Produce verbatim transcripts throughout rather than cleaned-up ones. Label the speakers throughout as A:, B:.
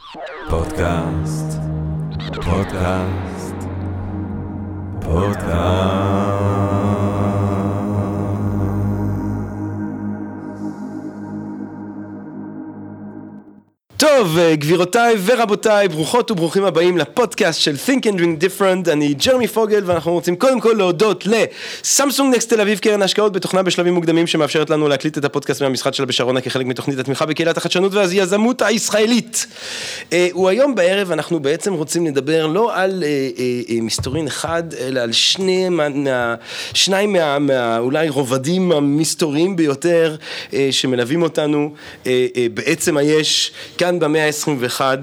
A: פודקאסט, פודקאסט, פודקאסט. טוב, גבירותיי ורבותיי, ברוכות וברוכים הבאים לפודקאסט של Think and Drink Different. אני ג'רמי פוגל, ואנחנו רוצים קודם כל להודות לסמסונג נקסט תל אביב, קרן השקעות בתוכנה בשלבים מוקדמים, שמאפשרת לנו להקליט את הפודקאסט מהמשרד שלה בשרונה כחלק מתוכנית התמיכה בקהילת החדשנות והיזמות הישראלית. הוא היום בערב אנחנו בעצם רוצים לדבר לא על מסתורין אחד, אלא על שני, מה, שניים מה, מה, אולי רובדים המסתוריים ביותר שמלווים אותנו בעצם היש כאן במאה ה-עשרים ואחת.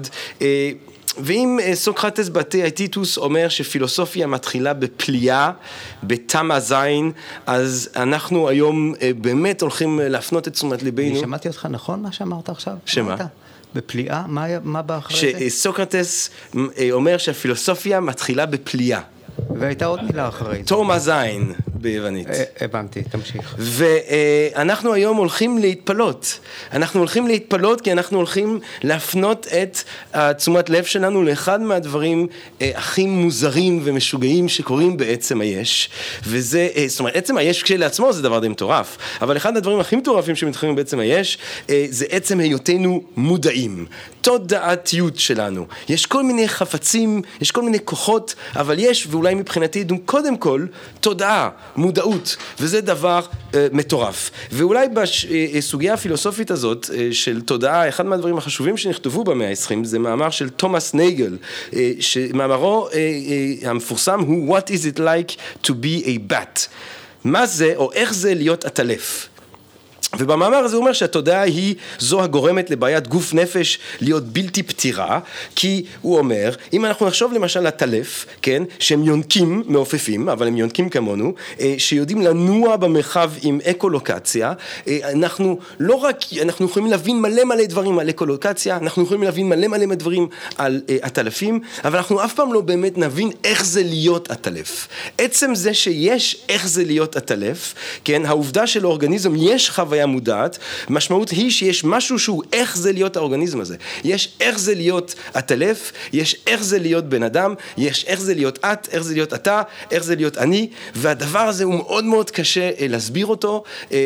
A: ואם סוקרטס בתאיטיטוס אומר שפילוסופיה מתחילה בפליאה, בתמה זין, אז אנחנו היום באמת הולכים להפנות את תשומת ליבנו.
B: אני שמעתי אותך נכון מה שאמרת עכשיו?
A: שמה?
B: בפליאה? מה, מה בא אחרי זה?
A: שסוקרטס אומר שהפילוסופיה מתחילה בפליאה.
B: והייתה עוד מילה אחרי זה.
A: תמה זין ביוונית.
B: הבנתי, תמשיך.
A: ואנחנו היום הולכים להתפלות. אנחנו הולכים להתפלות כי אנחנו הולכים להפנות את תשומת לב שלנו לאחד מהדברים הכי מוזרים ומשוגעים שקורים בעצם היש. וזה, זאת אומרת, עצם היש כשלעצמו זה דבר די מטורף. אבל אחד הדברים הכי מטורפים שמתחילים בעצם היש, זה עצם היותנו מודעים. תודעתיות שלנו. יש כל מיני חפצים, יש כל מיני כוחות, אבל יש, ואולי מבחינתי, קודם כל, תודעה, מודעות, וזה דבר אה, מטורף. ואולי בסוגיה הפילוסופית הזאת אה, של תודעה, אחד מהדברים החשובים שנכתבו במאה ה-עשרים, זה מאמר של תומאס נייגל, אה, שמאמרו אה, אה, המפורסם הוא What is it like to be a bat? מה זה, או איך זה להיות עטלף? ובמאמר הזה הוא אומר שהתודעה היא זו הגורמת לבעיית גוף נפש להיות בלתי פתירה, כי הוא אומר, אם אנחנו נחשוב למשל לטלף, כן, שהם יונקים מעופפים, אבל הם יונקים כמונו, שיודעים לנוע במרחב עם אקולוקציה, אנחנו לא רק, אנחנו יכולים להבין מלא מלא דברים על אקולוקציה, אנחנו יכולים להבין מלא מלא דברים על הטלפים, אבל אנחנו אף פעם לא באמת נבין איך זה להיות הטלף. עצם זה שיש איך זה להיות הטלף, כן, העובדה של האורגניזם יש חוויה מודעת, משמעות היא שיש משהו שהוא איך זה להיות האורגניזם הזה. יש איך זה להיות הטלף, יש איך זה להיות בן אדם, יש איך זה להיות את, איך זה להיות אתה, איך זה להיות אני, והדבר הזה הוא מאוד מאוד קשה להסביר אותו.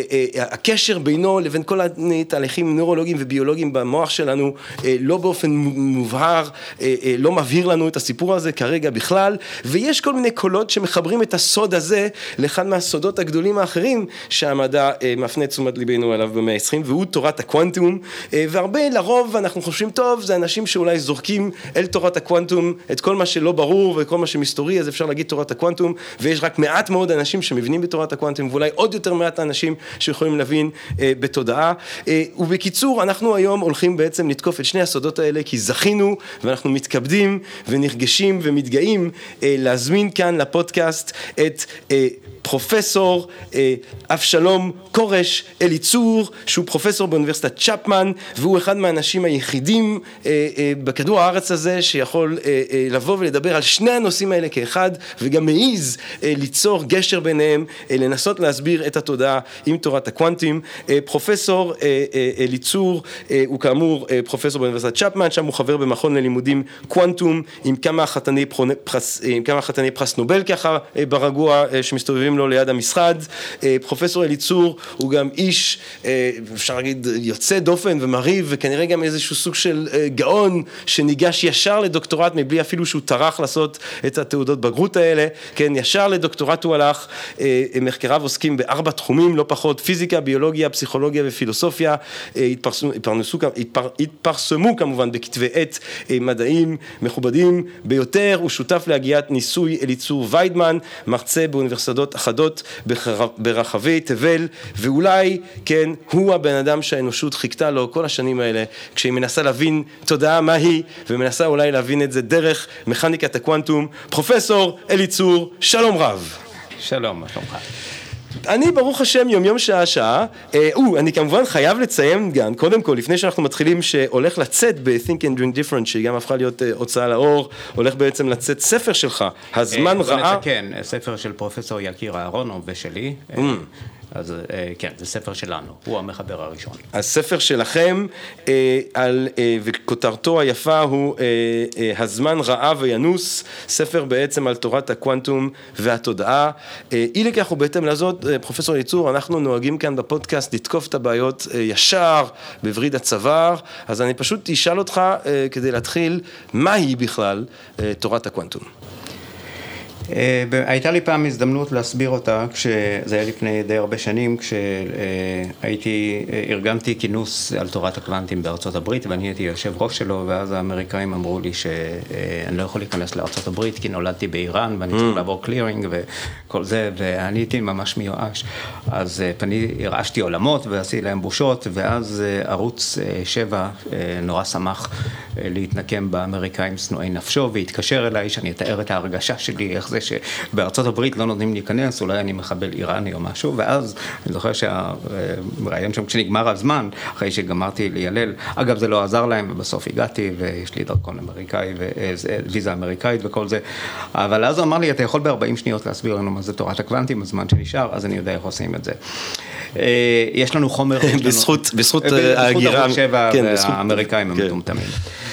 A: הקשר בינו לבין כל התהליכים נוירולוגיים וביולוגיים במוח שלנו לא באופן מובהר, לא מבהיר לנו את הסיפור הזה כרגע בכלל, ויש כל מיני קולות שמחברים את הסוד הזה לאחד מהסודות הגדולים האחרים שהמדע מפנה תשומת ליבנו עליו במאה ה-עשרים, והוא תורת הקוונטום. והרבה לרוב אנחנו חושבים, טוב, זה אנשים שאולי זורקים אל תורת הקוונטום את כל מה שלא ברור וכל מה שמסתורי, אז אפשר להגיד תורת הקוונטום, ויש רק מעט מאוד אנשים שמבינים בתורת הקוונטום, ואולי עוד יותר מעט אנשים שיכולים להבין אה, בתודעה. אה, ובקיצור, אנחנו היום הולכים בעצם לתקוף את שני הסודות האלה, כי זכינו ואנחנו מתכבדים ונרגשים ומתגאים אה, להזמין כאן לפודקאסט את אה, פרופסור אה, אבשלום קורש אליצור, שהוא פרופסור באוניברסיטת צ'פמן, והוא אחד מהאנשים היחידים אה, אה, בכדור הארץ הזה שיכול אה, אה, לבוא ולדבר על שני הנושאים האלה כאחד, וגם מעיז אה, ליצור גשר ביניהם, אה, לנסות להסביר את התודעה עם תורת הקוונטים. אה, פרופסור אה, אה, אליצור אה, הוא כאמור אה, פרופסור באוניברסיטת צ'פמן, שם הוא חבר במכון ללימודים קוונטום עם כמה חתני פרס, עם כמה חתני פרס נובל ככה אה, ברגוע אה, שמסתובבים לו ליד המשרד. פרופסור אליצור הוא גם איש, אפשר להגיד, יוצא דופן ומריב, וכנראה גם איזשהו סוג של גאון שניגש ישר לדוקטורט, מבלי אפילו שהוא טרח לעשות את התעודות בגרות האלה, כן, ישר לדוקטורט הוא הלך. מחקריו עוסקים בארבע תחומים, לא פחות, פיזיקה, ביולוגיה, פסיכולוגיה ופילוסופיה, התפרסמו, התפר, התפרסמו כמובן בכתבי עת מדעים מכובדים ביותר. הוא שותף להגיית ניסוי אליצור ויידמן, מרצה באוניברסיטאות אחדות ברחבי תבל, ואולי, כן, הוא הבן אדם שהאנושות חיכתה לו כל השנים האלה, כשהיא מנסה להבין תודעה מהי, ומנסה אולי להבין את זה דרך מכניקת הקוונטום. פרופסור אליצור, שלום רב.
B: שלום, מה שלומך?
A: אני ברוך השם יום יום שעה שעה, אה, אני כמובן חייב לציין גם, קודם כל, לפני שאנחנו מתחילים, שהולך לצאת ב-Think and Drink Different, שהיא גם הפכה להיות אה, הוצאה לאור, הולך בעצם לצאת ספר שלך, הזמן
B: אה,
A: רעה.
B: כן, ספר של פרופסור יקיר אהרונוב ושלי, mm. אז כן, זה ספר שלנו, הוא המחבר הראשון.
A: הספר שלכם, אה, על, אה, וכותרתו היפה הוא אה, אה, הזמן רעה וינוס, ספר בעצם על תורת הקוונטום והתודעה. אה, אי לכך ובהתאם לזאת, אה, פרופסור יצור, אנחנו נוהגים כאן בפודקאסט לתקוף את הבעיות אה, ישר, בבריד הצוואר, אז אני פשוט אשאל אותך אה, כדי להתחיל, מהי בכלל אה, תורת הקוונטום?
B: הייתה לי פעם הזדמנות להסביר אותה, כשזה היה לפני די הרבה שנים, כשהייתי, ארגנתי כינוס על תורת הקוונטים בארצות הברית, ואני הייתי יושב ראש שלו, ואז האמריקאים אמרו לי שאני לא יכול להיכנס לארצות הברית, כי נולדתי באיראן, ואני צריך לעבור קלירינג וכל זה, ואני הייתי ממש מיואש. אז פני, הרעשתי עולמות ועשיתי להם בושות, ואז ערוץ שבע נורא שמח להתנקם באמריקאים שנואי נפשו, והתקשר אליי שאני אתאר את ההרגשה שלי, איך זה שבארצות הברית לא נותנים להיכנס, אולי אני מחבל איראני או משהו, ואז אני זוכר שהרעיון שם כשנגמר הזמן, אחרי שגמרתי לילל, אגב זה לא עזר להם, ובסוף הגעתי, ויש לי דרכון אמריקאי, וויזה אמריקאית וכל זה, אבל אז הוא אמר לי, אתה יכול ב-ארבעים שניות להסביר לנו מה זה תורת הקוונטים, הזמן שנשאר, אז אני יודע איך עושים את זה. יש לנו חומר...
A: בזכות ההגירה...
B: והאמריקאים הם מטומטמים.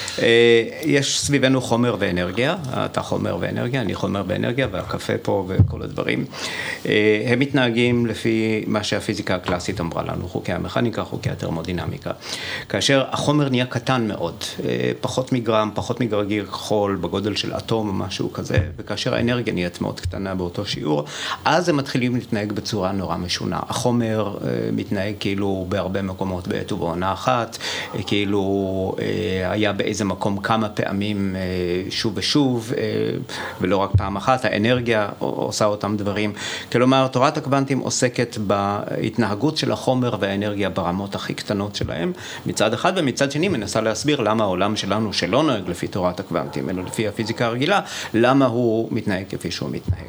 B: יש סביבנו חומר ואנרגיה, אתה חומר ואנרגיה, אני חומר ואנרגיה, והקפה פה וכל הדברים. הם מתנהגים לפי מה שהפיזיקה הקלאסית אמרה לנו, חוקי המכניקה, חוקי התרמודינמיקה. כאשר החומר נהיה קטן מאוד, פחות מגרם, פחות מגרגיר חול, בגודל של אטום או משהו כזה, וכאשר האנרגיה נהיית מאוד קטנה באותו שיעור, אז הם מתחילים להתנהג בצורה נורא משונה. החומר מתנהג כאילו בהרבה מקומות בעת ובעונה אחת, כאילו היה באיזה מקום כמה פעמים שוב ושוב, ולא רק פעם אחת, האנרגיה עושה אותם דברים. כלומר, תורת הקוונטים עוסקת בהתנהגות של החומר והאנרגיה ברמות הכי קטנות שלהם, מצד אחד, ומצד שני מנסה להסביר למה העולם שלנו שלא נוהג לפי תורת הקוונטים, אלא לפי הפיזיקה הרגילה, למה הוא מתנהג כפי שהוא מתנהג.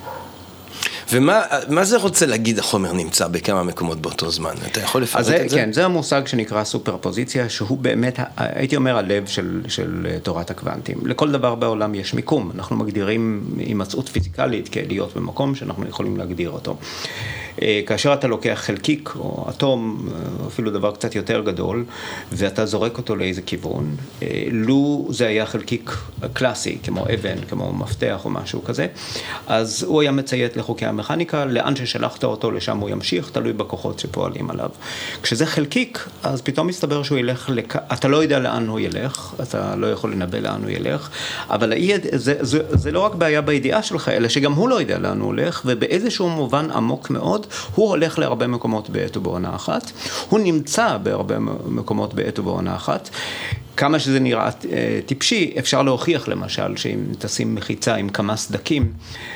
A: ומה מה זה רוצה להגיד החומר נמצא בכמה מקומות באותו זמן? אתה יכול לפרט
B: זה,
A: את זה?
B: כן, זה המושג שנקרא סופרפוזיציה, שהוא באמת, הייתי אומר, הלב של, של תורת הקוונטים. לכל דבר בעולם יש מיקום. אנחנו מגדירים הימצאות פיזיקלית כלהיות במקום שאנחנו יכולים להגדיר אותו. כאשר אתה לוקח חלקיק או אטום, אפילו דבר קצת יותר גדול, ואתה זורק אותו לאיזה כיוון, לו זה היה חלקיק קלאסי, כמו אבן, כמו מפתח או משהו כזה, אז הוא היה מציית לחוקי המכניקה, לאן ששלחת אותו, לשם הוא ימשיך, תלוי בכוחות שפועלים עליו. כשזה חלקיק, אז פתאום מסתבר שהוא ילך, לק... אתה לא יודע לאן הוא ילך, אתה לא יכול לנבא לאן הוא ילך, אבל זה, זה, זה לא רק בעיה בידיעה שלך, אלא שגם הוא לא יודע לאן הוא הולך, ובאיזשהו מובן עמוק מאוד, הוא הולך להרבה מקומות בעת ובעונה אחת, הוא נמצא בהרבה מקומות בעת ובעונה אחת, כמה שזה נראה טיפשי, אפשר להוכיח למשל שאם תשים מחיצה עם כמה סדקים,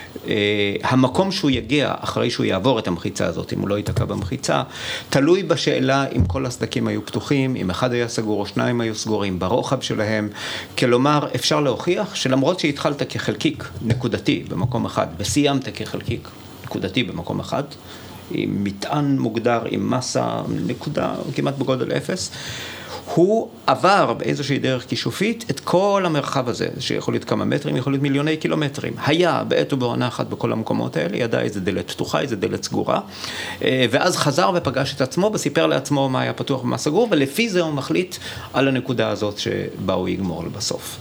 B: המקום שהוא יגיע אחרי שהוא יעבור את המחיצה הזאת, אם הוא לא ייתקע במחיצה, תלוי בשאלה אם כל הסדקים היו פתוחים, אם אחד היה סגור או שניים היו סגורים, ברוחב שלהם. כלומר, אפשר להוכיח שלמרות שהתחלת כחלקיק נקודתי במקום אחד, וסיימת כחלקיק נקודתי במקום אחד, עם מטען מוגדר, עם מסה, נקודה כמעט בגודל אפס, הוא עבר באיזושהי דרך כישופית את כל המרחב הזה, שיכול להיות כמה מטרים, יכול להיות מיליוני קילומטרים. היה בעת ובעונה אחת בכל המקומות האלה, ידע איזה דלת פתוחה, איזה דלת סגורה, ואז חזר ופגש את עצמו, וסיפר לעצמו מה היה פתוח ומה סגור, ולפי זה הוא מחליט על הנקודה הזאת שבה הוא יגמור לבסוף.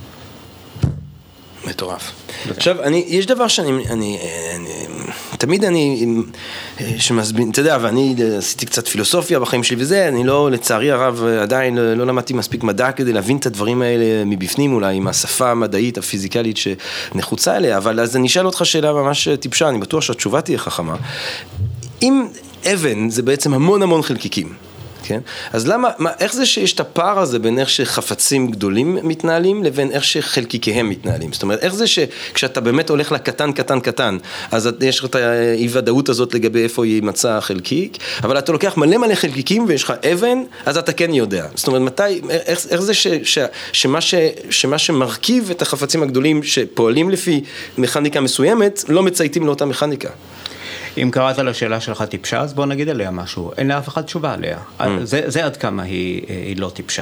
A: מטורף. עכשיו, אני, יש דבר שאני, אני, אני, תמיד אני, שמסבין, אתה יודע, ואני עשיתי קצת פילוסופיה בחיים שלי וזה, אני לא, לצערי הרב, עדיין לא למדתי מספיק מדע כדי להבין את הדברים האלה מבפנים, אולי עם השפה המדעית, הפיזיקלית שנחוצה אליה, אבל אז אני אשאל אותך שאלה ממש טיפשה, אני בטוח שהתשובה תהיה חכמה. אם אבן זה בעצם המון המון חלקיקים, כן? אז למה, מה, איך זה שיש את הפער הזה בין איך שחפצים גדולים מתנהלים לבין איך שחלקיקיהם מתנהלים? זאת אומרת, איך זה שכשאתה באמת הולך לקטן, קטן, קטן, אז יש לך את האי-ודאות הזאת לגבי איפה יימצא החלקיק, אבל אתה לוקח מלא מלא חלקיקים ויש לך אבן, אז אתה כן יודע. זאת אומרת, מתי, איך, איך זה ש, ש, שמה, ש, שמה שמרכיב את החפצים הגדולים שפועלים לפי מכניקה מסוימת, לא מצייתים לאותה מכניקה?
B: אם קראת לשאלה שלך טיפשה, אז בוא נגיד עליה משהו. אין לאף אחד תשובה עליה. Mm. זה, זה עד כמה היא, היא לא טיפשה.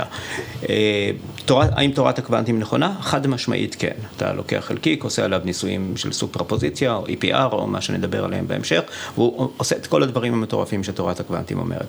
B: תורת, האם תורת הקוונטים נכונה? חד משמעית כן. אתה לוקח חלקיק, עושה עליו ניסויים של סופרפוזיציה, או אי פי אר, או מה שנדבר עליהם בהמשך, והוא עושה את כל הדברים המטורפים שתורת הקוונטים אומרת.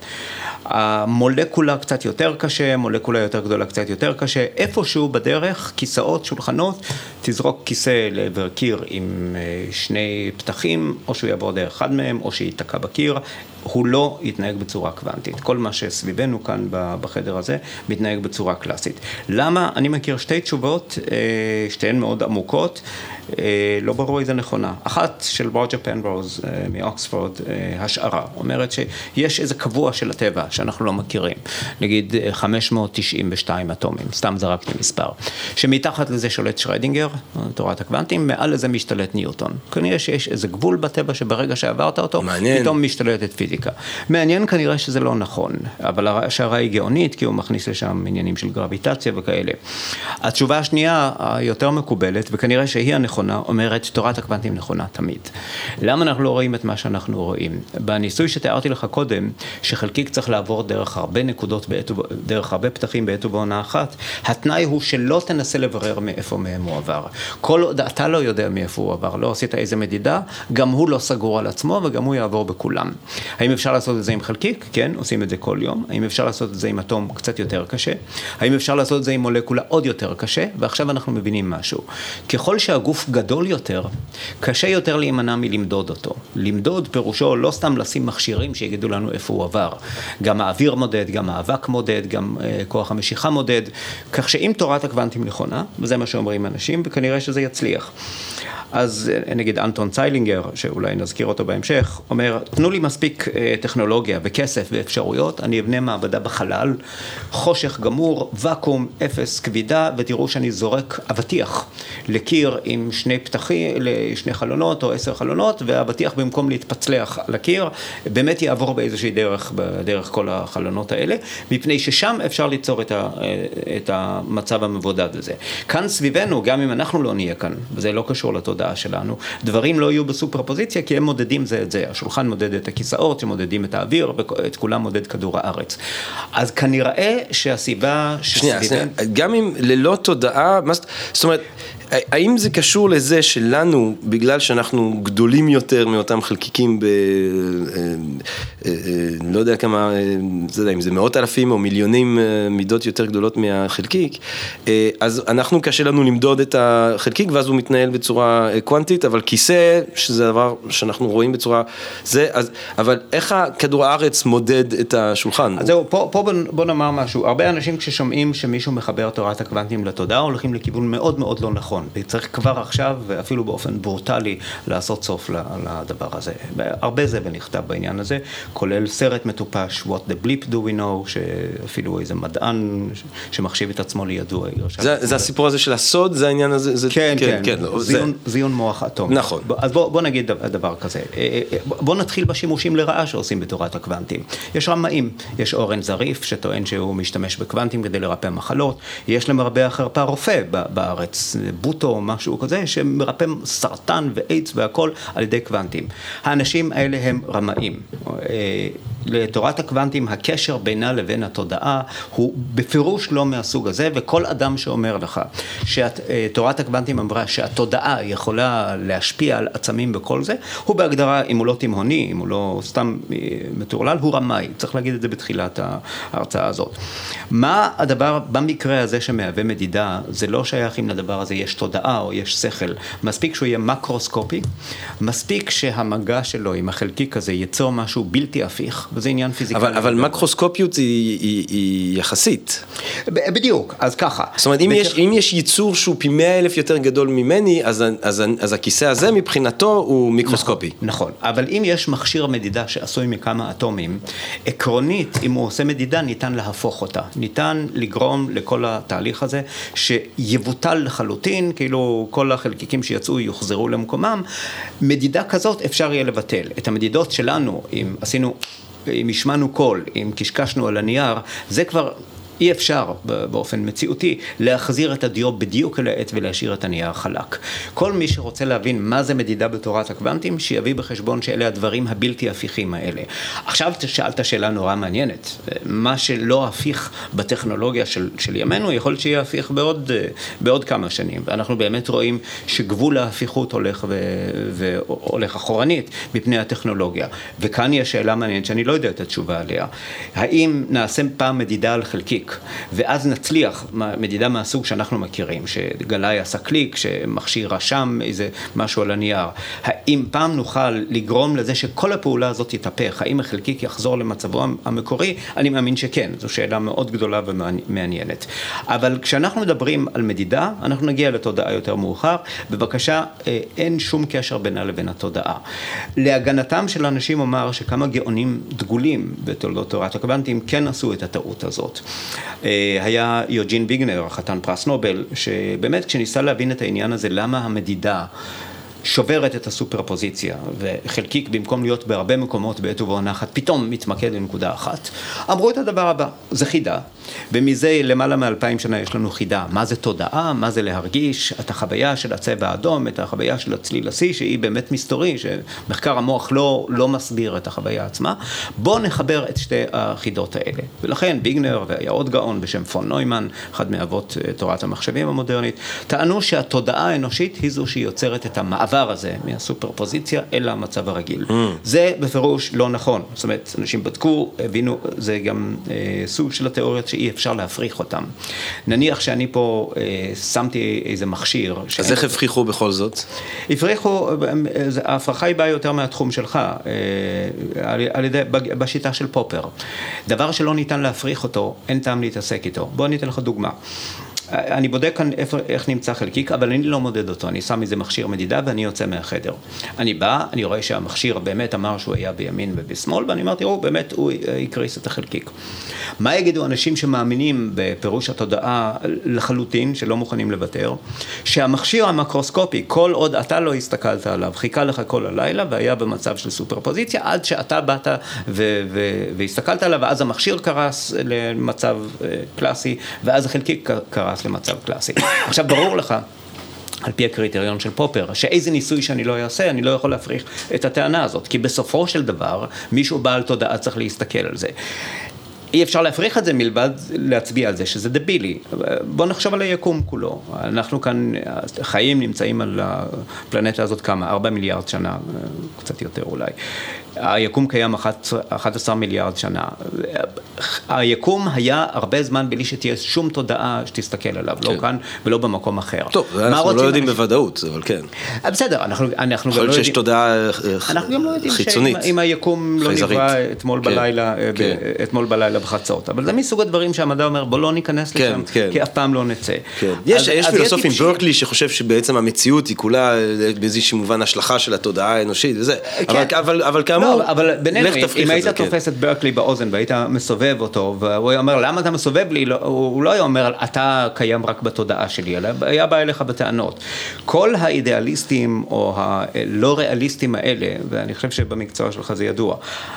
B: המולקולה קצת יותר קשה, מולקולה יותר גדולה קצת יותר קשה, איפשהו בדרך, כיסאות, שולחנות, תזרוק כיסא לעבר קיר עם שני פתחים, או שהוא יעבור דרך אחד מהם, או שיתקע בקיר, הוא לא יתנהג בצורה קוונטית. כל מה שסביבנו כאן בחדר הזה, מתנהג בצורה קלאסית. למה? אני מכיר שתי תשובות, שתיהן מאוד עמוקות, לא ברור איזה נכונה. אחת של רוג'ר פנרוז מאוקספורד, השערה, אומרת שיש איזה קבוע של הטבע שאנחנו לא מכירים, נגיד חמש מאות תשעים ושתיים אטומים, סתם זרקתי מספר, שמתחת לזה שולט שרדינגר, תורת הקוונטים, מעל לזה משתלט ניוטון. כנראה שיש איזה גבול בטבע שברגע שעברת אותו, מעניין. פתאום משתלטת פיזיקה. מעניין כנראה שזה לא נכון, אבל השערה היא גאונית, כי הוא מכניס לשם עניינים של גרביטציה וכאלה. התשובה השנייה, היותר מקובלת, וכנראה שהיא הנכונה, אומרת, תורת הקוונטים נכונה תמיד. למה אנחנו לא רואים את מה שאנחנו רואים? בניסוי שתיארתי לך קודם, שחלקיק צריך לעבור דרך הרבה נקודות, בעת, דרך הרבה פתחים בעת ובעונה אחת, התנאי הוא שלא תנסה לברר מאיפה מהם הוא עבר. כל עוד אתה לא יודע מאיפה הוא עבר, לא עשית איזה מדידה, גם הוא לא סגור על עצמו וגם הוא יעבור בכולם. האם אפשר לעשות את זה עם חלקיק? כן, עושים את זה כל יום. האם אפשר לעשות את זה עם אטום קצת יותר קשה? האם אפשר לעשות את זה עם מולקולה עוד יותר קשה? ועכשיו אנחנו מבינים משהו. ככל שהגוף גדול יותר, קשה יותר להימנע מלמדוד אותו. למדוד פירושו לא סתם לשים מכשירים שיגידו לנו איפה הוא עבר. גם האוויר מודד, גם האבק מודד, גם uh, כוח המשיכה מודד. כך שאם תורת הקוונטים נכונה, וזה מה שאומרים אנשים, וכנראה שזה יצליח. אז נגיד אנטון ציילינגר, שאולי נזכיר אותו בהמשך, אומר, תנו לי מספיק טכנולוגיה וכסף ואפשרויות, אני אבנה מעבדה בחלל, חושך גמור, וקום, אפס כבידה, ותראו שאני זורק אבטיח לקיר עם שני פתחים, לשני חלונות או עשר חלונות, והאבטיח במקום להתפצלח על הקיר, באמת יעבור באיזושהי דרך, בדרך כל החלונות האלה, מפני ששם אפשר ליצור את, ה, את המצב המבודד הזה. כאן סביבנו, גם אם אנחנו לא נהיה כאן, וזה לא קשור לתודעה, שלנו, דברים לא יהיו בסופרפוזיציה, כי הם מודדים זה את זה. השולחן מודד את הכיסאות, שמודדים את האוויר, ואת כולם מודד כדור הארץ. אז כנראה שהסיבה
A: שנייה, שנייה, גם אם ללא תודעה, זאת אומרת, האם זה קשור לזה שלנו, בגלל שאנחנו גדולים יותר מאותם חלקיקים ב... לא יודע כמה, זה יודע, אם זה מאות אלפים או מיליונים מידות יותר גדולות מהחלקיק, אז אנחנו קשה לנו למדוד את החלקיק, ואז הוא מתנהל בצורה קוונטית, אבל כיסא, שזה דבר שאנחנו רואים בצורה... זה, אז, אבל איך הכדור הארץ מודד את השולחן?
B: אז זהו, פה, פה בוא נאמר משהו. הרבה אנשים כששומעים שמישהו מחבר תורת הקוונטים לתודעה, הולכים לכיוון מאוד מאוד לא נכון. וצריך כבר עכשיו, ואפילו באופן ברוטלי, לעשות סוף לדבר הזה. הרבה זה ונכתב בעניין הזה, כולל סרט מטופש, What the Bleep Do We Know, שאפילו איזה מדען שמחשיב את עצמו לידוע.
A: זה, זה הסיפור הזה של הסוד, זה העניין הזה? זה,
B: כן, כן, כן.
A: לא,
B: זיון,
A: זה...
B: זיון מוח אטומי.
A: נכון.
B: אז בוא, בוא נגיד דבר כזה. בוא נתחיל בשימושים לרעה שעושים בתורת הקוונטים. יש רמאים, יש אורן זריף שטוען שהוא משתמש בקוונטים כדי לרפא מחלות, יש למרבה החרפה רופא בארץ, בוטו או משהו כזה, שמרפא סרטן ואיידס והכל על ידי קוונטים. האנשים האלה הם רמאים. לתורת הקוונטים, הקשר בינה לבין התודעה הוא בפירוש לא מהסוג הזה, וכל אדם שאומר לך שתורת הקוונטים אמרה שהתודעה יכולה להשפיע על עצמים בכל זה, הוא בהגדרה, אם הוא לא תימהוני, אם הוא לא סתם מטורלל, הוא רמאי. צריך להגיד את זה בתחילת ההרצאה הזאת. מה הדבר במקרה הזה שמהווה מדידה, זה לא שייך אם לדבר הזה יש תודעה או יש שכל. מספיק שהוא יהיה מקרוסקופי, מספיק שהמגע שלו עם החלקיק הזה ייצור משהו בלתי הפיך, וזה עניין פיזיקלי.
A: אבל, אבל מקרוסקופיות היא, היא, היא יחסית.
B: בדיוק, אז ככה.
A: זאת אומרת, אם, בקר... יש, אם יש ייצור שהוא פי מאה אלף יותר גדול ממני, אז, אז, אז הכיסא הזה מבחינתו הוא מיקרוסקופי.
B: נכון, נכון, אבל אם יש מכשיר מדידה שעשוי מכמה אטומים, עקרונית, אם הוא עושה מדידה, ניתן להפוך אותה. ניתן לגרום לכל התהליך הזה, שיבוטל לחלוטין, כאילו כל החלקיקים שיצאו יוחזרו למקומם. מדידה כזאת אפשר יהיה לבטל. את המדידות שלנו, אם עשינו... אם השמענו קול, אם קשקשנו על הנייר, זה כבר אי אפשר באופן מציאותי להחזיר את הדיו בדיוק אל העת ולהשאיר את הנייר חלק. כל מי שרוצה להבין מה זה מדידה בתורת הקוונטים, שיביא בחשבון שאלה הדברים הבלתי הפיכים האלה. עכשיו שאלת שאלה נורא מעניינת. מה שלא הפיך בטכנולוגיה של, של ימינו, יכול להיות שיהיה הפיך בעוד, בעוד כמה שנים. ואנחנו באמת רואים שגבול ההפיכות הולך ו, והולך אחורנית מפני הטכנולוגיה. וכאן יש שאלה מעניינת שאני לא יודע את התשובה עליה. האם נעשה פעם מדידה על חלקיק, ואז נצליח מדידה מהסוג שאנחנו מכירים, שגלאי עשה קליק, שמכשיר רשם איזה משהו על הנייר. האם פעם נוכל לגרום לזה שכל הפעולה הזאת תתהפך? האם החלקיק יחזור למצבו המקורי? אני מאמין שכן. זו שאלה מאוד גדולה ומעניינת. אבל כשאנחנו מדברים על מדידה, אנחנו נגיע לתודעה יותר מאוחר. בבקשה, אין שום קשר בינה לבין התודעה. להגנתם של אנשים אומר שכמה גאונים דגולים בתולדות תורת הקוונטים כן עשו את הטעות הזאת. היה יוג'ין ויגנר, חתן פרס נובל, שבאמת כשניסה להבין את העניין הזה, למה המדידה שוברת את הסופרפוזיציה, וחלקיק במקום להיות בהרבה מקומות בעת ובעונה אחת, פתאום מתמקד לנקודה אחת. אמרו את הדבר הבא, זה חידה, ומזה למעלה מאלפיים שנה יש לנו חידה. מה זה תודעה? מה זה להרגיש? את החוויה של הצבע האדום, את החוויה של הצליל הסי, שהיא באמת מסתורי, שמחקר המוח לא, לא מסביר את החוויה עצמה. בואו נחבר את שתי החידות האלה. ולכן ביגנר והיה עוד גאון בשם פון נוימן, אחד מאבות תורת המחשבים המודרנית, טענו שהתודעה האנושית היא זו שיוצרת את המעבר הזה מהסופרפוזיציה אל המצב הרגיל. Mm. זה בפירוש לא נכון. זאת אומרת, אנשים בדקו, הבינו, זה גם אה, סוג של התיאוריות שאי אפשר להפריך אותם. נניח שאני פה אה, שמתי איזה מכשיר.
A: אז איך הפריחו בכל זאת?
B: הפריחו, ההפרחה היא באה יותר מהתחום שלך, אה, על, על ידי, בשיטה של פופר. דבר שלא ניתן להפריך אותו, אין טעם להתעסק איתו. בוא ניתן לך דוגמה. אני בודק כאן איפה, איך נמצא חלקיק, אבל אני לא מודד אותו, אני שם איזה מכשיר מדידה ואני יוצא מהחדר. אני בא, אני רואה שהמכשיר באמת אמר שהוא היה בימין ובשמאל, ואני אומר, תראו, באמת הוא יקריס את החלקיק. מה יגידו אנשים שמאמינים בפירוש התודעה לחלוטין, שלא מוכנים לוותר, שהמכשיר המקרוסקופי, כל עוד אתה לא הסתכלת עליו, חיכה לך כל הלילה והיה במצב של סופרפוזיציה, עד שאתה באת ו- ו- והסתכלת עליו, ואז המכשיר קרס למצב קלאסי, ואז החלקיק קרס למצב קלאסי. עכשיו ברור לך, על פי הקריטריון של פופר, שאיזה ניסוי שאני לא אעשה, אני לא יכול להפריך את הטענה הזאת, כי בסופו של דבר, מישהו בעל תודעה צריך להסתכל על זה. אי אפשר להפריך את זה מלבד להצביע על זה, שזה דבילי. בוא נחשוב על היקום כולו. אנחנו כאן, חיים נמצאים על הפלנטה הזאת כמה? ארבע מיליארד שנה, קצת יותר אולי. היקום קיים אחד עשר מיליארד שנה. היקום היה הרבה זמן בלי שתהיה שום תודעה שתסתכל עליו, לא כאן ולא במקום אחר.
A: טוב, אנחנו לא יודעים בוודאות, אבל כן.
B: בסדר, אנחנו גם לא יודעים.
A: יכול להיות שיש תודעה חיצונית.
B: אנחנו גם לא יודעים שאם היקום לא נברא אתמול בלילה, אתמול בלילה בחצות. אבל זה מסוג הדברים שהמדע אומר, בוא לא ניכנס לשם, כי אף פעם לא נצא.
A: יש פילוסופים, ברקלי, שחושב שבעצם המציאות היא כולה באיזשהו מובן השלכה של התודעה האנושית, וזה. אבל כאמור,
B: אבל בינינו, אם היית תופס את ברקלי באוזן והיית מסובב אותו, והוא אומר, למה אתה מסובב לי? הוא לא היה אומר, אתה קיים רק בתודעה שלי, אלא היה בא אליך בטענות. כל האידיאליסטים או הלא ריאליסטים האלה, ואני חושב שבמקצוע שלך זה ידוע,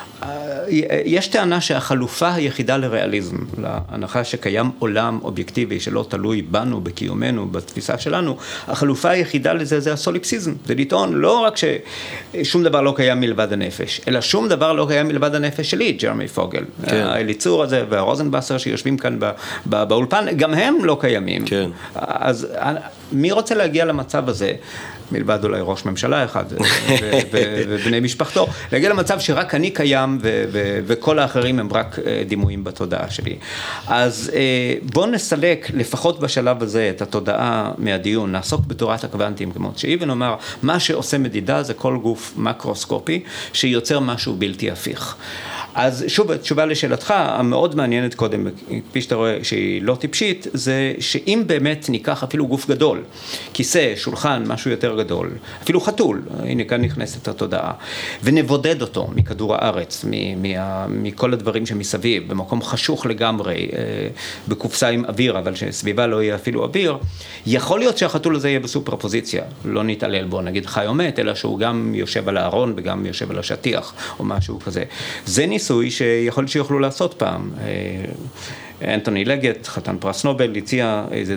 B: יש טענה שהחלופה היחידה לריאליזם, להנחה שקיים עולם אובייקטיבי שלא תלוי בנו, בקיומנו, בתפיסה שלנו, החלופה היחידה לזה זה הסוליפסיזם. זה לטעון לא רק ששום דבר לא קיים מלבד הנפש, אלא שום דבר לא קיים מלבד הנפש שלי, ג'רמי פוגל. כן. האליצור הזה והרוזנבסר שיושבים כאן באולפן, גם הם לא קיימים. כן. אז מי רוצה להגיע למצב הזה? מלבד אולי ראש ממשלה אחד ובני משפחתו, להגיע למצב שרק אני קיים וכל האחרים הם רק דימויים בתודעה שלי. אז בואו נסלק לפחות בשלב הזה את התודעה מהדיון, נעסוק בתורת הקוונטים כמות שהיא, ונאמר, מה שעושה מדידה זה כל גוף מקרוסקופי שיוצר משהו בלתי הפיך. אז שוב, תשובה לשאלתך, המאוד מעניינת קודם, כפי שאתה רואה שהיא לא טיפשית, זה שאם באמת ניקח אפילו גוף גדול, כיסא, שולחן, משהו יותר גדול, אפילו חתול, הנה כאן נכנסת התודעה, ונבודד אותו מכדור הארץ, מכל הדברים שמסביב, במקום חשוך לגמרי, בקופסה עם אוויר, אבל שסביבה לא יהיה אפילו אוויר, יכול להיות שהחתול הזה יהיה בסופרפוזיציה, לא נתעלל בו, נגיד חי או מת, אלא שהוא גם יושב על הארון וגם יושב על השטיח, או משהו כזה. זה ניסוי שיכול להיות שיוכלו לעשות פעם. אנטוני לגט, חתן פרס נובל, הציע איזו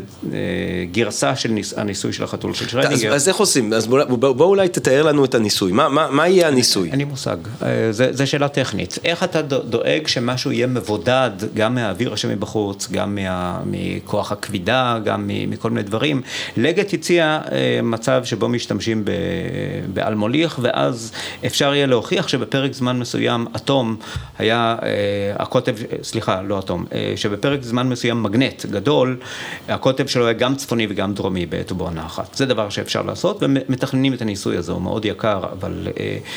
B: גרסה של הניסוי של החתול של שרדינגר.
A: אז איך עושים? אז בואו אולי תתאר לנו את הניסוי. מה יהיה הניסוי?
B: אין לי מושג. זו שאלה טכנית. איך אתה דואג שמשהו יהיה מבודד גם מהאוויר שמבחוץ, גם מכוח הכבידה, גם מכל מיני דברים? לגט הציע מצב שבו משתמשים באלמוליך, ואז אפשר יהיה להוכיח שבפרק זמן מסוים אטום היה, הקוטב, סליחה, לא אטום, שבפרק זמן מסוים מגנט גדול, הקוטב שלו היה גם צפוני וגם דרומי בעת ובעונה אחת. זה דבר שאפשר לעשות, ומתכננים את הניסוי הזה, הוא מאוד יקר, אבל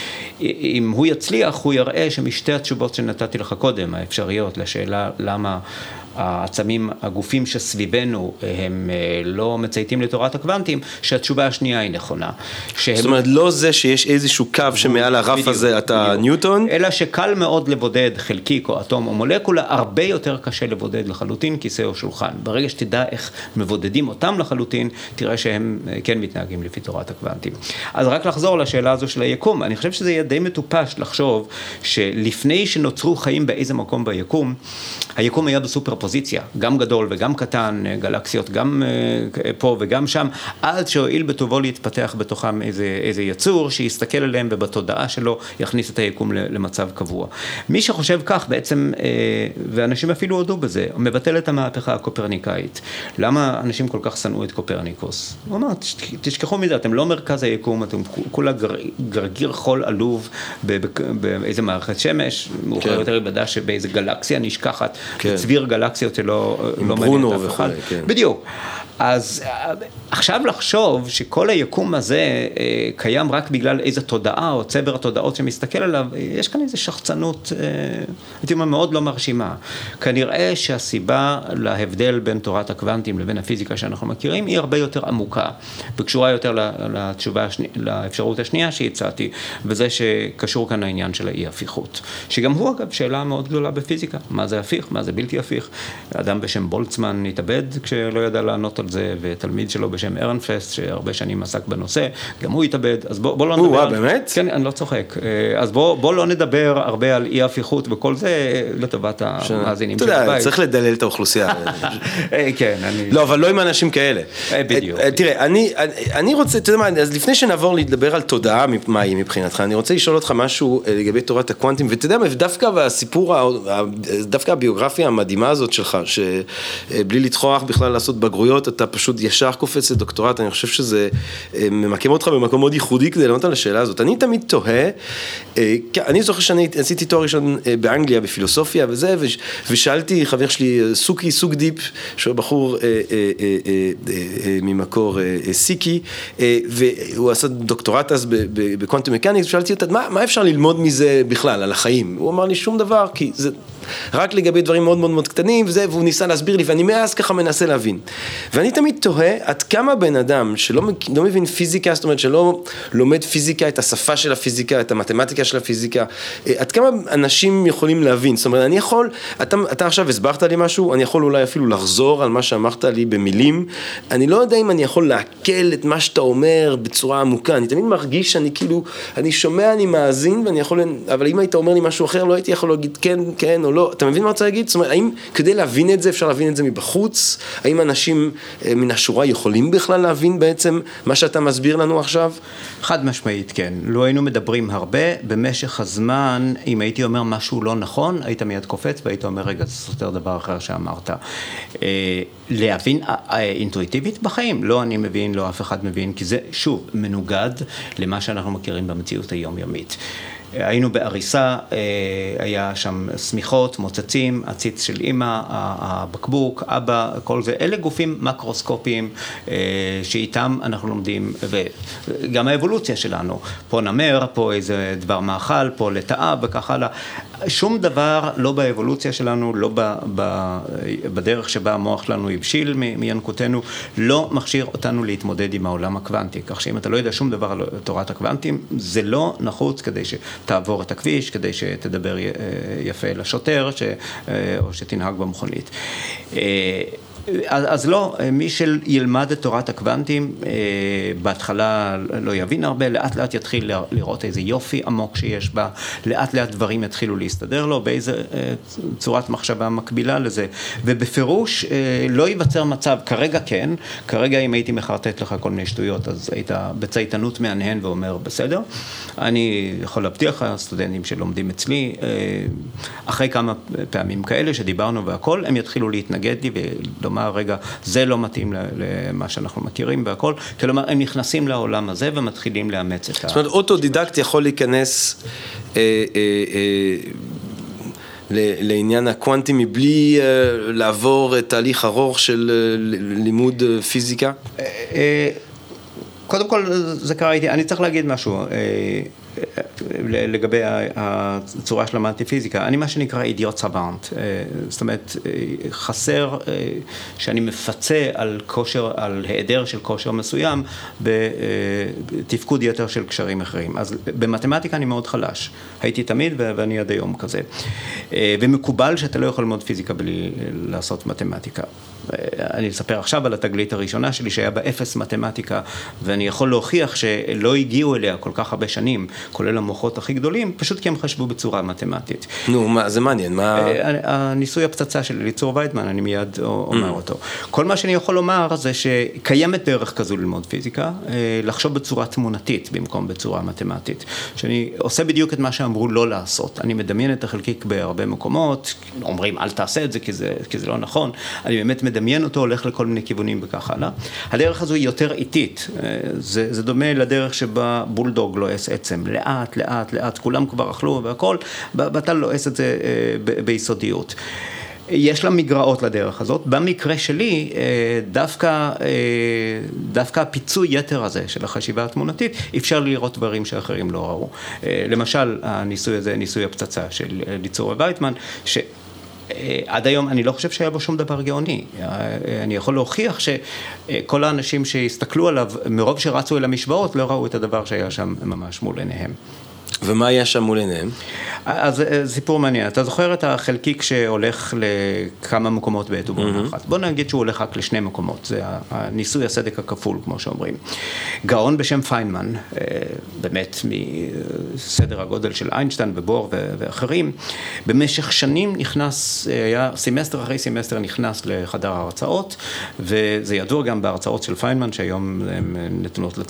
B: אם הוא יצליח, הוא יראה שמשתי התשובות שנתתי לך קודם, האפשריות לשאלה למה העצמים, הגופים שסביבנו, הם לא מצייתים לתורת הקוונטים, שהתשובה השנייה היא נכונה.
A: שהם... זאת אומרת, לא זה שיש איזשהו קו שמעל הרף בדיוק, הזה, אתה בדיוק. ניוטון?
B: אלא שקל מאוד לבודד חלקיק או אטום או מולקולה, הרבה יותר קשה לבודד לחלוטין כיסא או שולחן. ברגע שתדע איך מבודדים אותם לחלוטין, תראה שהם כן מתנהגים לפי תורת הקוונטים. אז רק לחזור לשאלה הזו של היקום, אני חושב שזה יהיה די מטופש לחשוב שלפני שנוצרו חיים באיזה מקום ביקום, היקום היה בסופר פוזיציה, גם גדול וגם קטן, גלקסיות גם פה וגם שם, עד שהועיל בטובו להתפתח בתוכם איזה, איזה יצור שיסתכל עליהם ובתודעה שלו יכניס את היקום למצב קבוע. מי שחושב כך בעצם, ואנשים אפילו הודו בזה, מבטל את המהפכה הקופרניקאית. למה אנשים כל כך שנאו את קופרניקוס? הוא אומר, תשכחו מזה, אתם לא מרכז היקום, אתם כולה גר, גרגיר חול עלוב באיזה מערכת שמש, מאוחר יותר יבדע שבאיזה גלקסיה נשכחת, צביר גלקסיות שלא לא מעניין אף אחד. בדיוק. אז עכשיו לחשוב שכל היקום הזה קיים רק בגלל איזו תודעה או צבר התודעות שמסתכל עליו, יש כאן איזו שחצנות, הייתי אומר, מאוד לא מרשימה. כנראה שהסיבה להבדל בין תורת הקוונטים לבין הפיזיקה שאנחנו מכירים היא הרבה יותר עמוקה, וקשורה יותר לתשובה, לאפשרות השנייה שהצעתי, וזה שקשור כאן העניין של האי-הפיכות. שגם הוא אגב שאלה מאוד גדולה בפיזיקה. מה זה הפיך? מה זה בלתי הפיך? אדם בשם בולצמן התאבד כשלא ידע לענות על זה, ותלמיד שלו בשם ארנפסט, שהרבה שנים עסק בנושא, גם הוא התאבד, אז בוא, בוא לא נדבר...
A: וואו, באמת?
B: כן, אני לא צוחק. אז בוא, בוא לא נדבר הרבה על אי הפיכות וכל זה, לטובת המאזינים של הבית.
A: אתה יודע, צריך לדלל את האוכלוסייה.
B: כן, אני...
A: לא, אבל לא עם אנשים כאלה.
B: בדיוק.
A: תראה, אני, אני רוצה, אתה יודע מה, אז לפני שנעבור לדבר על תודעה, מה היא מבחינתך, אני רוצה לשאול אותך משהו לגבי תורת הקוונטים, ואתה יודע מה, דווקא בסיפור, דווקא הביוגרפיה המדהימה הזאת שלך, שבלי לתחוח בכלל לעשות בגרויות, אתה פשוט ישר קופץ לדוקטורט, אני חושב שזה ממקם אותך במקום מאוד ייחודי כדי לענות על השאלה הזאת. אני תמיד תוהה, אני זוכר שאני עשיתי תואר ראשון באנגליה בפילוסופיה וזה, ושאלתי חבר שלי, סוקי סוקדיפ, שהוא בחור ממקור סיקי, והוא עשה דוקטורט אז בקוונטום מקניקס, ושאלתי אותה, מה, מה אפשר ללמוד מזה בכלל, על החיים? הוא אמר לי שום דבר, כי זה רק לגבי דברים מאוד מאוד מאוד קטנים, וזה, והוא ניסה להסביר לי, ואני מאז ככה מנסה להבין. ואני תמיד תוהה, עד כמה בן אדם שלא לא מבין פיזיקה, זאת אומרת שלא לומד פיזיקה, את השפה של הפיזיקה, את המתמטיקה של הפיזיקה, עד כמה אנשים יכולים להבין, זאת אומרת, אני יכול, אתה, אתה עכשיו הסברת לי משהו, אני יכול אולי אפילו לחזור על מה שאמרת לי במילים, אני לא יודע אם אני יכול להקל את מה שאתה אומר בצורה עמוקה, אני תמיד מרגיש שאני כאילו, אני שומע, אני מאזין, ואני יכול, אבל אם היית אומר לי משהו אחר, לא הייתי יכול להגיד כן, כן או לא, אתה מבין מה רוצה להגיד? זאת אומרת, האם כדי להבין את זה, אפשר להבין את זה מבחוץ? האם אנשים מן השורה יכולים בכלל להבין בעצם מה שאתה מסביר לנו עכשיו?
B: חד משמעית, כן. לא היינו מדברים הרבה, במשך הזמן, אם הייתי אומר משהו לא נכון, היית מיד קופץ, והיית אומר, רגע, זה סותר דבר אחר שאמרת. להבין אינטואיטיבית בחיים, לא אני מבין, לא אף אחד מבין, כי זה, שוב, מנוגד למה שאנחנו מכירים במציאות היומיומית. היינו בעריסה, היה שם סמיכות, מוצצים, הציץ של אמא, הבקבוק, אבא, כל זה, אלה גופים מקרוסקופיים שאיתם אנחנו לומדים, וגם האבולוציה שלנו, פה נמר, פה איזה דבר מאכל, פה לטאה וכך הלאה, שום דבר לא באבולוציה שלנו, לא ב, ב, בדרך שבה המוח שלנו הבשיל מינקותנו, לא מכשיר אותנו להתמודד עם העולם הקוונטי, כך שאם אתה לא יודע שום דבר על תורת הקוונטים, זה לא נחוץ כדי שתעבור את הכביש, כדי שתדבר יפה לשוטר, ש, או שתנהג במכונית. אז, אז לא, מי שילמד את תורת הקוונטים, בהתחלה לא יבין הרבה, לאט לאט יתחיל לראות איזה יופי עמוק שיש בה, לאט לאט דברים יתחילו להסתדר לו, באיזה צורת מחשבה מקבילה לזה, ובפירוש לא ייווצר מצב, כרגע כן, כרגע אם הייתי מחרטט לך כל מיני שטויות, אז היית בצייתנות מהנהן ואומר, בסדר, אני יכול להבטיח הסטודנטים שלומדים אצלי, אחרי כמה פעמים כאלה שדיברנו והכל, הם יתחילו להתנגד לי ולומר, רגע, זה לא מתאים למה שאנחנו מכירים והכל, כלומר, הם נכנסים לעולם הזה ומתחילים לאמץ את ה...
A: זאת אומרת, אוטודידקט יכול להיכנס אה, אה, אה, לעניין הקוונטי מבלי אה, לעבור את תהליך ארוך של אה, לימוד אה, פיזיקה?
B: אה, אה, קודם כל, זה קרה איתי, אני צריך להגיד משהו. אה, לגבי הצורה של למדתי פיזיקה, אני מה שנקרא אידיוט סוואנט, זאת אומרת, חסר שאני מפצה על כושר, על היעדר של כושר מסוים בתפקוד יתר של קשרים אחרים. אז במתמטיקה אני מאוד חלש, הייתי תמיד ואני עד היום כזה. ומקובל שאתה לא יכול ללמוד פיזיקה בלי לעשות מתמטיקה. אני אספר עכשיו על התגלית הראשונה שלי שהיה באפס מתמטיקה, ואני יכול להוכיח שלא הגיעו אליה כל כך הרבה שנים, כולל המוחות הכי גדולים, פשוט כי הם חשבו בצורה מתמטית.
A: נו, מה, זה מעניין, מה...
B: הניסוי הפצצה של אליצור וייטמן, אני מיד אומר אותו. כל מה שאני יכול לומר זה שקיימת דרך כזו ללמוד פיזיקה, לחשוב בצורה תמונתית במקום בצורה מתמטית. שאני עושה בדיוק את מה שאמרו לא לעשות. אני מדמיין את החלקיק בהרבה מקומות, אומרים אל תעשה את זה כי זה, כי זה לא נכון. אני באמת מדמיין אותו, הולך לכל מיני כיוונים וכך הלאה. הדרך הזו היא יותר איטית. זה, זה דומה לדרך שבה בולדוג לועס עצם. לאט, לאט, לאט, כולם כבר אכלו והכל, ואתה לועס את זה ביסודיות. יש לה מגרעות לדרך הזאת. במקרה שלי, דווקא, דווקא הפיצוי יתר הזה של החשיבה התמונתית, אפשר לראות דברים שאחרים לא ראו. למשל, הניסוי הזה, ניסוי הפצצה של אליצור וייטמן, ש... עד היום אני לא חושב שהיה בו שום דבר גאוני. אני יכול להוכיח שכל האנשים שהסתכלו עליו, מרוב שרצו אל המשוואות, לא ראו את הדבר שהיה שם ממש מול עיניהם.
A: ומה היה שם מול עיניהם?
B: אז סיפור מעניין. אתה זוכר את החלקיק שהולך לכמה מקומות בעת ובעונה אחת. בוא נגיד שהוא הולך רק לשני מקומות. זה הניסוי הסדק הכפול, כמו שאומרים. גאון בשם פיינמן, באמת מסדר הגודל של איינשטיין ובור ואחרים, במשך שנים נכנס, היה סמסטר אחרי סמסטר נכנס לחדר ההרצאות, וזה ידוע גם בהרצאות של פיינמן, שהיום הן נתונות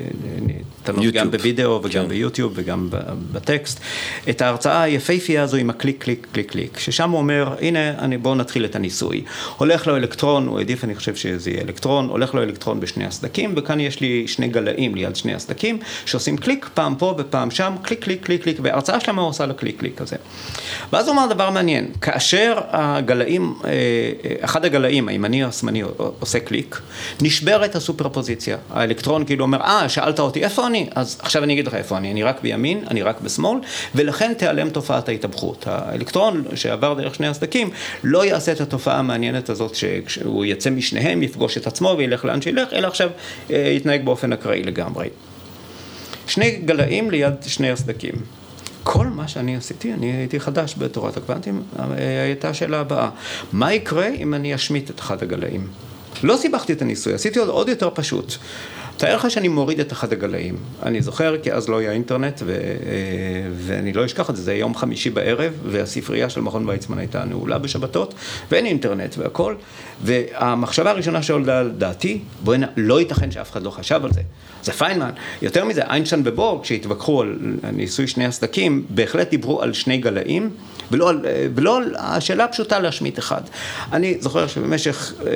B: גם בווידאו וגם ביוטיוב וגם בטקסט, את ההרצאה היפהפייה הזו עם הקליק, קליק, קליק, קליק, ששם הוא אומר, הנה, אני, בואו נתחיל את הניסוי. הולך לו אלקטרון, הוא עדיף, אני חושב שזה יהיה אלקטרון, הולך לו אלקטרון בשני הסדקים, וכאן יש לי שני גלאים ליד שני הסדקים, שעושים קליק, פעם פה ופעם שם, קליק, קליק, קליק, קליק, וההרצאה שלהם הוא עושה לקליק, קליק כזה. ואז הוא אומר דבר מעניין, כאשר הגלאים, אחד הגלאים, הימני או השמאלי, עושה קליק, נשברת הסופרפוזיציה. האלקטרון כאילו אומר, אה, שאלת אותי, איפה אני? אז עכשיו אני אגיד לך איפה אני, אני רק בימין, אני רק בשמאל, ולכן תיעלם תופעת ההתהפכות. האלקטרון שעבר דרך שני הסדקים, לא יעשה את התופעה המעניינת הזאת, שהוא יצא משניהם, יפגוש את עצמו וילך לאן שילך, אלא עכשיו יתנהג באופן אקראי לגמרי. שני גלאים ליד שני הסדקים. כל מה שאני עשיתי, אני הייתי חדש בתורת הקוונטים, הייתה השאלה הבאה, מה יקרה אם אני אשמיט את אחד הגלאים? לא סיבכתי את הניסוי, עשיתי עוד, עוד יותר פשוט. תאר לך שאני מוריד את אחד הגלאים. אני זוכר, כי אז לא היה אינטרנט, ו... ואני לא אשכח את זה, זה יום חמישי בערב, והספרייה של מכון ויצמן הייתה נעולה בשבתות, ואין אינטרנט והכל, והמחשבה הראשונה שעולה על דעתי, בואי נ... לא ייתכן שאף אחד לא חשב על זה. זה פיינמן. יותר מזה, איינשטיין ובורג, כשהתווכחו על ניסוי שני הסדקים, בהחלט דיברו על שני גלאים, ולא על, ולא על השאלה הפשוטה להשמיט אחד. אני זוכר שבמשך אה,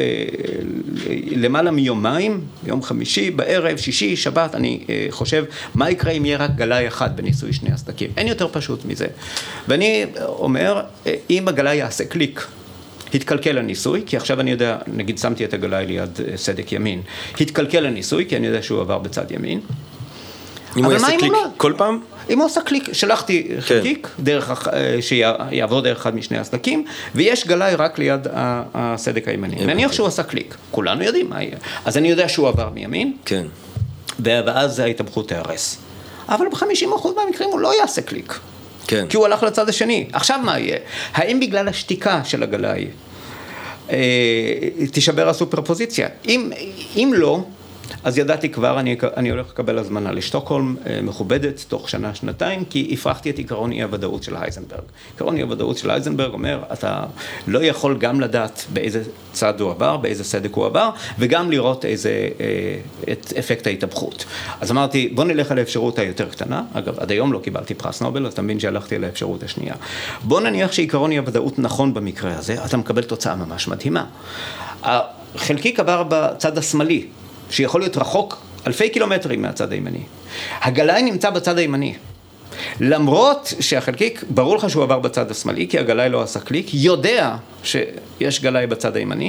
B: למעלה מיומיים, יום חמישי, בערב, שישי, שבת, אני אה, חושב, מה יקרה אם יהיה רק גלאי אחד בניסוי שני הסדקים? אין יותר פשוט מזה. ואני אומר, אם הגלאי יעשה קליק, התקלקל הניסוי, כי עכשיו אני יודע, נגיד שמתי את הגלאי ליד סדק ימין, התקלקל הניסוי, כי אני יודע שהוא עבר בצד ימין.
A: אם הוא יעשה קליק כל פעם?
B: אם הוא עושה קליק, שלחתי חלקיק, דרך, שיעבור דרך אחד משני הסדקים, ויש גלאי רק ליד הסדק הימני. נניח שהוא עשה קליק, כולנו יודעים מה יהיה. אז אני יודע שהוא עבר מימין,
A: כן.
B: ואז ההתהפכות תהרס. אבל ב-חמישים אחוז מהמקרים הוא לא יעשה קליק.
A: כן.
B: כי הוא הלך לצד השני. עכשיו מה יהיה? האם בגלל השתיקה של הגלאי, תישבר הסופרפוזיציה. אם, אם לא, אז ידעתי כבר, אני, אני הולך לקבל הזמנה לשטוקהולם מכובדת תוך שנה, שנתיים, כי הפרחתי את עיקרון אי הוודאות של הייזנברג. עיקרון אי הוודאות של הייזנברג אומר, אתה לא יכול גם לדעת באיזה צד הוא עבר, באיזה סדק הוא עבר, וגם לראות איזה, את אפקט ההתהפכות. אז אמרתי, בוא נלך על האפשרות היותר קטנה, אגב, עד היום לא קיבלתי פרס נובל, אז אתה מבין שהלכתי על האפשרות השנייה. בוא נניח שעיקרון אי הוודאות נכון במקרה הזה, אתה מקבל תוצאה ממש מדהימה. החלקיק עבר בצד השמאלי, שיכול להיות רחוק אלפי קילומטרים מהצד הימני. הגלאי נמצא בצד הימני. למרות שהחלקיק, ברור לך שהוא עבר בצד השמאלי, כי הגלאי לא עשה קליק, יודע שיש גלאי בצד הימני,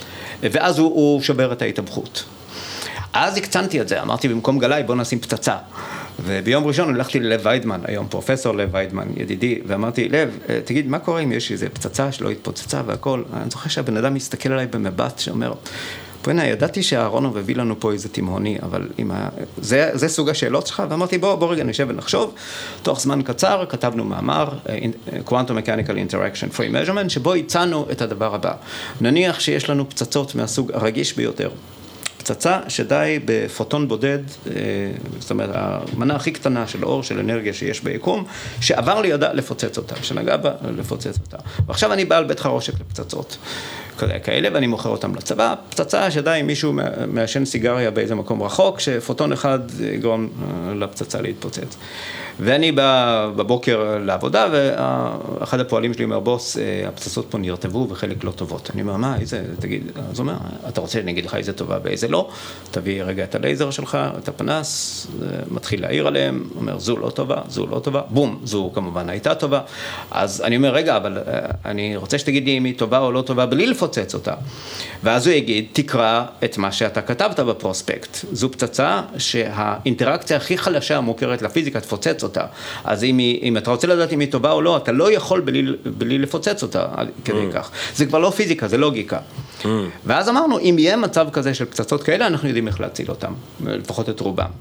B: ואז הוא, הוא שובר את ההתהפכות. אז הקצנתי את זה, אמרתי במקום גלאי בוא נשים פצצה. וביום ראשון הלכתי ללב ויידמן, היום פרופסור לב ויידמן, ידידי, ואמרתי, לב, תגיד, מה קורה אם יש איזו פצצה שלא התפוצצה והכל? אני זוכר שהבן אדם מסתכל עליי במבט שאומר, פרינה, ידעתי שהאהרונוב הביא לנו פה איזה תימהוני, אבל ה... זה, זה סוג השאלות שלך, ואמרתי, בוא, בוא רגע נשב ונחשוב. תוך זמן קצר כתבנו מאמר, Quantum Mechanical Interaction Free Measurement, שבו הצענו את הדבר הבא. נניח שיש לנו פצצות מהסוג הרגיש ביותר. פצצה שדי בפוטון בודד, זאת אומרת, המנה הכי קטנה של אור, של אנרגיה שיש ביקום, שעבר לידה לפוצץ אותה, שנגע בה לפוצץ אותה. ועכשיו אני בעל בית חרושת לפצצות כאלה, ואני מוכר אותם לצבא. פצצה שדי אם מישהו מעשן סיגריה באיזה מקום רחוק, שפוטון אחד יגרום לפצצה להתפוצץ. ואני בא בבוקר לעבודה, ואחד הפועלים שלי אומר, בוס, הפצצות פה נרטבו וחלק לא טובות. אני אומר, מה, איזה, תגיד, אז הוא אומר, אתה רוצה שאני אגיד לך איזה טובה באיזה לא? תביא רגע את הלייזר שלך, את הפנס, מתחיל להעיר עליהם, אומר, זו לא טובה, זו לא טובה, בום, זו כמובן הייתה טובה. אז אני אומר, רגע, אבל אני רוצה שתגיד לי אם היא טובה או לא טובה, בלי לפוצץ אותה. ואז הוא יגיד, תקרא את מה שאתה כתבת בפרוספקט. זו פצצה שהאינטראקציה הכי חלשה המוכרת לפיזיקה תפוצץ אותה. אז אם, היא, אם אתה רוצה לדעת אם היא טובה או לא, אתה לא יכול בלי, בלי לפוצץ אותה כדי mm. כך. זה כבר לא פיזיקה, זה לוגיקה. Mm. ואז אמרנו, אם יהיה מצב כזה של פצצות כאלה, אנחנו יודעים איך להציל אותם, לפחות את רובם.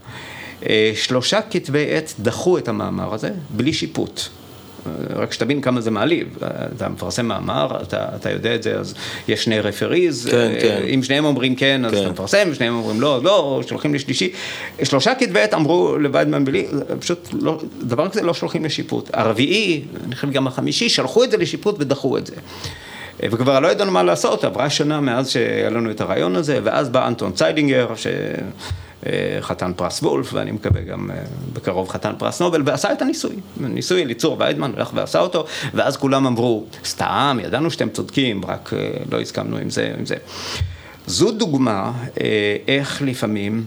B: שלושה כתבי עת דחו את המאמר הזה, בלי שיפוט. רק שתבין כמה זה מעליב, אתה מפרסם מאמר, אתה, אתה יודע את זה, אז יש שני רפריז, כן, כן. אם שניהם אומרים כן, אז כן. אתה מפרסם, שניהם אומרים לא, לא, שולחים לשלישי. שלושה כתבי עת אמרו לוויידמן בלי, פשוט לא, דבר כזה לא שולחים לשיפוט. הרביעי, אני חושב גם החמישי, שלחו את זה לשיפוט ודחו את זה. וכבר לא ידענו מה לעשות, עברה שנה מאז שהיה לנו את הרעיון הזה, ואז בא אנטון ציידינגר, ש... חתן פרס וולף, ואני מקווה גם בקרוב חתן פרס נובל, ועשה את הניסוי. ניסוי ליצור ויידמן, הלך ועשה אותו, ואז כולם אמרו, סתם, ידענו שאתם צודקים, רק לא הסכמנו עם זה, עם זה. זו דוגמה איך לפעמים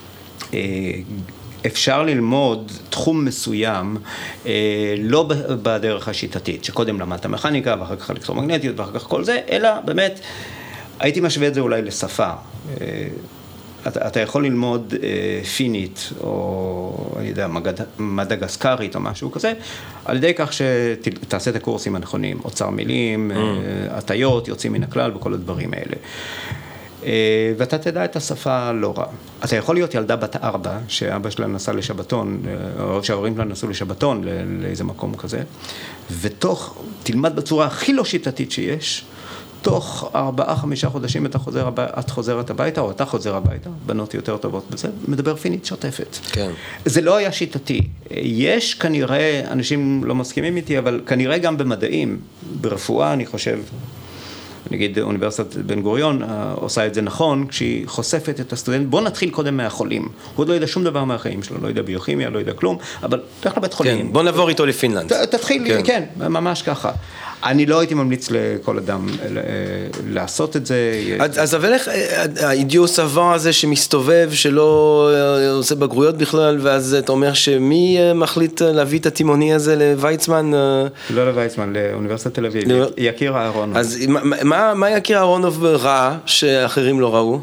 B: אפשר ללמוד תחום מסוים לא בדרך השיטתית, שקודם למדת מכניקה, ואחר כך אלקטרומגנטיות, ואחר כך כל זה, אלא באמת, הייתי משווה את זה אולי לשפה. אתה, אתה יכול ללמוד אה, פינית, או אני יודע, מגד, מדגסקרית או משהו כזה, על ידי כך שתעשה את הקורסים הנכונים, אוצר מילים, mm. אה, הטיות, יוצאים מן הכלל וכל הדברים האלה. אה, ואתה תדע את השפה לא רע. אתה יכול להיות ילדה בת ארבע, שאבא שלה נסע לשבתון, או שההורים שלה נסעו לשבתון לאיזה מקום כזה, ותוך, תלמד בצורה הכי לא שיטתית שיש, תוך ארבעה, חמישה חודשים אתה חוזר, את חוזרת הביתה, או אתה חוזר הביתה, בנות יותר טובות בזה, מדבר פינית שוטפת. כן. זה לא היה שיטתי. יש כנראה, אנשים לא מסכימים איתי, אבל כנראה גם במדעים, ברפואה, אני חושב, נגיד אוניברסיטת בן גוריון עושה את זה נכון, כשהיא חושפת את הסטודנט, בוא נתחיל קודם מהחולים. הוא עוד לא ידע שום דבר מהחיים שלו, לא ידע ביוכימיה, לא ידע כלום, אבל תלך לבית חולים.
A: כן, בוא נעבור איתו לפינלנד.
B: תתחיל, כן, כן, ממש ככה. אני לא הייתי ממליץ לכל אדם לעשות את זה.
A: אז אבל איך האידיוס עבר הזה שמסתובב, שלא עושה בגרויות בכלל, ואז אתה אומר שמי מחליט להביא את התימוני הזה לוויצמן?
B: לא לוויצמן, לאוניברסיטת תל אביב, יקיר אהרונוב.
A: אז מה, מה יקיר אהרונוב ראה שאחרים לא ראו?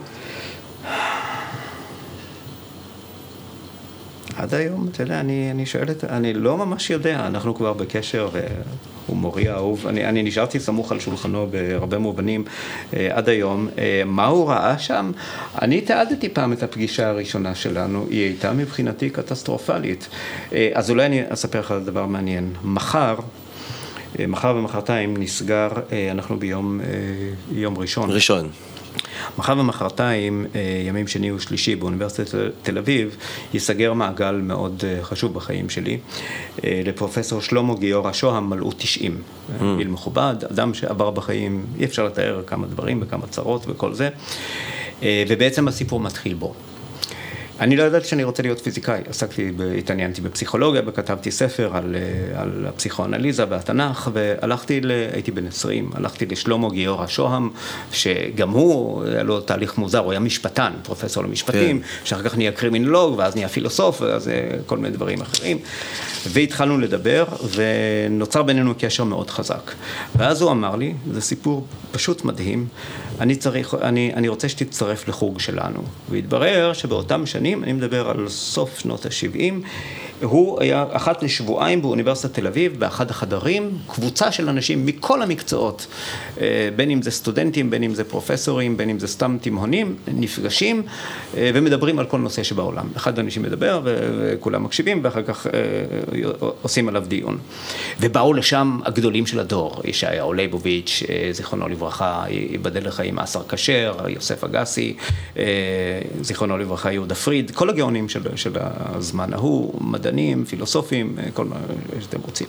B: עד היום, אתה יודע, אני, אני שואלת, אני לא ממש יודע, אנחנו כבר בקשר, והוא מורי האהוב, אני, אני נשארתי סמוך על שולחנו בהרבה מובנים עד היום. מה הוא ראה שם? אני תיעדתי פעם את הפגישה הראשונה שלנו, היא הייתה מבחינתי קטסטרופלית. אז אולי אני אספר לך דבר מעניין. מחר, מחר ומחרתיים נסגר, אנחנו ביום יום ראשון.
A: ראשון.
B: מחר ומחרתיים, ימים שני ושלישי באוניברסיטת תל אביב, ייסגר מעגל מאוד חשוב בחיים שלי. לפרופסור שלמה גיורא שוהם מלאו תשעים. גיל מכובד, אדם שעבר בחיים, אי אפשר לתאר כמה דברים וכמה צרות וכל זה. ובעצם הסיפור מתחיל בו. אני לא ידעתי שאני רוצה להיות פיזיקאי, עסקתי, התעניינתי בפסיכולוגיה, וכתבתי ספר על, על הפסיכואנליזה והתנ"ך, והלכתי, ל, הייתי בן עשרים, הלכתי לשלמה גיורא שוהם, שגם הוא, היה לו תהליך מוזר, הוא היה משפטן, פרופסור למשפטים, כן. שאחר כך נהיה קרימינולוג, ואז נהיה פילוסוף, ואז כל מיני דברים אחרים, והתחלנו לדבר, ונוצר בינינו קשר מאוד חזק. ואז הוא אמר לי, זה סיפור פשוט מדהים, אני צריך, אני, אני רוצה שתצטרף לחוג שלנו. והתברר שבאותם שנים, אני מדבר על סוף שנות ה-שבעים, הוא היה אחת לשבועיים באוניברסיטת תל אביב, באחד החדרים, קבוצה של אנשים מכל המקצועות, בין אם זה סטודנטים, בין אם זה פרופסורים, בין אם זה סתם תימהונים, נפגשים ומדברים על כל נושא שבעולם. אחד האנשים מדבר וכולם מקשיבים, ואחר כך עושים עליו דיון. ובאו לשם הגדולים של הדור, ישעיהו ליבוביץ', זיכרונו לברכה, ייבדל לחיים אסר כשר, יוסף אגסי, זיכרונו לברכה, יהודה פריד, כל הגאונים של, של הזמן ההוא, מדענים, פילוסופים, כל מה שאתם רוצים.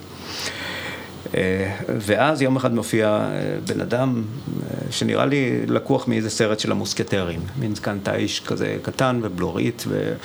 B: ואז יום אחד מופיע בן אדם שנראה לי לקוח מאיזה סרט של המוסקטרים, מין זקן תאיש כזה קטן ובלורית,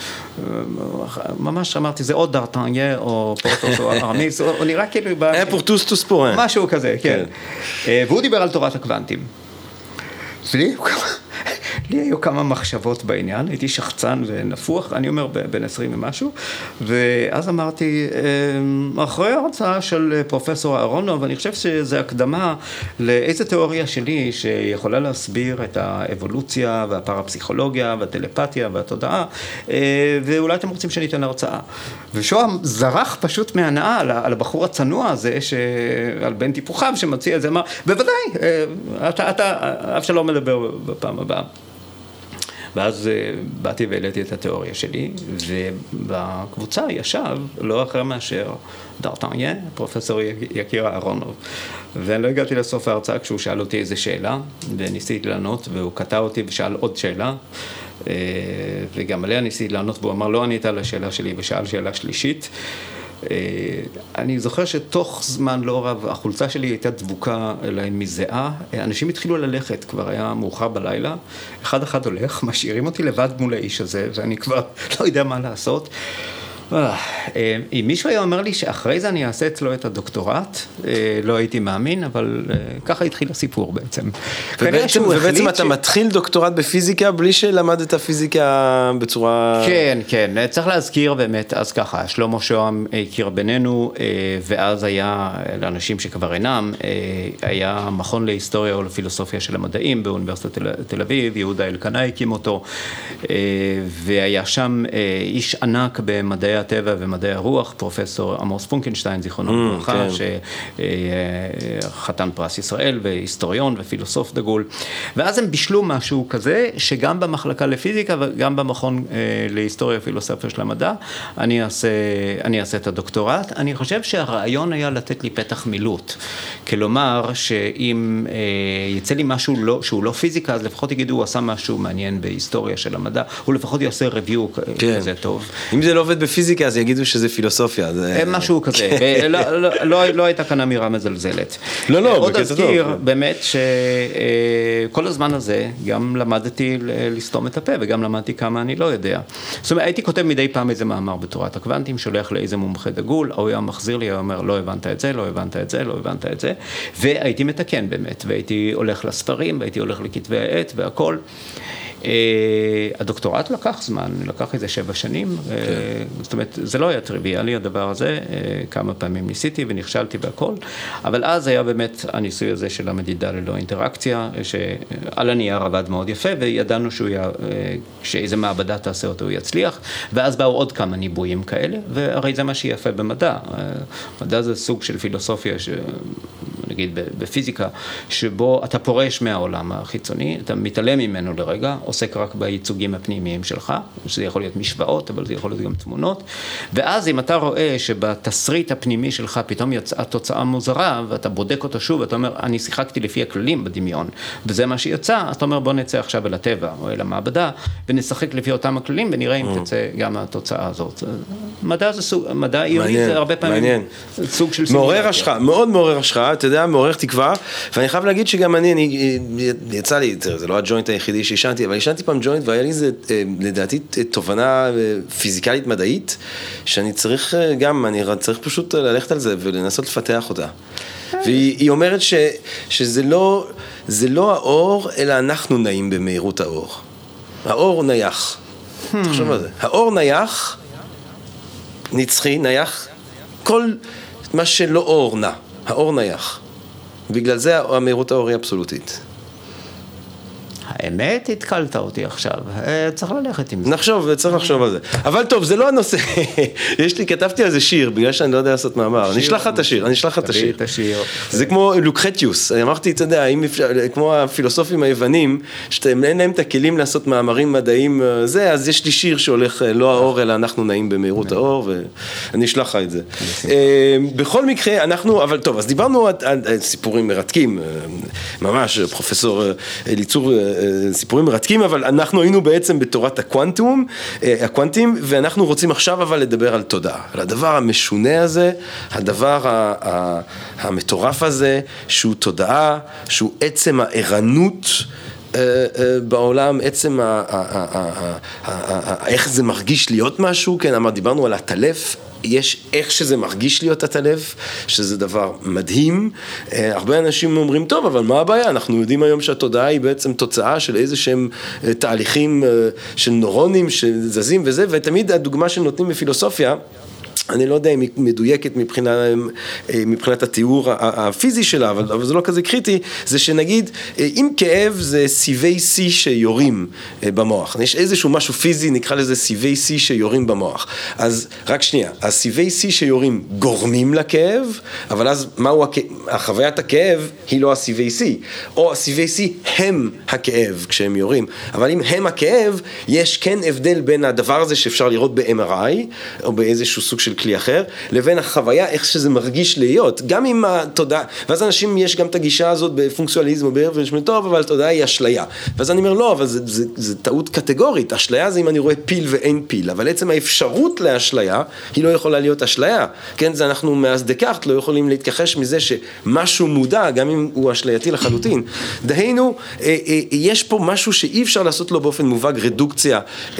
B: וממש אמרתי, זה או דארטניה או פורטוס או ארמיס, או נראה כאילו...
A: היה פורטוס טוספורן.
B: משהו כזה, כן. והוא דיבר על תורת הקוונטים. ולי הוא כמה... לי היו כמה מחשבות בעניין, הייתי שחצן ונפוח, אני אומר בין עשרים ומשהו, ואז אמרתי, אחרי ההרצאה של פרופסור אהרונוב, ואני חושב שזה הקדמה לאיזו תיאוריה שלי שיכולה להסביר את האבולוציה והפרפסיכולוגיה והטלפתיה והתודעה, ואולי אתם רוצים שאני אתן הרצאה. ושוהם זרח פשוט מהנאה על הבחור הצנוע הזה, על בן טיפוחיו שמציע את זה, אמר, בוודאי, אתה, אתה, אבשלום מדבר בפעם הבאה. ואז באתי והעליתי את התיאוריה שלי, ובקבוצה ישב לא אחר מאשר דארטניה, פרופסור יקיר אהרונוב. ואני לא הגעתי לסוף ההרצאה כשהוא שאל אותי איזו שאלה, וניסיתי לענות, והוא קטע אותי ושאל עוד שאלה, וגם עליה ניסיתי לענות, והוא אמר, לא ענית על השאלה שלי, ושאל שאלה שלישית. אני זוכר שתוך זמן לא רב, החולצה שלי הייתה דבוקה אליי מזיעה, אנשים התחילו ללכת, כבר היה מאוחר בלילה, אחד אחד הולך, משאירים אותי לבד מול האיש הזה, ואני כבר לא יודע מה לעשות. אם מישהו היה אומר לי שאחרי זה אני אעשה אצלו את הדוקטורט, לא הייתי מאמין, אבל ככה התחיל הסיפור בעצם.
A: ובעצם אתה מתחיל דוקטורט בפיזיקה בלי שלמדת פיזיקה בצורה...
B: כן, כן, צריך להזכיר באמת, אז ככה, שלמה שוהם הכיר בינינו, ואז היה, לאנשים שכבר אינם, היה מכון להיסטוריה ולפילוסופיה של המדעים באוניברסיטת תל אביב, יהודה אלקנה הקים אותו, והיה שם איש ענק במדעי הטבע ומדעי הרוח, פרופסור עמוס פונקנשטיין, זיכרונו לברכה, שחתן פרס ישראל והיסטוריון ופילוסוף דגול. ואז הם בישלו משהו כזה, שגם במחלקה לפיזיקה וגם במכון להיסטוריה ופילוסופיה של המדע, אני אעשה, אני אעשה את הדוקטורט. אני חושב שהרעיון היה לתת לי פתח מילוט. כלומר, שאם יצא לי משהו לא, שהוא לא פיזיקה, אז לפחות יגידו, הוא עשה משהו מעניין בהיסטוריה של המדע, הוא לפחות יעשה ריוויו כזה טוב.
A: אם זה לא עובד בפיזיקה, אז יגידו שזה פילוסופיה.
B: משהו כזה. לא הייתה כאן אמירה מזלזלת.
A: לא, לא,
B: עוד אזכיר באמת שכל הזמן הזה גם למדתי לסתום את הפה, וגם למדתי כמה אני לא יודע. זאת אומרת, הייתי כותב מדי פעם איזה מאמר בתורת הקוונטים, שולח לאיזה מומחה דגול, הוא היה מחזיר לי, הוא אומר, לא הבנת את זה, לא הבנת את זה, לא הבנת את זה, והייתי מתקן באמת, והייתי הולך לספרים, והייתי הולך לכתבי העת והכל. הדוקטורט לקח זמן, לקח איזה שבע שנים, זאת אומרת, זה לא היה טריוויאלי הדבר הזה, כמה פעמים ניסיתי ונכשלתי בהכל, אבל אז היה באמת הניסוי הזה של המדידה ללא אינטראקציה, שעל הנייר עבד מאוד יפה, וידענו שאיזה מעבדה תעשה אותו הוא יצליח, ואז באו עוד כמה ניבויים כאלה, והרי זה מה שיפה במדע. מדע זה סוג של פילוסופיה נגיד בפיזיקה, שבו אתה פורש מהעולם החיצוני, אתה מתעלם ממנו לרגע, עוסק רק בייצוגים הפנימיים שלך, שזה יכול להיות משוואות, אבל זה יכול להיות גם תמונות, ואז אם אתה רואה שבתסריט הפנימי שלך פתאום יצאה תוצאה מוזרה, ואתה בודק אותו שוב, אתה אומר, אני שיחקתי לפי הכללים בדמיון, וזה מה שיצא, אתה אומר, בוא נצא עכשיו אל הטבע, או אל המעבדה, ונשחק לפי אותם הכללים, ונראה אם תצא גם התוצאה הזאת. מדע זה סוג, מדע עיוני זה הרבה פעמים סוג של סימולציה.
A: מעורר השחאה, מאוד מעורר השחאה, אתה יודע, מעורר תקווה, ואני חייב להגיד שגם אני, אני יצא לי, זה לא הג'וינט היחידי שישנתי, אבל ישנתי פעם ג'וינט, והיה לי זה, לדעתי, תובנה פיזיקלית מדעית, שאני צריך גם, אני צריך פשוט ללכת על זה, ולנסות לפתח אותה. והיא אומרת ש, שזה לא, זה לא האור, אלא אנחנו נעים במהירות האור. האור נייח. תחשוב על זה. האור נייח, נצחי, נייח, כל מה שלא אור נע, האור נייח. בגלל זה המהירות האור היא אבסולוטית.
B: האמת, התקלת אותי עכשיו, צריך ללכת עם זה.
A: נחשוב, צריך לחשוב על זה. אבל טוב, זה לא הנושא. יש לי, כתבתי על זה שיר, בגלל שאני לא יודע לעשות מאמר. אני אשלח לך את השיר, אני אשלח לך את השיר. זה כמו לוקרטיוס. אני אמרתי, אתה יודע, כמו הפילוסופים היוונים, שאין להם את הכלים לעשות מאמרים מדעיים, זה, אז יש לי שיר שהולך, לא האור, אלא אנחנו נעים במהירות האור, ואני אשלח לך את זה. בכל מקרה, אנחנו, אבל טוב, אז דיברנו על סיפורים מרתקים, ממש, פרופסור אליצור סיפורים מרתקים, אבל אנחנו היינו בעצם בתורת הקוונטום, הקוונטים, ואנחנו רוצים עכשיו אבל לדבר על תודעה, על הדבר המשונה הזה, הדבר המטורף הזה, שהוא תודעה, שהוא עצם הערנות בעולם, עצם איך זה מרגיש להיות משהו, כן, אמר, דיברנו על הטלף, יש איך שזה מרגיש להיות הטלף, שזה דבר מדהים. הרבה אנשים אומרים, טוב, אבל מה הבעיה? אנחנו יודעים היום שהתודעה היא בעצם תוצאה של איזה שהם תהליכים של נורונים שזזים וזה, ותמיד הדוגמה שנותנים בפילוסופיה, אני לא יודע אם היא מדויקת מבחינה, מבחינת התיאור הפיזי שלה, אבל, אבל זה לא כזה קריטי, זה שנגיד, אם כאב זה סיבי C שיורים במוח, יש איזשהו משהו פיזי, נקרא לזה סיבי C שיורים במוח, אז רק שנייה, הסיבי C שיורים גורמים לכאב, אבל אז מהו הכאב? החוויית הכאב היא לא הסיבי C, או הסיבי C הם הכאב כשהם יורים, אבל אם הם הכאב, יש כן הבדל בין הדבר הזה שאפשר לראות ב-אם אר איי, או באיזשהו סוג של כלי אחר, לבין החוויה, איך שזה מרגיש להיות, גם עם התודעה, ואז אנשים, יש גם את הגישה הזאת בפונקציונליזם, ובאופן טוב, אבל התודעה היא אשליה. ואז אני אומר, לא, אבל זה, זה, זה טעות קטגורית, אשליה זה אם אני רואה פיל ואין פיל, אבל עצם האפשרות לאשליה, היא לא יכולה להיות אשליה. כן, זה אנחנו מאז דקארט לא יכולים להתכחש מזה שמשהו מודע, גם אם הוא אשלייתי לחלוטין. דהיינו, יש פה משהו שאי אפשר לעשות לו באופן מובהק רדוקציה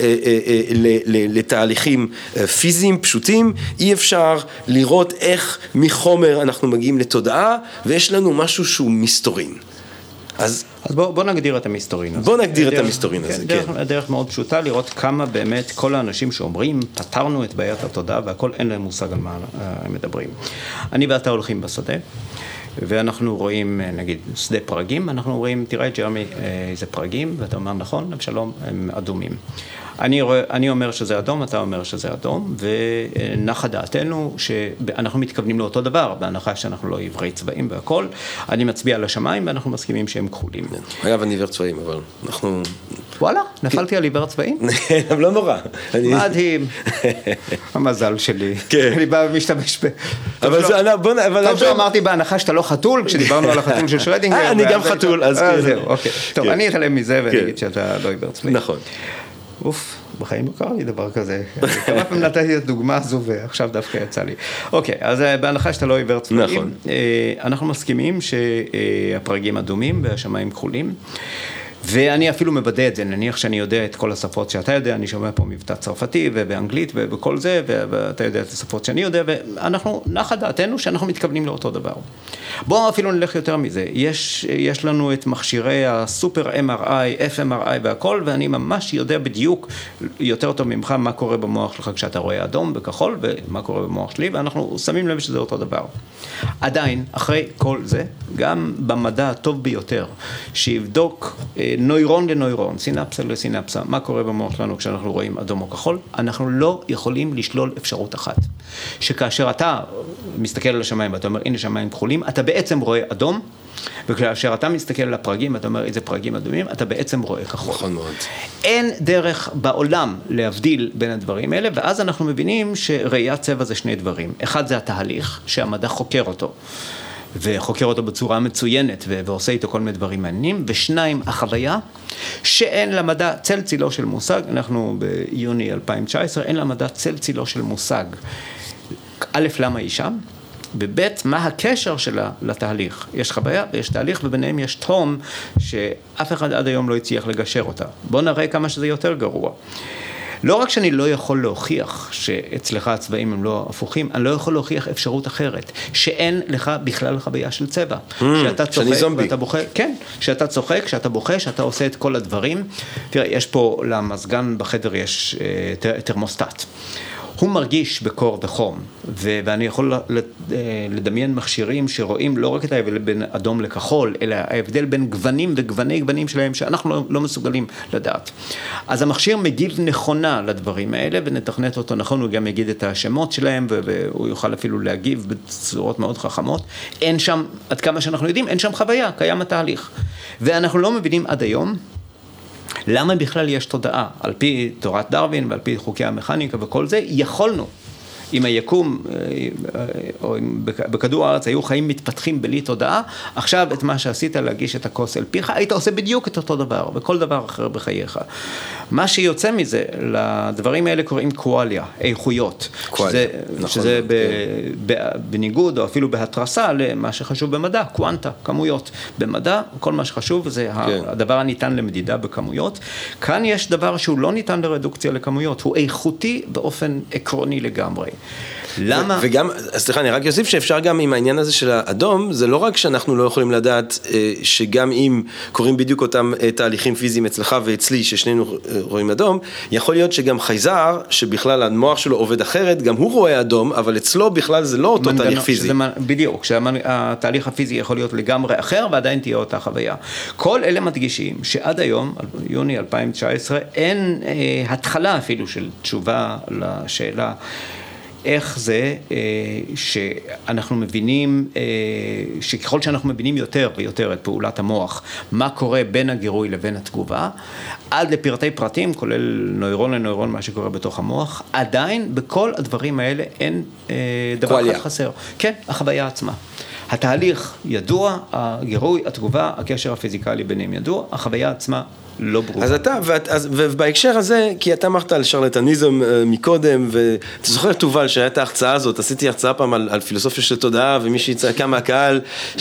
A: לתהליכים פיזיים פשוטים, אי אפשר לראות איך מחומר אנחנו מגיעים לתודעה, ויש לנו משהו שהוא מסתורין. אז,
B: אז בוא, בוא נגדיר את המסתורין הזה.
A: בוא נגדיר דרך, את המסתורין הזה,
B: דרך,
A: כן.
B: דרך מאוד פשוטה לראות כמה באמת כל האנשים שאומרים, פתרנו את בעיית התודעה, והכל אין להם מושג על מה הם מדברים. אני ואתה הולכים בשדה, ואנחנו רואים, נגיד, שדה פרגים, אנחנו רואים, תראה ג'רמי, איזה פרגים, ואתה אומר, נכון, שלום, הם אדומים. אני, אני אומר שזה אדום, אתה אומר שזה אדום, ונחה דעתנו שאנחנו מתכוונים לאותו דבר, בהנחה שאנחנו לא עברי צבעים והכל, אני מצביע על השמיים ואנחנו מסכימים שהם כחולים.
A: אגב, אני עיוור צבעים, אבל אנחנו...
B: וואלה, נפלתי על עיוור צבעים?
A: אבל לא נורא.
B: מדהים. המזל שלי. אני בא ומשתמש ב...
A: אבל זה...
B: טוב שאמרתי בהנחה שאתה לא חתול, כשדיברנו על החתול של שרדינגר.
A: אני גם חתול, אז...
B: זהו, אוקיי. טוב, אני אתעלם מזה ואני אגיד שאתה לא עיוור צבעים.
A: נכון.
B: אוף, בחיים לא קרה לי דבר כזה. כמה פעמים נתתי את הדוגמה הזו ועכשיו דווקא יצא לי. אוקיי, אז בהנחה שאתה לא עיוור צבעים, נכון. אנחנו מסכימים שהפרגים אדומים והשמיים כחולים, ואני אפילו מבדא את זה, נניח שאני יודע את כל השפות שאתה יודע, אני שומע פה מבטא צרפתי ובאנגלית ובכל זה, ואתה יודע את השפות שאני יודע, ואנחנו נחה דעתנו שאנחנו מתכוונים לאותו דבר. בואו אפילו נלך יותר מזה, יש, יש לנו את מכשירי הסופר אם אר איי, אף אם אר איי והכל, ואני ממש יודע בדיוק יותר טוב ממך מה קורה במוח שלך כשאתה רואה אדום וכחול, ומה קורה במוח שלי, ואנחנו שמים לב שזה אותו דבר. עדיין, אחרי כל זה, גם במדע הטוב ביותר, שיבדוק אה, נוירון לנוירון, סינפסה לסינפסה, מה קורה במוח שלנו כשאנחנו רואים אדום או כחול? אנחנו לא יכולים לשלול אפשרות אחת. שכאשר אתה מסתכל על השמיים ואתה אומר, הנה שמיים כחולים, אתה בעצם רואה אדום, וכאשר אתה מסתכל על הפרגים ואתה אומר, איזה פרגים אדומים, אתה בעצם רואה כחול.
A: נכון מאוד.
B: אין דרך בעולם להבדיל בין הדברים האלה, ואז אנחנו מבינים שראיית צבע זה שני דברים. אחד זה התהליך, שהמדע חוקר אותו. וחוקר אותו בצורה מצוינת ועושה איתו כל מיני דברים מעניינים, ושניים, החוויה, שאין למדע צל צילו של מושג, אנחנו ביוני אלפיים תשע עשרה, אין למדע צל צילו של מושג. א', למה היא שם? וב', מה הקשר שלה לתהליך? יש חוויה ויש תהליך, וביניהם יש תהום שאף אחד עד היום לא הצליח לגשר אותה. בואו נראה כמה שזה יותר גרוע. לא רק שאני לא יכול להוכיח שאצלך הצבעים הם לא הפוכים, אני לא יכול להוכיח אפשרות אחרת, שאין לך בכלל חוויה של צבע.
A: Mm,
B: שאתה
A: שאני
B: צוחק
A: זומבי.
B: ואתה בוכה, כן, שאתה צוחק, שאתה בוכה, שאתה עושה את כל הדברים. תראה, יש פה למזגן בחדר יש אה, תרמוסטט. הוא מרגיש בקור וחום, ו- ואני יכול לדמיין מכשירים שרואים לא רק את ההבדל בין אדום לכחול, אלא ההבדל בין גוונים וגווני גוונים שלהם שאנחנו לא, לא מסוגלים לדעת. אז המכשיר מגיב נכונה לדברים האלה, ונתכנת אותו נכון, הוא גם יגיד את השמות שלהם, והוא יוכל אפילו להגיב בצורות מאוד חכמות. אין שם, עד כמה שאנחנו יודעים, אין שם חוויה, קיים התהליך. ואנחנו לא מבינים עד היום, למה בכלל יש תודעה? על פי תורת דרווין ועל פי חוקי המכניקה וכל זה, יכולנו, אם היקום או אם בכדור הארץ היו חיים מתפתחים בלי תודעה, עכשיו את מה שעשית להגיש את הכוס אל פיך, היית עושה בדיוק את אותו דבר, וכל דבר אחר בחייך. מה שיוצא מזה, לדברים האלה קוראים קואליה, איכויות, שזה, נכון, שזה ב, ב, בניגוד או אפילו בהתרסה למה שחשוב במדע, קוונטה, כמויות. במדע, כל מה שחשוב זה כן. הדבר הניתן למדידה בכמויות. כאן יש דבר שהוא לא ניתן לרדוקציה לכמויות, הוא איכותי באופן עקרוני לגמרי. למה?
A: וגם, סליחה, אני רק יוסיף שאפשר גם עם העניין הזה של האדום, זה לא רק שאנחנו לא יכולים לדעת שגם אם קוראים בדיוק אותם תהליכים פיזיים אצלך ואצלי, ששנינו רואים אדום, יכול להיות שגם חייזר, שבכלל המוח שלו עובד אחרת, גם הוא רואה אדום, אבל אצלו בכלל זה לא אותו תהליך פיזי.
B: בדיוק, שהתהליך הפיזי יכול להיות לגמרי אחר, ועדיין תהיה אותה חוויה. כל אלה מדגישים שעד היום, יוני אלפיים תשע עשרה, אין התחלה אפילו של תשובה לשאלה, איך זה שאנחנו מבינים, שככל שאנחנו מבינים יותר ויותר את פעולת המוח, מה קורה בין הגירוי לבין התגובה, עד לפרטי פרטים, כולל נוירון לנוירון, מה שקורה בתוך המוח, עדיין בכל הדברים האלה אין דבר אחד חסר. כן, החוויה עצמה. התהליך ידוע, הגירוי, התגובה, הקשר הפיזיקלי ביניהם ידוע, החוויה עצמה לא ברור.
A: אז אתה, ואת, אז, ובהקשר הזה, כי אתה אמרת על שרלטניזם מקודם, ואתה זוכר תובל שהיה את ההרצאה הזאת, עשיתי הרצאה פעם על, על פילוסופיה של תודעה, ומישהי צעקה מהקהל,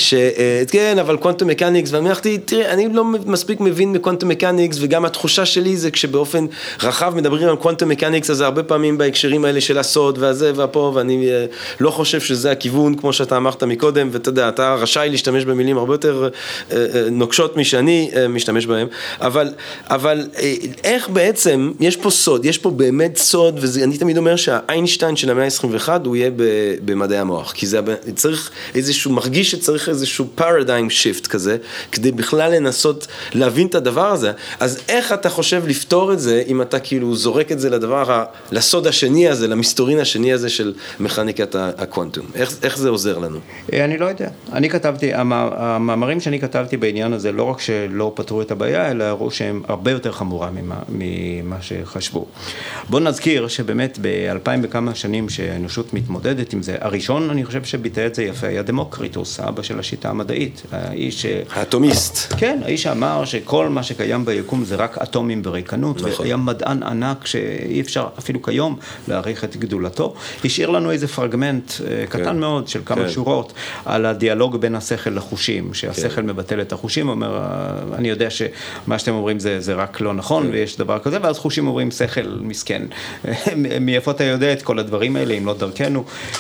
A: שכן, אבל קוונטום מקניקס, ואני אמרתי, תראה, אני לא מספיק מבין מקוונטום מקניקס, וגם התחושה שלי זה כשבאופן רחב מדברים על קוונטום מקניקס, אז הרבה פעמים בהקשרים האלה של הסוד, והזה והפה, ואני לא חושב שזה הכיוון, כמו שאתה אמרת מקודם, ואתה יודע, אתה רשאי להשתמש במילים הרבה יותר נוקשות משאני משתמש בהם, אבל אבל איך בעצם, יש פה סוד, יש פה באמת סוד, ואני תמיד אומר שהאיינשטיין של המאה ה-עשרים ואחת הוא יהיה במדעי המוח, כי זה צריך איזשהו, מרגיש שצריך איזשהו paradigm shift כזה, כדי בכלל לנסות להבין את הדבר הזה. אז איך אתה חושב לפתור את זה, אם אתה כאילו זורק את זה לדבר, לסוד השני הזה, למסתורין השני הזה של מכניקת הקוונטום? איך, איך זה עוזר לנו?
B: אני לא יודע. אני כתבתי, המאמרים שאני כתבתי בעניין הזה, לא רק שלא פתרו את הבעיה, אלא הראו שהם הרבה יותר חמורה ממה, ממה שחשבו. בואו נזכיר שבאמת באלפיים וכמה שנים שהאנושות מתמודדת עם זה, הראשון אני חושב שביטא את זה יפה, היה דמוקריטוס, האבא של השיטה המדעית, האיש...
A: האטומיסט.
B: כן, האיש שאמר שכל מה שקיים ביקום זה רק אטומים בריקנות, נכון. והיה מדען ענק שאי אפשר אפילו כיום להעריך את גדולתו. השאיר לנו איזה פרגמנט קטן כן. מאוד של כמה כן. שורות על הדיאלוג בין השכל לחושים, שהשכל כן. מבטל את החושים, אומר, אני יודע שמה שאתם אומרים זה, זה רק לא נכון, ויש דבר כזה, ואז חושים אומרים, שכל מסכן. מאיפה אתה יודע את כל הדברים האלה, אם לא דרכנו?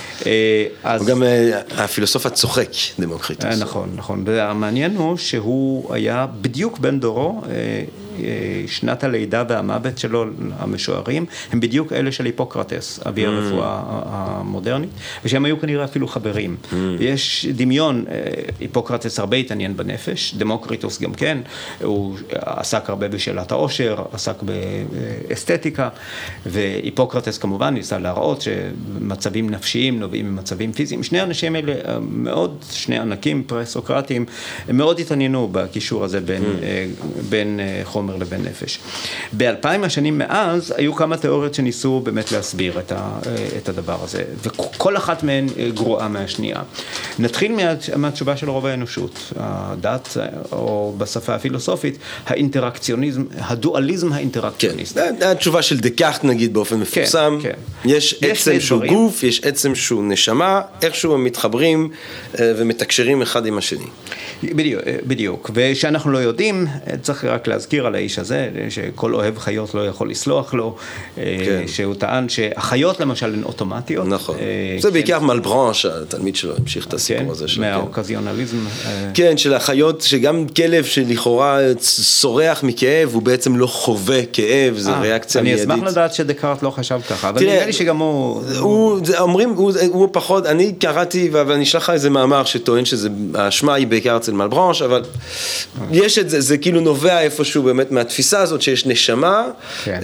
A: אז... גם הפילוסוף הצוחק, דמוקריטוס.
B: נכון, נכון. והמעניין הוא שהוא היה בדיוק בן דורו, שנת הלידה והמוות שלו, המשוערים, הם בדיוק אלה של היפוקרטס, אבי הרפואה המודרנית, ושהם היו כנראה אפילו חברים. יש דמיון, היפוקרטס הרבה התעניין בנפש, דמוקריטוס גם כן, הוא עסק הרבה בשאלת העושר, עסק באסתטיקה, והיפוקרטס כמובן ניסה להראות שמצבים נפשיים נובעים ממצבים פיזיים. שני האנשים האלה מאוד, שני ענקים פרה-סוקרטיים, הם מאוד התעניינו בקישור הזה בין, בין חומר לבין נפש. באלפיים השנים מאז היו כמה תיאוריות שניסו באמת להסביר את, ה, את הדבר הזה, וכל אחת מהן גרועה מהשנייה. נתחיל מה, מהתשובה של רוב האנושות, הדת, או בשפה הפילוסופית, האינטראקציוניזם, הדואליזם האינטראקציוניסטי.
A: כן, התשובה של דקארט נגיד באופן מפורסם, כן, כן. יש, יש עצם שהוא דברים. גוף, יש עצם שהוא נשמה, איכשהו הם מתחברים ומתקשרים אחד עם השני.
B: בדיוק, בדיוק. ושאנחנו לא יודעים, צריך רק להזכיר על האיש הזה, שכל אוהב חיות לא יכול לסלוח לו, כן. שהוא טען שהחיות למשל הן אוטומטיות.
A: נכון. זה בעיקר מלברנש, התלמיד שלו המשיך את הסיפור הזה.
B: כן, מהאוקזיונליזם.
A: כן, של החיות, שגם כלב שלכאורה צורח מכאב, הוא בעצם לא חווה כאב, זה ריאקציה מיידית.
B: אני אשמח לדעת שדקארט לא חשב ככה, אבל נראה לי שגם הוא...
A: אומרים, הוא פחות, אני קראתי, ואני אשלח לך איזה מאמר שטוען שהאשמה היא בעיקר אצל מלברנש, אבל יש את זה, זה כאילו נובע איפשהו באמת מהתפיסה הזאת שיש נשמה.
B: כן.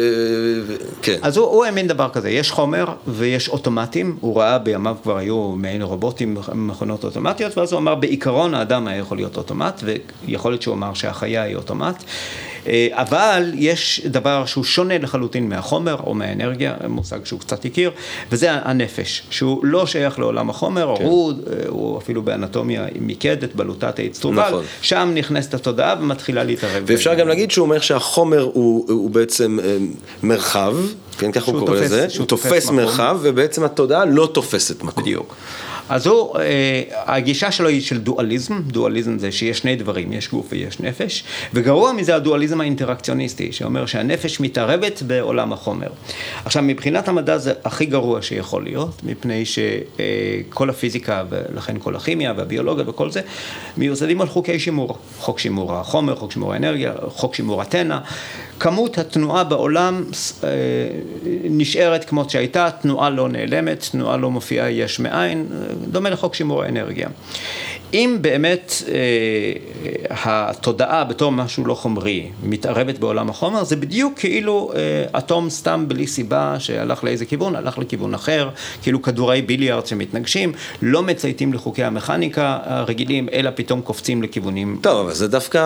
B: אז הוא האמין דבר כזה, יש חומר ויש אוטומטים, הוא ראה בימיו כבר היו מעין רובוטים, מכונות אוטומטיות, ואז הוא אמר בעיקרון האדם היה יכול להיות אוטומט, ויכול להיות שהוא אמר שהחיה היא אוטומט, אבל יש דבר שהוא שונה לחלוטין מהחומר או מהאנרגיה, מושג שהוא קצת הכיר, וזה הנפש, שהוא לא שייך לעולם החומר, כן. הוא, הוא אפילו באנטומיה מיקד את בלוטת האצטרובל, נכון. שם נכנסת התודעה ומתחילה להתערב.
A: ואפשר גם להגיד שהוא אומר שהחומר הוא, הוא בעצם מרחב, כן, כך הוא קורא לזה, הוא תופס מרחב, ובעצם התודעה לא תופסת מקום.
B: בדיוק. אז הוא, הגישה שלו היא של דואליזם, דואליזם זה שיש שני דברים, יש גוף ויש נפש, וגרוע מזה הדואליזם האינטראקציוניסטי, שאומר שהנפש מתערבת בעולם החומר. עכשיו, מבחינת המדע זה הכי גרוע שיכול להיות, מפני שכל הפיזיקה ולכן כל הכימיה והביולוגיה וכל זה, מיוסדים על חוקי שימור, חוק שימור החומר, חוק שימור האנרגיה, חוק שימור התנע, כמות התנועה בעולם נשארת כמות שהייתה, תנועה לא נעלמת, תנועה לא מופיעה יש מאין, דומה לחוק שימור האנרגיה. אם באמת אה, התודעה בתור משהו לא חומרי מתערבת בעולם החומר, זה בדיוק כאילו אה, אטום סתם בלי סיבה שהלך לאיזה כיוון, הלך לכיוון אחר, כאילו כדורי ביליארד שמתנגשים, לא מצייתים לחוקי המכניקה הרגילים, אלא פתאום קופצים לכיוונים.
A: טוב, אבל זה דווקא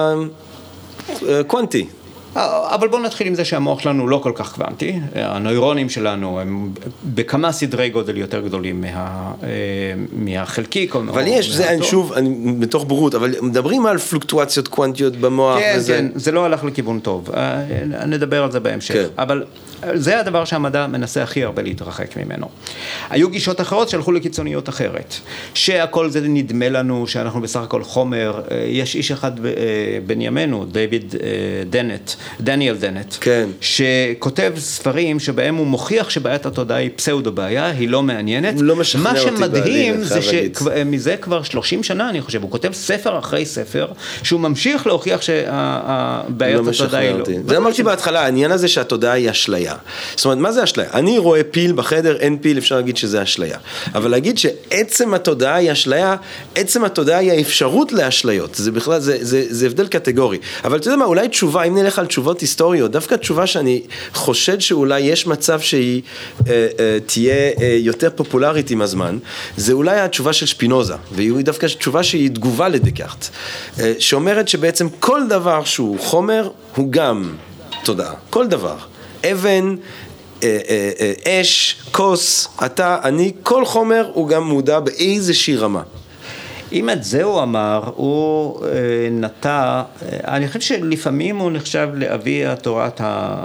A: אה, קוונטי.
B: אבל בואו נתחיל עם זה שהמוח שלנו לא כל כך קוונטי, הנוירונים שלנו הם בכמה סדרי גודל יותר גדולים מה, מהחלקיק.
A: אבל יש, זה אני שוב, אני בתוך בורות, אבל מדברים על פלוקטואציות קוונטיות במוח.
B: כן,
A: וזה...
B: כן, זה לא הלך לכיוון טוב, נדבר על זה בהמשך, כן. אבל זה הדבר שהמדע מנסה הכי הרבה להתרחק ממנו. היו גישות אחרות שהלכו לקיצוניות אחרת, שהכל זה נדמה לנו שאנחנו בסך הכל חומר, יש איש אחד בן ימינו, דיוויד דנט, דניאל דנט,
A: כן.
B: שכותב ספרים שבהם הוא מוכיח שבעיית התודעה היא פסאודו בעיה, היא לא מעניינת.
A: לא משכנע אותי בעלים,
B: מה שמדהים זה שמזה כבר שלושים שנה, אני חושב, הוא כותב ספר אחרי ספר, שהוא ממשיך להוכיח שבעיית
A: לא
B: התודעה היא לא.
A: זה אמרתי בהתחלה, העניין הזה שהתודעה היא אשליה. זאת אומרת, מה זה אשליה? אני רואה פיל בחדר, אין פיל, אפשר להגיד שזה אשליה. אבל להגיד שעצם התודעה היא אשליה, עצם התודעה היא האפשרות לאשליות. זה בכלל, זה, זה, זה הבדל קטגורי. אבל אתה יודע מה, אולי תשובה, אם נלך על תשובות היסטוריות, דווקא תשובה שאני חושד שאולי יש מצב שהיא אה, אה, תהיה אה, יותר פופולרית עם הזמן, זה אולי התשובה של שפינוזה, והיא דווקא תשובה שהיא תגובה לדקארט, אה, שאומרת שבעצם כל דבר שהוא חומר, הוא גם תודעה. כל דבר. אבן, אה, אה, אה, אש, כוס, אתה, אני, כל חומר הוא גם מודע באיזושהי רמה.
B: אם את זה הוא אמר, הוא אה, נטע, אה, אני חושב שלפעמים הוא נחשב לאבי התורת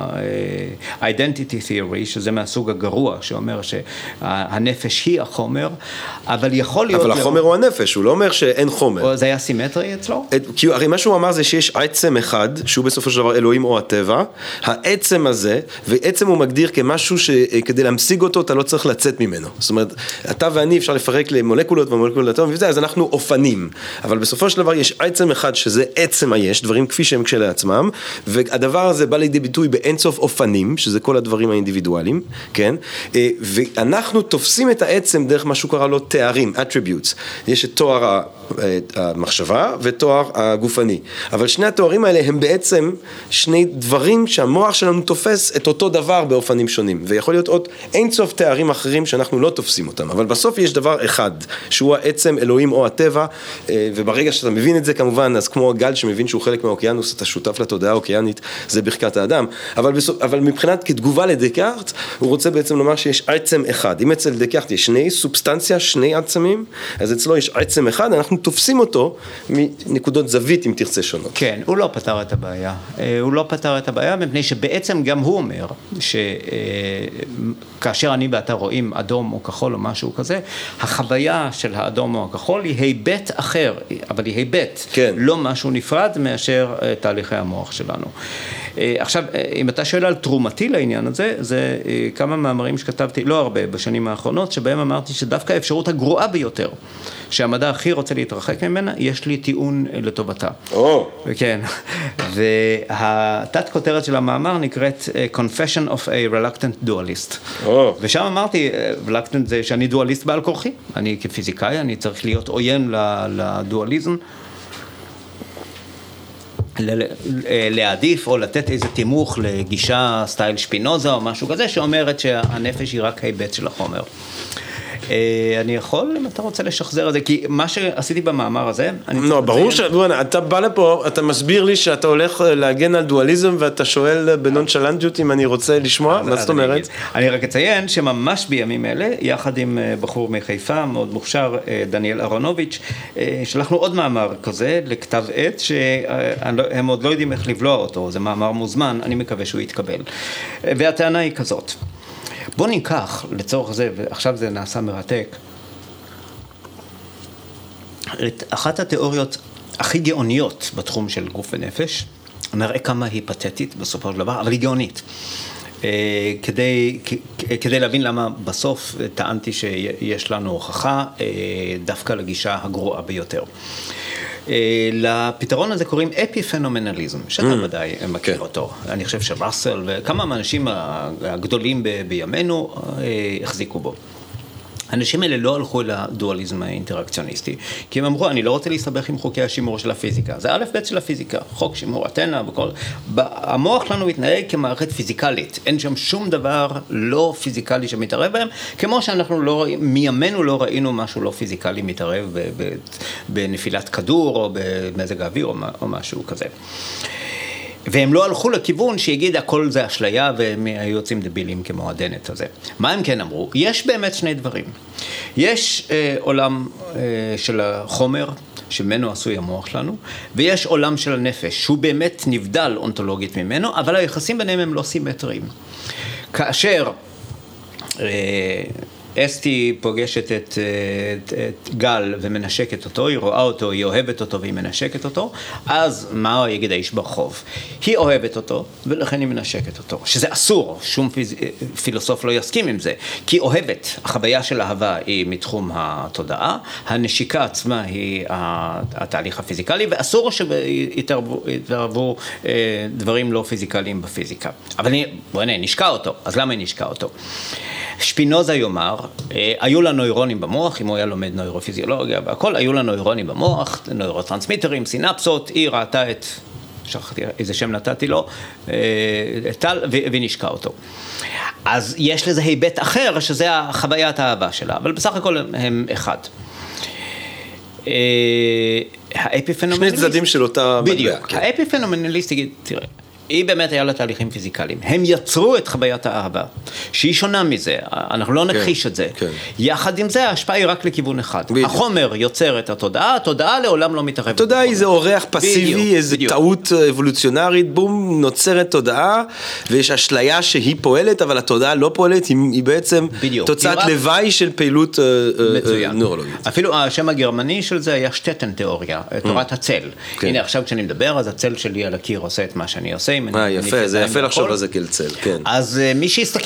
B: ה-identity theory, שזה מהסוג הגרוע, שאומר שהנפש היא החומר, אבל יכול להיות...
A: אבל החומר הוא הנפש, הוא לא אומר שאין חומר.
B: זה היה סימטרי אצלו?
A: את, כי הרי מה שהוא אמר זה שיש עצם אחד, שהוא בסופו של דבר אלוהים או הטבע, העצם הזה, ועצם הוא מגדיר כמשהו שכדי להמשיג אותו, אתה לא צריך לצאת ממנו. זאת אומרת, אתה ואני אפשר לפרק למולקולות ומולקולות אטום, וזה, אז אנחנו אופנים, אבל בסופו של דבר יש עצם אחד שזה עצם היש, דברים כפי שהם כשלעצמם, והדבר הזה בא לידי ביטוי באינסוף אופנים, שזה כל הדברים האינדיבידואליים, כן? ואנחנו תופסים את העצם דרך מה שהוא קרא לו תארים, attributes. יש את תואר המחשבה ותואר הגופני, אבל שני התוארים האלה הם בעצם שני דברים שהמוח שלנו תופס את אותו דבר באופנים שונים, ויכול להיות עוד אינסוף תארים אחרים שאנחנו לא תופסים אותם, אבל בסוף יש דבר אחד, שהוא העצם, אלוהים או הטבע, וברגע שאתה מבין את זה כמובן, אז כמו הגל שמבין שהוא חלק מהאוקיינוס, אתה שותף לתודעה האוקיינית, זה ברכת האדם, אבל, בסוף, אבל מבחינת כתגובה לדקארט, הוא רוצה בעצם לומר שיש עצם אחד. אם אצל דקארט יש שני סובסטנציה, שני עצמים, אז אצלו יש עצם אחד, אנחנו תופסים אותו מנקודות זווית, אם תרצה שונות.
B: כן, הוא לא פתר את הבעיה. הוא לא פתר את הבעיה, מפני שבעצם גם הוא אומר, שכאשר אני ואתה רואים אדום או כחול או משהו כזה, החוויה של האדום או הכחול היא היבט אחר, אבל היא היבט,
A: כן.
B: לא משהו נפרד מאשר תהליכי המוח שלנו. עכשיו, אם אתה שואל על תרומתי לעניין הזה, זה כמה מאמרים שכתבתי, לא הרבה, בשנים האחרונות, שבהם אמרתי שדווקא האפשרות הגרועה ביותר, שהמדע הכי רוצה להתרחק ממנה, יש לי טיעון לטובתה.
A: או.
B: כן. והתת כותרת של המאמר נקראת Confession of a Reluctant Dualist.
A: או.
B: ושם אמרתי, reluctant זה שאני דואליסט בעל כורחי. אני כפיזיקאי, אני צריך להיות עוין לדואליזם. להעדיף או לתת איזה תימוך לגישה סטייל שפינוזה או משהו כזה שאומרת שהנפש היא רק היבט של החומר. אני יכול, אם אתה רוצה לשחזר את זה, כי מה שעשיתי במאמר הזה...
A: לא, ברור שאתה בא לפה, אתה מסביר לי שאתה הולך להגן על דואליזם, ואתה שואל בנונשלנטיות אם אני רוצה לשמוע, מה זאת אומרת?
B: אני רק אציין שממש בימים אלה, יחד עם בחור מחיפה, מאוד מוכשר, דניאל אהרונוביץ', שלחנו עוד מאמר כזה, לכתב עת, שהם עוד לא יודעים איך לבלוע אותו, זה מאמר מוזמן, אני מקווה שהוא יתקבל. והטענה היא כזאת. בוא ניקח לצורך זה, ועכשיו זה נעשה מרתק, את אחת התיאוריות הכי גאוניות בתחום של גוף ונפש, נראה כמה היא פתטית בסופו של דבר, אבל היא גאונית. כדי, כדי להבין למה בסוף טענתי שיש לנו הוכחה דווקא לגישה הגרועה ביותר. לפתרון הזה קוראים אפי-פנומנליזם, שאתה ודאי מכיר אותו. אני חושב שראסל וכמה מהאנשים הגדולים בימינו החזיקו בו. האנשים האלה לא הלכו לדואליזם האינטראקציוניסטי, כי הם אמרו, אני לא רוצה להסתבך עם חוקי השימור של הפיזיקה. זה א' ב' של הפיזיקה, חוק שימור אתנה וכל. המוח שלנו מתנהג כמערכת פיזיקלית. אין שם שום דבר לא פיזיקלי שמתערב בהם, כמו שאנחנו לא, מימינו לא ראינו משהו לא פיזיקלי מתערב בנפילת כדור או במזג האוויר או משהו כזה. והם לא הלכו לכיוון שיגיד הכל זה אשליה והם היו יוצאים דבילים כמו הדנט הזה. מה הם כן אמרו? יש באמת שני דברים. יש אה, עולם אה, של החומר שממנו עשוי המוח שלנו, ויש עולם של הנפש שהוא באמת נבדל אונתולוגית ממנו, אבל היחסים ביניהם הם לא סימטריים. כאשר אה, אסתי פוגשת את, את, את גל ומנשקת אותו, היא רואה אותו, היא אוהבת אותו והיא מנשקת אותו, אז מה יגיד האיש ברחוב? היא אוהבת אותו ולכן היא מנשקת אותו, שזה אסור, שום פיז... פילוסוף לא יסכים עם זה, כי אוהבת, החוויה של אהבה היא מתחום התודעה, הנשיקה עצמה היא התהליך הפיזיקלי, ואסור שיתערבו דברים לא פיזיקליים בפיזיקה. אבל בוא הנה, נשקע אותו, אז למה היא נשקע אותו? שפינוזה יאמר, היו לה נוירונים במוח, אם הוא היה לומד נוירופיזיולוגיה והכל, היו לה נוירונים במוח, נוירוטרנסמיטרים, סינפסות, היא ראתה את, שכחתי איזה שם נתתי לו, טל, ונשקע אותו. אז יש לזה היבט אחר, שזה החוויית האהבה שלה, אבל בסך הכל הם אחד.
A: שני צדדים של אותה...
B: בדיוק. האפיפנומנליסט יגיד, תראה, היא באמת היה לה תהליכים פיזיקליים. הם יצרו את חוויית האהבה, שהיא שונה מזה, אנחנו לא נכחיש את זה. יחד עם זה, ההשפעה היא רק לכיוון אחד. החומר יוצר את התודעה, התודעה לעולם לא מתערבת.
A: התודעה היא זה אורח פסיבי, איזו טעות אבולוציונרית, בום, נוצרת תודעה, ויש אשליה שהיא פועלת, אבל התודעה לא פועלת, היא בעצם תוצאת לוואי של פעילות נוירולוגית.
B: אפילו השם הגרמני של זה היה שטטן תיאוריה, תורת הצל. הנה עכשיו כשאני מדבר, אז הצל שלי על הקיר עושה את מה שאני עושה.
A: אה, יפה, זה יפה לחשוב על זה כאל צל, כן.
B: אז מי שיסתכל יגיד,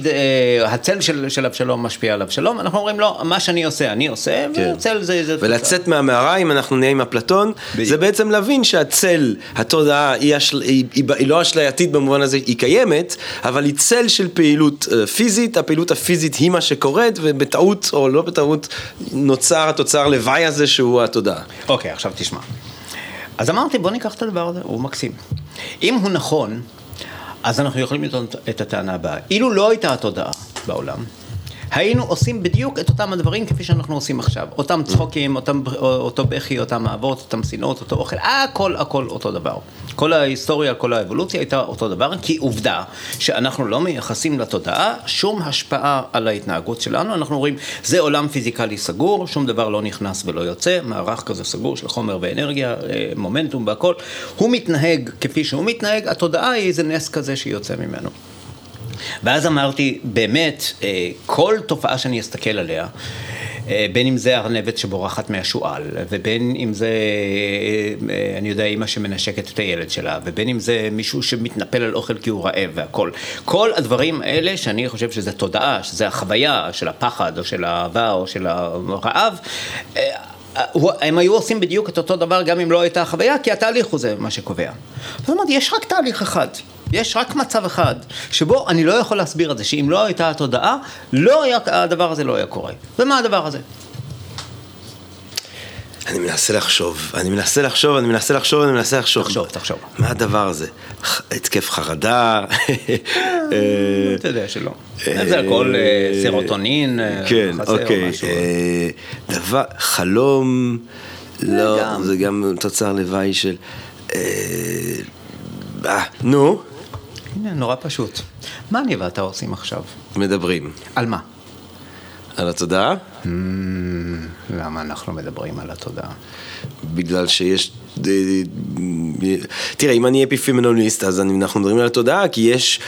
B: להגיד, הצל של, של אבשלום משפיע על אבשלום, אנחנו אומרים לו, מה שאני עושה, אני עושה, כן. והצל זה... זה
A: ולצאת
B: תוצאה.
A: מהמערה, אם אנחנו נהיה עם אפלטון, בדיוק. זה בעצם להבין שהצל, התודעה, היא, השל... היא, היא, היא לא אשלייתית במובן הזה, היא קיימת, אבל היא צל של פעילות פיזית, הפעילות הפיזית היא מה שקורית, ובטעות או לא בטעות, נוצר התוצר לוואי הזה שהוא התודעה.
B: אוקיי, עכשיו תשמע. אז אמרתי, בוא ניקח את הדבר הזה, הוא מקסים. אם הוא נכון, אז אנחנו יכולים לטעון את הטענה הבאה. אילו לא הייתה התודעה בעולם, היינו עושים בדיוק את אותם הדברים כפי שאנחנו עושים עכשיו. אותם צחוקים, אותם, אותו בכי, אותם מעברות, אותם שנאות, אותו אוכל, הכל, הכל אותו דבר. כל ההיסטוריה, כל האבולוציה הייתה אותו דבר, כי עובדה שאנחנו לא מייחסים לתודעה שום השפעה על ההתנהגות שלנו. אנחנו אומרים, זה עולם פיזיקלי סגור, שום דבר לא נכנס ולא יוצא, מערך כזה סגור של חומר ואנרגיה, מומנטום והכל. הוא מתנהג כפי שהוא מתנהג, התודעה היא איזה נס כזה שיוצא ממנו. ואז אמרתי, באמת, כל תופעה שאני אסתכל עליה, בין אם זה ארנבת שבורחת מהשואל, ובין אם זה, אני יודע, אמא שמנשקת את הילד שלה, ובין אם זה מישהו שמתנפל על אוכל כי הוא רעב והכל. כל הדברים האלה שאני חושב שזה תודעה, שזה החוויה של הפחד או של האהבה או של הרעב, הם היו עושים בדיוק את אותו דבר גם אם לא הייתה החוויה, כי התהליך הוא זה מה שקובע. זאת אומרת, יש רק תהליך אחד. יש רק מצב אחד, שבו אני לא יכול להסביר את זה, שאם לא הייתה התודעה, לא היה, הדבר הזה לא היה קורה. ומה הדבר הזה?
A: אני מנסה לחשוב, אני מנסה לחשוב, אני מנסה לחשוב, אני מנסה לחשוב.
B: תחשוב, תחשוב.
A: מה הדבר הזה? התקף חרדה?
B: אתה יודע שלא. זה הכל סרוטונין,
A: כן, אוקיי. דבר, חלום, לא, זה גם תוצר לוואי של... אה, נו.
B: הנה, נורא פשוט. מה אני ואתה עושים עכשיו?
A: מדברים.
B: על מה?
A: על התודעה?
B: Mm, למה אנחנו מדברים על התודעה?
A: בגלל שיש... תראה, אם אני אפיפנומניסט, אז אנחנו מדברים על התודעה, כי יש...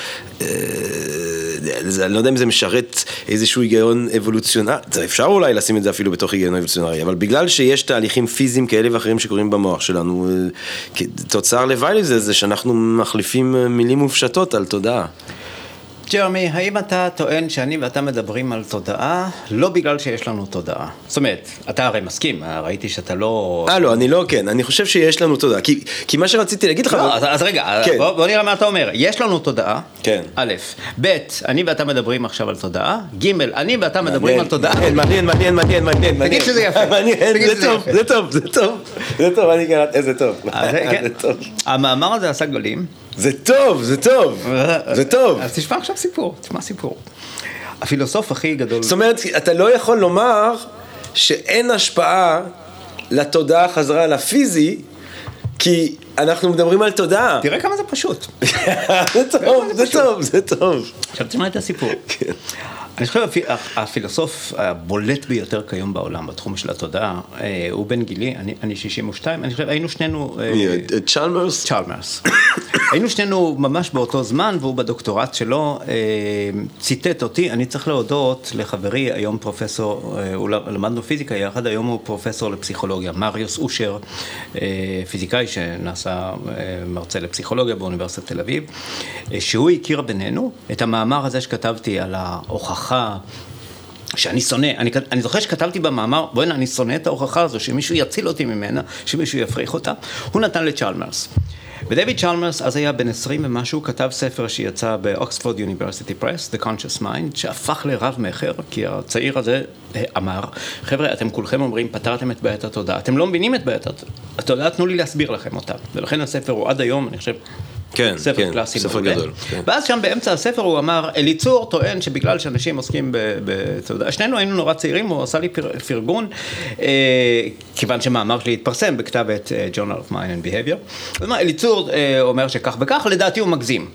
A: אני לא יודע אם זה משרת איזשהו היגיון אבולוציונרי, אפשר אולי לשים את זה אפילו בתוך היגיון אבולוציונרי, אבל בגלל שיש תהליכים פיזיים כאלה ואחרים שקורים במוח שלנו, תוצר לוואי לזה זה שאנחנו מחליפים מילים מופשטות על תודעה.
B: ג'רמי, האם אתה טוען שאני ואתה מדברים על תודעה, לא בגלל שיש לנו תודעה? זאת אומרת, אתה הרי מסכים, ראיתי שאתה לא...
A: אה, לא, אני לא, כן, אני חושב שיש לנו תודעה, כי, כי מה שרציתי להגיד לך...
B: לא, אז, אז רגע, כן. בוא, בוא נראה מה אתה אומר. יש לנו תודעה,
A: כן.
B: א', ב', אני ואתה מדברים עכשיו על תודעה, ג', אני ואתה מדברים על תודעה.
A: מעניין, מעניין, מעניין, מעניין, מעניין.
B: תגיד שזה יפה.
A: מעניין, זה טוב, זה טוב, זה טוב, זה טוב, אני קראת, איזה טוב.
B: זה טוב. המאמר הזה עשה גלים.
A: זה טוב, זה טוב, זה טוב.
B: אז תשמע עכשיו סיפור, תשמע סיפור. הפילוסוף הכי גדול...
A: זאת אומרת, אתה לא יכול לומר שאין השפעה לתודעה חזרה לפיזי, כי אנחנו מדברים על תודעה.
B: תראה כמה זה פשוט.
A: זה טוב, זה טוב, זה טוב.
B: עכשיו תשמע את הסיפור. כן. אני חושב הפילוסוף הבולט ביותר כיום בעולם בתחום של התודעה, הוא בן גילי, אני, אני שישים ושתיים, אני חושב, היינו שנינו...
A: צ'למרס?
B: צ'למרס. היינו שנינו ממש באותו זמן, והוא בדוקטורט שלו ציטט אותי, אני צריך להודות לחברי, היום פרופסור, למדנו פיזיקה יחד, היום הוא פרופסור לפסיכולוגיה, מריוס אושר, פיזיקאי שנעשה מרצה לפסיכולוגיה באוניברסיטת תל אביב, שהוא הכיר בינינו את המאמר הזה שכתבתי על ההוכחה, שאני שונא, אני, אני זוכר שכתבתי במאמר, בואי נה, אני שונא את ההוכחה הזו, שמישהו יציל אותי ממנה, שמישהו יפריך אותה, הוא נתן לצ'למרס. ודייוויד צ'למרס, אז היה בן עשרים ומשהו, כתב ספר שיצא באוקספורד יוניברסיטי פרס, The Conscious Mind, שהפך לרב מחר, כי הצעיר הזה אמר, חבר'ה, אתם כולכם אומרים, פתרתם את בעיית התודעה, אתם לא מבינים את בעיית התודעה, תנו לי להסביר לכם אותה. ולכן הספר הוא עד היום, אני חושב,
A: כן,
B: ספר
A: כן,
B: קלאסי
A: ספר
B: מעולה.
A: גדול. כן.
B: ואז שם באמצע הספר הוא אמר, אליצור טוען שבגלל שאנשים עוסקים בתודעה, שנינו היינו נורא צעירים, הוא עשה לי פר, פרגון, אה, כיוון שמאמר שלי התפרסם בכתב את uh, Journal of Mind and Behavior. זאת אומרת, אליצור אה, אומר שכך וכך, לדעתי הוא מגזים.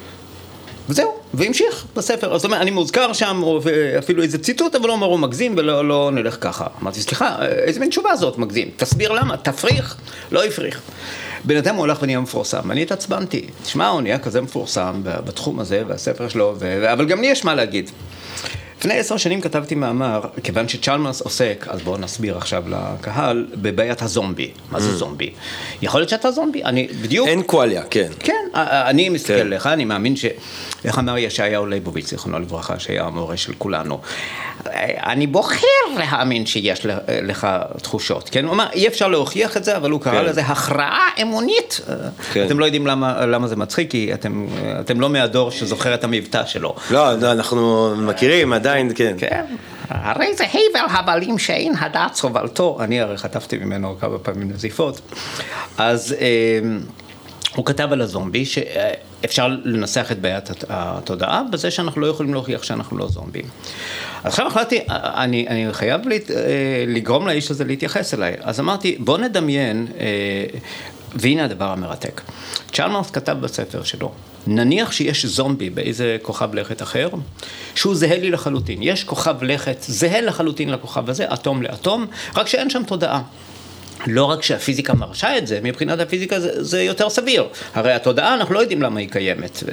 B: וזהו, והמשיך בספר. זאת אומרת, אני מוזכר שם, אפילו איזה ציטוט, אבל הוא אומר, הוא מגזים ולא לא נלך ככה. אמרתי, סליחה, איזה מין תשובה זאת מגזים? תסביר למה, תפריך, לא יפריך. בן אדם הוא הולך ונהיה מפורסם, אני התעצבנתי. תשמע, הוא נהיה כזה מפורסם בתחום הזה, והספר שלו, ו... אבל גם לי יש מה להגיד. לפני עשר שנים כתבתי מאמר, כיוון שצ'למרס עוסק, אז בואו נסביר עכשיו לקהל, בבעיית הזומבי. מה זה זומבי? יכול להיות שאתה זומבי? אני בדיוק...
A: אין קואליה, כן.
B: כן, אני מסתכל לך, אני מאמין ש... איך אמר ישעיהו ליבוביץ', זיכרונו לברכה, שהיה המורה של כולנו. אני בוחר להאמין שיש לך תחושות, כן? הוא אמר, אי אפשר להוכיח את זה, אבל הוא קרא לזה הכרעה אמונית. אתם לא יודעים למה זה מצחיק, כי אתם לא מהדור שזוכר את המבטא שלו.
A: לא, אנחנו מכירים עדיין, כן.
B: כן. הרי זה היבל הבלים שאין הדעת סובלתו, אני הרי חטפתי ממנו כמה פעמים נזיפות, אז הוא כתב על הזומבי שאפשר לנסח את בעיית התודעה בזה שאנחנו לא יכולים להוכיח שאנחנו לא זומבים. עכשיו החלטתי, אני, אני חייב לגרום לאיש הזה להתייחס אליי, אז אמרתי בוא נדמיין, והנה הדבר המרתק, צ'למרס כתב בספר שלו, נניח שיש זומבי באיזה כוכב לכת אחר, שהוא זהה לי לחלוטין. יש כוכב לכת זהה לחלוטין לכוכב הזה, אטום לאטום, רק שאין שם תודעה. לא רק שהפיזיקה מרשה את זה, מבחינת הפיזיקה זה, זה יותר סביר. הרי התודעה, אנחנו לא יודעים למה היא קיימת.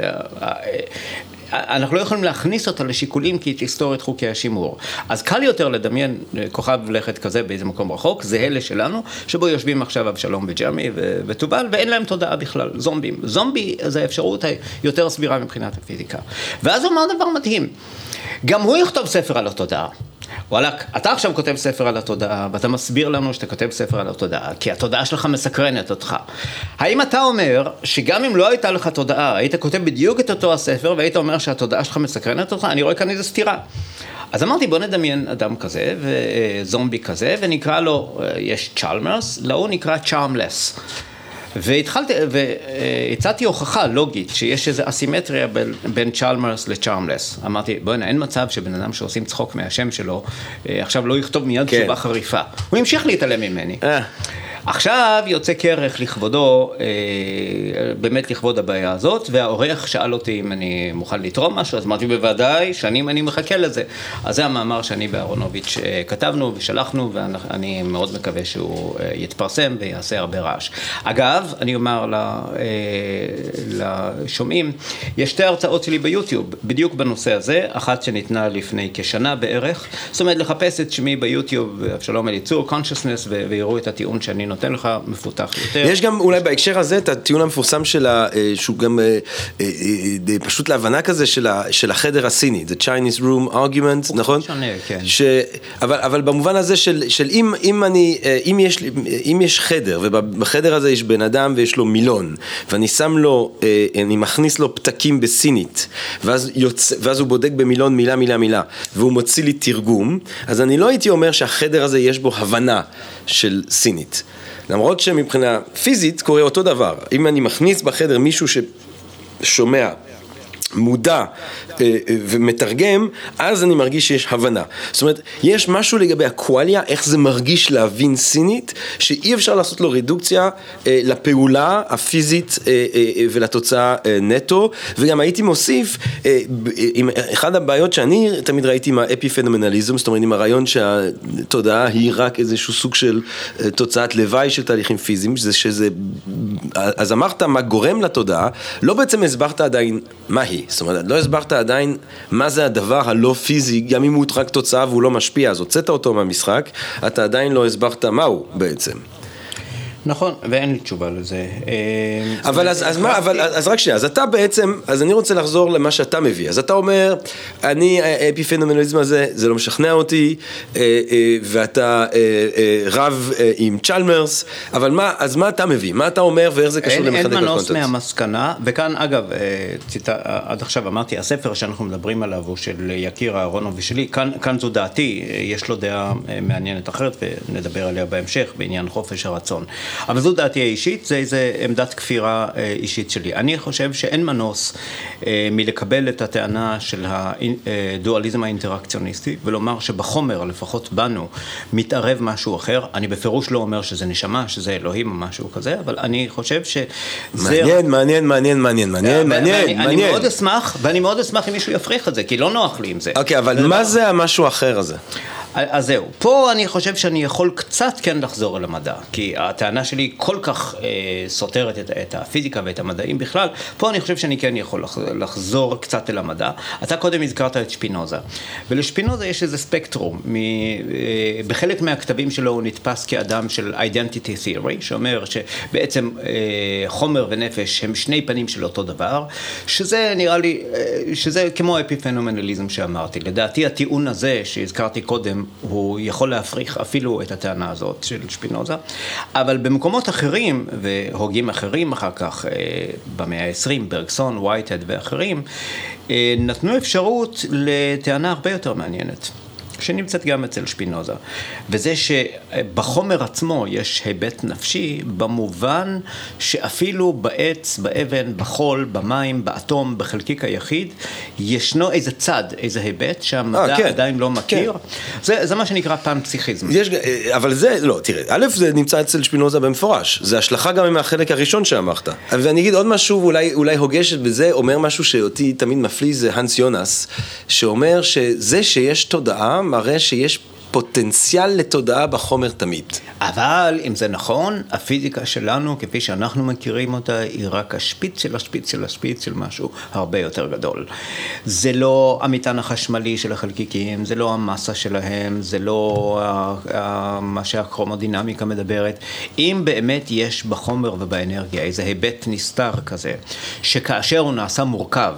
B: אנחנו לא יכולים להכניס אותה לשיקולים כי היא תסתור את חוקי השימור. אז קל יותר לדמיין כוכב לכת כזה באיזה מקום רחוק, זהה לשלנו, שבו יושבים עכשיו אבשלום וג'מי וטובל, ואין להם תודעה בכלל, זומבים. זומבי זה האפשרות היותר סבירה מבחינת הפיזיקה. ואז הוא אמר דבר מדהים, גם הוא יכתוב ספר על התודעה. וואלק, אתה עכשיו כותב ספר על התודעה, ואתה מסביר לנו שאתה כותב ספר על התודעה, כי התודעה שלך מסקרנת אותך. האם אתה אומר שגם אם לא הייתה לך תודעה, היית כותב בדיוק את אותו הספר, והיית אומר שהתודעה שלך מסקרנת אותך? אני רואה כאן איזו סתירה. אז אמרתי, בוא נדמיין אדם כזה, וזומבי כזה, ונקרא לו, יש צ'למרס, לא נקרא צ'ארמלס. והתחלתי, והצעתי הוכחה לוגית שיש איזו אסימטריה בין, בין צ'למרס לצ'ארמלס. אמרתי, בוא'נה, אין מצב שבן אדם שעושים צחוק מהשם שלו, עכשיו לא יכתוב מיד תשובה כן. חריפה. הוא המשיך להתעלם ממני. אה. עכשיו יוצא כרך לכבודו, אה, באמת לכבוד הבעיה הזאת, והעורך שאל אותי אם אני מוכן לתרום משהו, אז אמרתי בוודאי, שנים אני מחכה לזה. אז זה המאמר שאני ואהרונוביץ' כתבנו ושלחנו, ואני מאוד מקווה שהוא יתפרסם ויעשה הרבה רעש. אגב, אני אומר לשומעים, יש שתי הרצאות שלי ביוטיוב, בדיוק בנושא הזה, אחת שניתנה לפני כשנה בערך, זאת אומרת לחפש את שמי ביוטיוב, אבשלום אליצור, consciousness, ויראו את הטיעון שאני נותן לך מפותח יותר.
A: יש גם אולי בהקשר הזה את הטיעון המפורסם שלה, שהוא גם פשוט להבנה כזה של החדר הסיני, the Chinese room argument, נכון?
B: שונה, כן.
A: אבל במובן הזה של אם יש חדר, ובחדר הזה יש בן אדם ויש לו מילון, ואני שם לו, אני מכניס לו פתקים בסינית, ואז הוא בודק במילון מילה מילה מילה, והוא מוציא לי תרגום, אז אני לא הייתי אומר שהחדר הזה יש בו הבנה של סינית. למרות שמבחינה פיזית קורה אותו דבר. אם אני מכניס בחדר מישהו ששומע, מודע ומתרגם, אז אני מרגיש שיש הבנה. זאת אומרת, יש משהו לגבי הקואליה, איך זה מרגיש להבין סינית, שאי אפשר לעשות לו רדוקציה לפעולה הפיזית ולתוצאה נטו, וגם הייתי מוסיף, אחד הבעיות שאני תמיד ראיתי עם האפיפנומנליזם, זאת אומרת, עם הרעיון שהתודעה היא רק איזשהו סוג של תוצאת לוואי של תהליכים פיזיים, זה שזה, אז אמרת מה גורם לתודעה, לא בעצם הסברת עדיין מה היא, זאת אומרת, לא הסברת עדיין מה זה הדבר הלא פיזי, גם אם הוא רק תוצאה והוא לא משפיע, אז הוצאת אותו מהמשחק, אתה עדיין לא הסברת מהו בעצם.
B: נכון, ואין לי תשובה לזה.
A: אבל אז, אז מה, אבל, אז רק שנייה, אז אתה בעצם, אז אני רוצה לחזור למה שאתה מביא, אז אתה אומר, אני, האפיפנומנליזם הזה, זה לא משכנע אותי, ואתה רב עם צ'למרס, אבל מה, אז מה אתה מביא? מה אתה אומר ואיך זה קשור למחדק
B: הקונטקסט? אין מנוס מהמסקנה, וכאן אגב, עד עכשיו אמרתי, הספר שאנחנו מדברים עליו הוא של יקיר אהרונוב ושלי, כאן, כאן זו דעתי, יש לו דעה מעניינת אחרת, ונדבר עליה בהמשך, בעניין חופש הרצון. אבל זו דעתי האישית, זה איזה עמדת כפירה אישית שלי. אני חושב שאין מנוס מלקבל את הטענה של הדואליזם האינטראקציוניסטי, ולומר שבחומר, לפחות בנו, מתערב משהו אחר. אני בפירוש לא אומר שזה נשמה, שזה אלוהים או משהו כזה, אבל אני חושב שזה...
A: מעניין, מעניין, מעניין, מעניין, מעניין, מעניין.
B: אני מאוד אשמח, ואני מאוד אשמח אם מישהו יפריך את זה, כי לא נוח לי עם זה.
A: אוקיי, אבל מה זה המשהו האחר הזה?
B: אז זהו, פה אני חושב שאני יכול קצת כן לחזור אל המדע, כי הטענה שלי כל כך אה, סותרת את, את הפיזיקה ואת המדעים בכלל, פה אני חושב שאני כן יכול לחזור קצת אל המדע. אתה קודם הזכרת את שפינוזה, ולשפינוזה יש איזה ספקטרום, מ, אה, בחלק מהכתבים שלו הוא נתפס כאדם של identity theory, שאומר שבעצם אה, חומר ונפש הם שני פנים של אותו דבר, שזה נראה לי, אה, שזה כמו האפיפנומנליזם שאמרתי. לדעתי הטיעון הזה שהזכרתי קודם, הוא יכול להפריך אפילו את הטענה הזאת של שפינוזה, אבל במקומות אחרים, והוגים אחרים אחר כך, במאה ה-עשרים, ברגסון, וייטהד ואחרים, נתנו אפשרות לטענה הרבה יותר מעניינת, שנמצאת גם אצל שפינוזה, וזה שבחומר עצמו יש היבט נפשי, במובן שאפילו בעץ, באבן, בחול, במים, באטום, בחלקיק היחיד, ישנו איזה צד, איזה היבט שהמדע 아, כן. עדיין לא מכיר. כן. זה, זה מה שנקרא פן-פסיכיזם.
A: יש, אבל זה, לא, תראה, א', זה נמצא אצל שפינוזה במפורש, זה השלכה גם מהחלק הראשון שאמרת. ואני אגיד עוד משהו, ואולי, אולי הוגשת בזה, אומר משהו שאותי תמיד מפליא, זה הנס יונס, שאומר שזה שיש תודעה, מראה שיש פוטנציאל לתודעה בחומר תמיד.
B: אבל אם זה נכון, הפיזיקה שלנו, כפי שאנחנו מכירים אותה, היא רק השפיץ של השפיץ של השפיץ של משהו הרבה יותר גדול. זה לא המטען החשמלי של החלקיקים, זה לא המסה שלהם, זה לא מה שהקרומודינמיקה מדברת. אם באמת יש בחומר ובאנרגיה איזה היבט נסתר כזה, שכאשר הוא נעשה מורכב,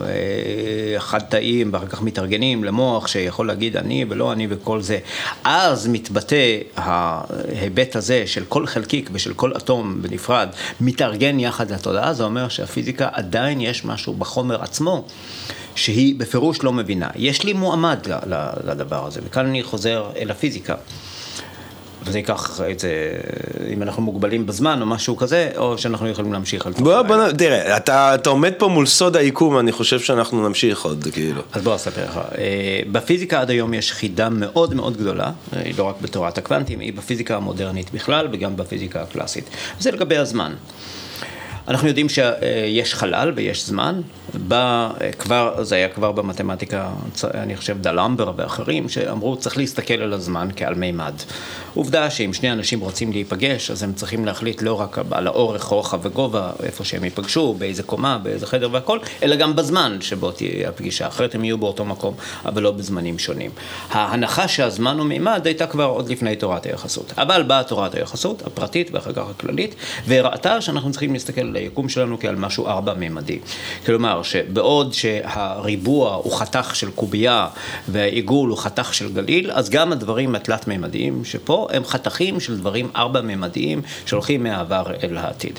B: אחד תאים ואחר כך מתארגנים למוח שיכול להגיד אני ולא אני וכל זה, אז מתבטא ההיבט הזה של כל חלקיק ושל כל אטום בנפרד מתארגן יחד לתודעה. זה אומר שהפיזיקה עדיין יש משהו בחומר עצמו שהיא בפירוש לא מבינה. יש לי מועמד לדבר הזה, וכאן אני חוזר אל הפיזיקה. וזה ייקח את זה, אם אנחנו מוגבלים בזמן או משהו כזה, או שאנחנו יכולים להמשיך על תוך.
A: בוא, בוא, תראה, אתה, אתה עומד פה מול סוד היקום, אני חושב שאנחנו נמשיך עוד, כאילו.
B: אז בוא אספר לך. בפיזיקה עד היום יש חידה מאוד מאוד גדולה, לא רק בתורת הקוונטים, היא בפיזיקה המודרנית בכלל, וגם בפיזיקה הקלאסית. זה לגבי הזמן. אנחנו יודעים שיש חלל ויש זמן, כבר, זה היה כבר במתמטיקה, אני חושב דלמבר ואחרים, שאמרו צריך להסתכל על הזמן כעל מימד. עובדה שאם שני אנשים רוצים להיפגש, אז הם צריכים להחליט לא רק על האורך, רוחב וגובה, איפה שהם ייפגשו, באיזה קומה, באיזה חדר והכל, אלא גם בזמן שבו תהיה הפגישה, אחרת הם יהיו באותו מקום, אבל לא בזמנים שונים. ההנחה שהזמן הוא מימד הייתה כבר עוד לפני תורת היחסות. אבל באה תורת היחסות, הפרטית ואחר כך הכללית, והראתה שאנחנו צריכים להסתכל על היקום שלנו כעל משהו ארבע מימדי. כלומר, שבעוד שהריבוע הוא חתך של קובייה והעיגול הוא חתך של גליל, אז גם הדברים התלת מימדיים שפה הם חתכים של דברים ארבע מימדיים שהולכים מהעבר אל העתיד.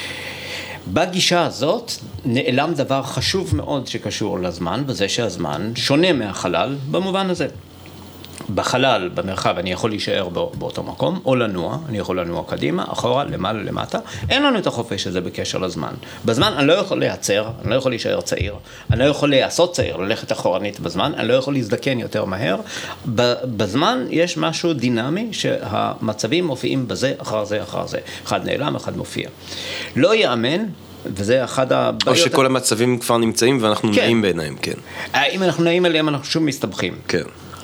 B: בגישה הזאת נעלם דבר חשוב מאוד שקשור לזמן, וזה שהזמן שונה מהחלל במובן הזה. בחלל, במרחב, אני יכול להישאר באותו מקום, או לנוע, אני יכול לנוע קדימה, אחורה, למעלה, למטה. אין לנו את החופש הזה בקשר לזמן. בזמן אני לא יכול להיעצר, אני לא יכול להישאר צעיר, אני לא יכול לעשות צעיר, ללכת אחורנית בזמן, אני לא יכול להזדקן יותר מהר. בזמן יש משהו דינמי שהמצבים מופיעים בזה, אחר זה, אחר זה. אחד נעלם, אחד מופיע. לא יאמן, וזה אחד הבעיות...
A: או שכל המצבים כבר נמצאים ואנחנו כן. נעים בעיניים, כן.
B: אם אנחנו נעים עליהם, אנחנו שוב מסתבכים.
A: כן.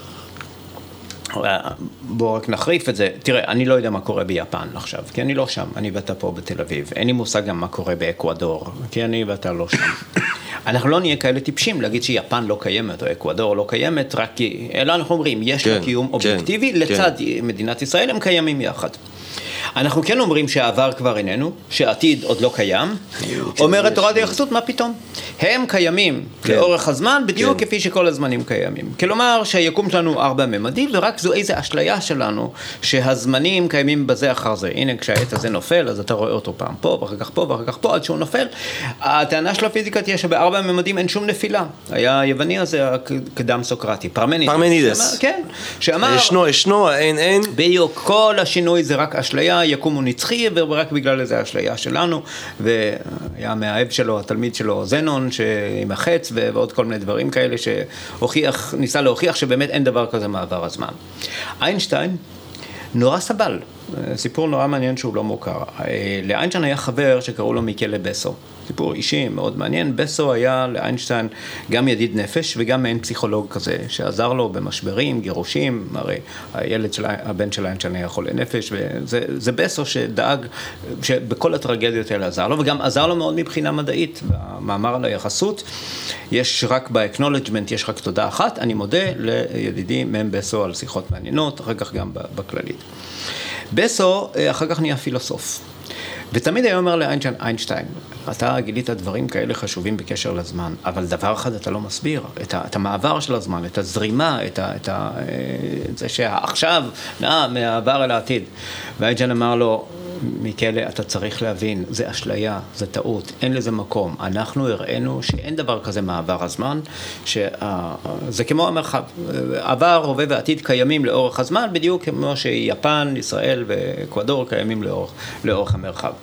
B: בואו רק נחריף את זה. תראה, אני לא יודע מה קורה ביפן עכשיו, כי אני לא שם, אני ואתה פה בתל אביב. אין לי מושג גם מה קורה באקוודור, כי אני ואתה לא שם. אנחנו לא נהיה כאלה טיפשים להגיד שיפן לא קיימת, או אקוודור לא קיימת, רק כי, אלא אנחנו אומרים, יש לה קיום אובייקטיבי, לצד מדינת ישראל הם קיימים יחד. אנחנו כן אומרים שהעבר כבר איננו, שהעתיד עוד לא קיים, אומרת תורת היחסות, מה פתאום? הם קיימים לאורך הזמן, בדיוק כפי שכל הזמנים קיימים. כלומר שהיקום שלנו ארבע ממדי, ורק זו איזו אשליה שלנו, שהזמנים קיימים בזה אחר זה. הנה, כשהעת הזה נופל, אז אתה רואה אותו פעם פה, ואחר כך פה, ואחר כך פה, עד שהוא נופל. הטענה של הפיזיקה תהיה שבארבע ממדים אין שום נפילה. היה היווני הזה, הקדם סוקרטי, פרמנידס.
A: פרמנידס.
B: כן, שאמר...
A: ישנו, ישנו, אין, אין.
B: בדיוק, כל השינוי זה רק אשליה, יקום הוא נצחי, ורק בגלל איזה אשליה שלנו, והיה מהאב שלו, התלמיד שלו, זנון, עם החץ, ועוד כל מיני דברים כאלה, שהוכיח, ניסה להוכיח שבאמת אין דבר כזה מעבר הזמן. איינשטיין נורא סבל, סיפור נורא מעניין שהוא לא מוכר. לאיינשטיין היה חבר שקראו לו מיקלה בסו. סיפור אישי מאוד מעניין. בסו היה לאיינשטיין גם ידיד נפש וגם מעין פסיכולוג כזה, שעזר לו במשברים, גירושים, הרי הילד של, הבן של איינשטיין היה חולה נפש, וזה זה בסו שדאג, שבכל הטרגדיות האלה עזר לו, וגם עזר לו מאוד מבחינה מדעית. במאמר על היחסות, יש רק ב-acknowledgement, יש רק תודה אחת, אני מודה לידידי מם בסו על שיחות מעניינות, אחר כך גם בכללית. בסו אחר כך נהיה פילוסוף. ותמיד היה אומר לאיינשטיין, אתה גילית דברים כאלה חשובים בקשר לזמן, אבל דבר אחד אתה לא מסביר, את, ה, את המעבר של הזמן, את הזרימה, את, ה, את, ה, את זה שעכשיו נע מהעבר אל העתיד. ואיינשטיין אמר לו, מכאלה אתה צריך להבין, זה אשליה, זה טעות, אין לזה מקום. אנחנו הראינו שאין דבר כזה מעבר הזמן, שזה כמו המרחב. עבר, הווה ועתיד קיימים לאורך הזמן, בדיוק כמו שיפן, ישראל ואקוודור קיימים לאורך, לאורך המרחב.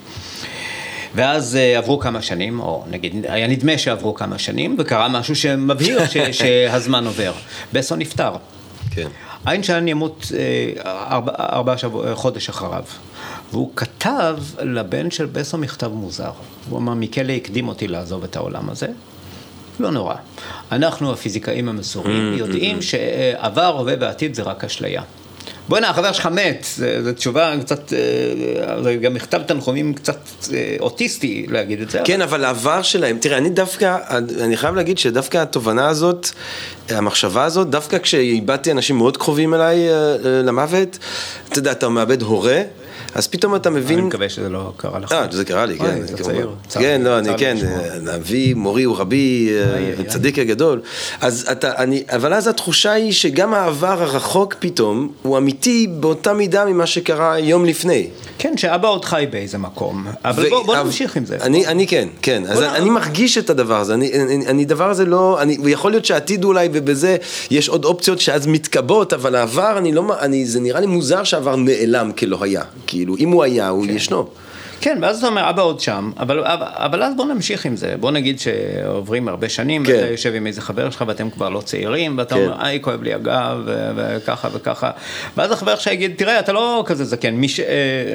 B: ואז עברו כמה שנים, או נגיד, היה נדמה שעברו כמה שנים, וקרה משהו שמבהיר ש, שהזמן עובר. בסו נפטר.
A: כן.
B: איינשטיין ימות ארבע, ארבע שבוע, חודש אחריו. והוא כתב לבן של בסו מכתב מוזר. הוא אמר, מיקלה הקדים אותי לעזוב את העולם הזה. לא נורא. אנחנו הפיזיקאים המסורים יודעים שעבר, הווה ועתיד זה רק אשליה. בואי נה, החבר שלך מת, זו תשובה קצת, זה גם מכתב תנחומים קצת אוטיסטי להגיד את זה.
A: כן, אבל העבר שלהם, תראה, אני דווקא, אני חייב להגיד שדווקא התובנה הזאת, המחשבה הזאת, דווקא כשאיבדתי אנשים מאוד קרובים אליי למוות, אתה יודע, אתה מאבד הורה, אז פתאום אתה מבין...
B: אני מקווה שזה לא קרה לך.
A: אה, זה קרה לי, כן.
B: זה צעיר.
A: כן, לא, אני כן, אבי, מורי הוא רבי, צדיק הגדול. אז אתה, אני, אבל אז התחושה היא שגם העבר הרחוק פתאום, הוא אמיתי באותה מידה ממה שקרה יום לפני.
B: כן, שאבא עוד חי באיזה מקום. אבל בוא נמשיך עם זה.
A: אני כן, כן. אז אני מרגיש את הדבר הזה. אני דבר הזה לא... ויכול להיות שהעתיד אולי, ובזה יש עוד אופציות שאז מתקבות, אבל העבר, אני לא... זה נראה לי מוזר שהעבר נעלם כלא היה. כאילו, אם הוא היה, הוא ישנו.
B: כן, ואז אתה אומר, אבא עוד שם, אבל, אבל אז בוא נמשיך עם זה. בוא נגיד שעוברים הרבה שנים, כן. ואתה יושב עם איזה חבר שלך, ואתם כבר לא צעירים, ואתה כן. אומר, איי, כואב לי הגב, ו- וככה וככה. ואז החבר שלך יגיד, תראה, אתה לא כזה זקן, מי ש...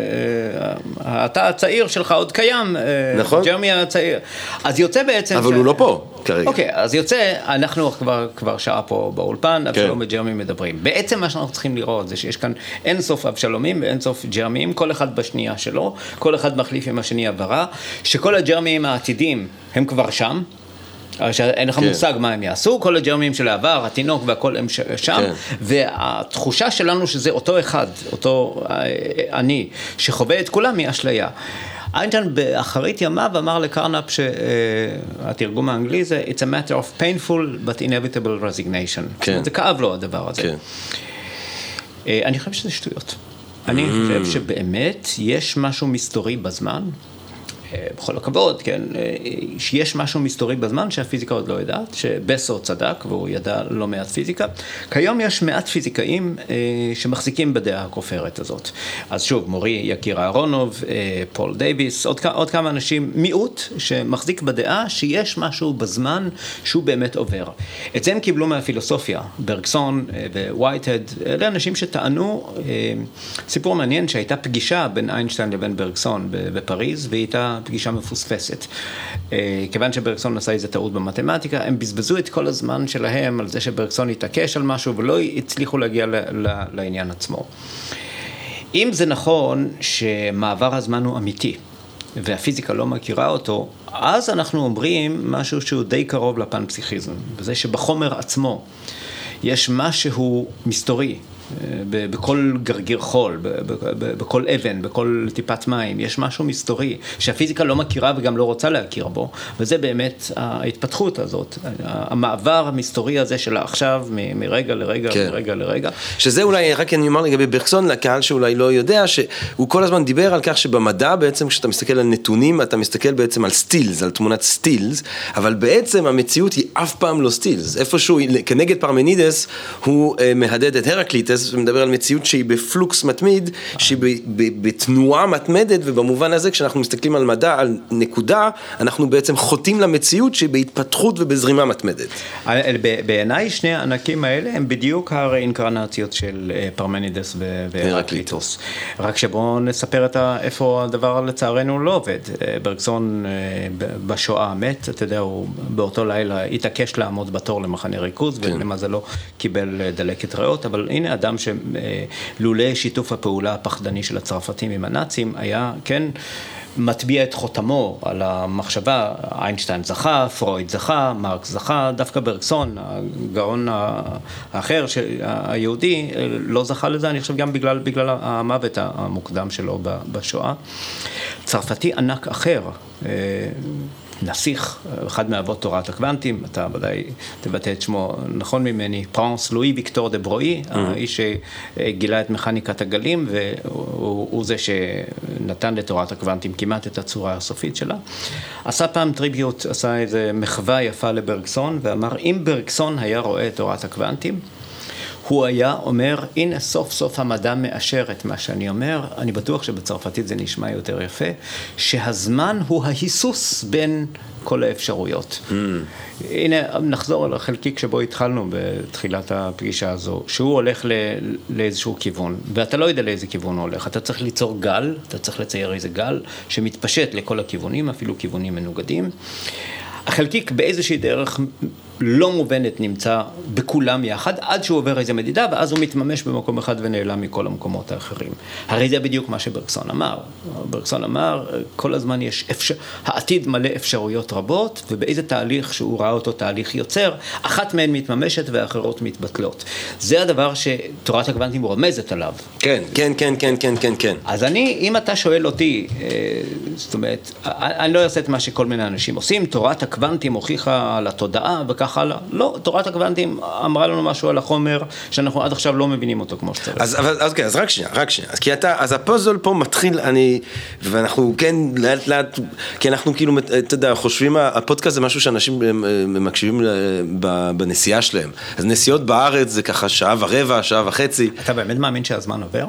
B: אתה הצעיר שלך עוד קיים,
A: נכון.
B: ג'רמי הצעיר. אז יוצא בעצם...
A: אבל ש... הוא לא פה. כרגע.
B: אוקיי, אז יוצא, אנחנו כבר, כבר שעה פה באולפן, אבשלום וג'רמי מדברים. בעצם מה שאנחנו צריכים לראות זה שיש כאן אין סוף אבשלומים ואין סוף ג'רמיים, כל אחד בשנייה שלו, כל אחד מחליף עם השני עברה, שכל הג'רמיים העתידים הם כבר שם, אין לך מושג מה הם יעשו, כל הג'רמיים של העבר, התינוק והכל הם שם, והתחושה שלנו שזה אותו אחד, אותו אני, שחווה את כולם מאשליה. איינשטיין באחרית ימיו אמר לקרנפ שהתרגום האנגלי זה It's a matter of painful but inevitable resignation. כן. זה כאב לו הדבר הזה. כן. אני חושב שזה שטויות. אני חושב שבאמת יש משהו מסתורי בזמן, בכל הכבוד, כן, שיש משהו מסתורי בזמן שהפיזיקה עוד לא יודעת, שבסו צדק והוא ידע לא מעט פיזיקה. כיום יש מעט פיזיקאים שמחזיקים בדעה הכופרת הזאת. אז שוב, מורי יקיר אהרונוב, פול דייביס, עוד, עוד כמה אנשים, מיעוט שמחזיק בדעה שיש משהו בזמן שהוא באמת עובר. את זה הם קיבלו מהפילוסופיה, ברגסון ווייטהד, אלה אנשים שטענו, סיפור מעניין שהייתה פגישה בין איינשטיין לבין ברגסון בפריז, והיא הייתה פגישה מפוספסת. כיוון שברגסון עשה איזו טעות במתמטיקה, הם בזבזו את כל הזמן שלהם על זה שברגסון התעקש על משהו ולא הצליחו להגיע ל- ל- לעניין עצמו. אם זה נכון שמעבר הזמן הוא אמיתי, והפיזיקה לא מכירה אותו, אז אנחנו אומרים משהו שהוא די קרוב לפן פסיכיזם, וזה שבחומר עצמו יש משהו מסתורי, בכל גרגיר חול, בכל אבן, בכל טיפת מים, יש משהו מסתורי שהפיזיקה לא מכירה וגם לא רוצה להכיר בו, וזה באמת ההתפתחות הזאת, המעבר המסתורי הזה של עכשיו, מרגע לרגע, כן. מרגע לרגע.
A: שזה אולי, רק אני אומר לגבי ברגסון, לקהל שאולי לא יודע, שהוא כל הזמן דיבר על כך שבמדע בעצם, כשאתה מסתכל על נתונים, אתה מסתכל בעצם על סטילס, על תמונת סטילס, אבל בעצם המציאות היא אף פעם לא סטילס. איפשהו, כנגד פרמנידס, הוא מהדד את הרקליטס, תזה שמדבר על מציאות שהיא בפלוקס מתמיד, שהיא בתנועה מתמדת, ובמובן הזה כשאנחנו מסתכלים על מדע, על נקודה, אנחנו בעצם חוטאים למציאות שהיא בהתפתחות ובזרימה מתמדת.
B: בעיניי שני הענקים האלה הם בדיוק האינקרנציות של פרמנידס והרקליטוס. רק שבואו נספר את איפה הדבר לצערנו לא עובד. ברגסון בשואה מת, אתה יודע, הוא באותו לילה התעקש לעמוד בתור למחנה ריכוז, ולמזלו קיבל דלקת ריאות, אבל הנה אדם שלולא שיתוף הפעולה הפחדני של הצרפתים עם הנאצים, היה, כן, מטביע את חותמו על המחשבה, איינשטיין זכה, פרויד זכה, מרקס זכה, דווקא ברגסון, הגאון האחר, היהודי, לא זכה לזה, אני חושב גם בגלל, בגלל המוות המוקדם שלו בשואה. צרפתי ענק אחר, נסיך, אחד מאבות תורת הקוונטים, אתה ודאי תבטא את שמו נכון ממני, פרנס לואי ויקטור דה ברואי, האיש שגילה את מכניקת הגלים, והוא זה שנתן לתורת הקוונטים כמעט את הצורה הסופית שלה. עשה פעם טריביוט, עשה איזה מחווה יפה לברגסון, ואמר, אם ברגסון היה רואה את תורת הקוונטים, הוא היה אומר, הנה סוף סוף המדע מאשר את מה שאני אומר, אני בטוח שבצרפתית זה נשמע יותר יפה, שהזמן הוא ההיסוס בין כל האפשרויות. Mm. הנה, נחזור על החלקיק שבו התחלנו בתחילת הפגישה הזו, שהוא הולך לאיזשהו כיוון, ואתה לא יודע לאיזה כיוון הוא הולך, אתה צריך ליצור גל, אתה צריך לצייר איזה גל שמתפשט לכל הכיוונים, אפילו כיוונים מנוגדים. החלקיק באיזושהי דרך לא מובנת נמצא בכולם יחד, עד שהוא עובר איזו מדידה, ואז הוא מתממש במקום אחד ונעלם מכל המקומות האחרים. הרי זה בדיוק מה שברגסון אמר. ברגסון אמר, כל הזמן יש אפשר... העתיד מלא אפשרויות רבות, ובאיזה תהליך שהוא ראה אותו תהליך יוצר, אחת מהן מתממשת והאחרות מתבטלות. זה הדבר שתורת הקוונטים רומזת עליו.
A: כן, כן, כן, כן, כן, כן, כן.
B: אז אני, אם אתה שואל אותי, זאת אומרת, אני לא אעשה את מה שכל מיני אנשים עושים, תורת הקוונטים הוכיחה על התודעה וכך הלאה. לא, תורת הקוונטים אמרה לנו משהו על החומר שאנחנו עד עכשיו לא מבינים אותו כמו שצריך.
A: אז, אז, אז, אז רק שנייה, רק שנייה. כי אתה, אז הפוזל פה מתחיל, אני, ואנחנו כן, לאט לאט, כי אנחנו כאילו, אתה יודע, חושבים, הפודקאסט זה משהו שאנשים מקשיבים בנסיעה שלהם. אז נסיעות בארץ זה ככה שעה ורבע, שעה וחצי.
B: אתה באמת מאמין שהזמן עובר?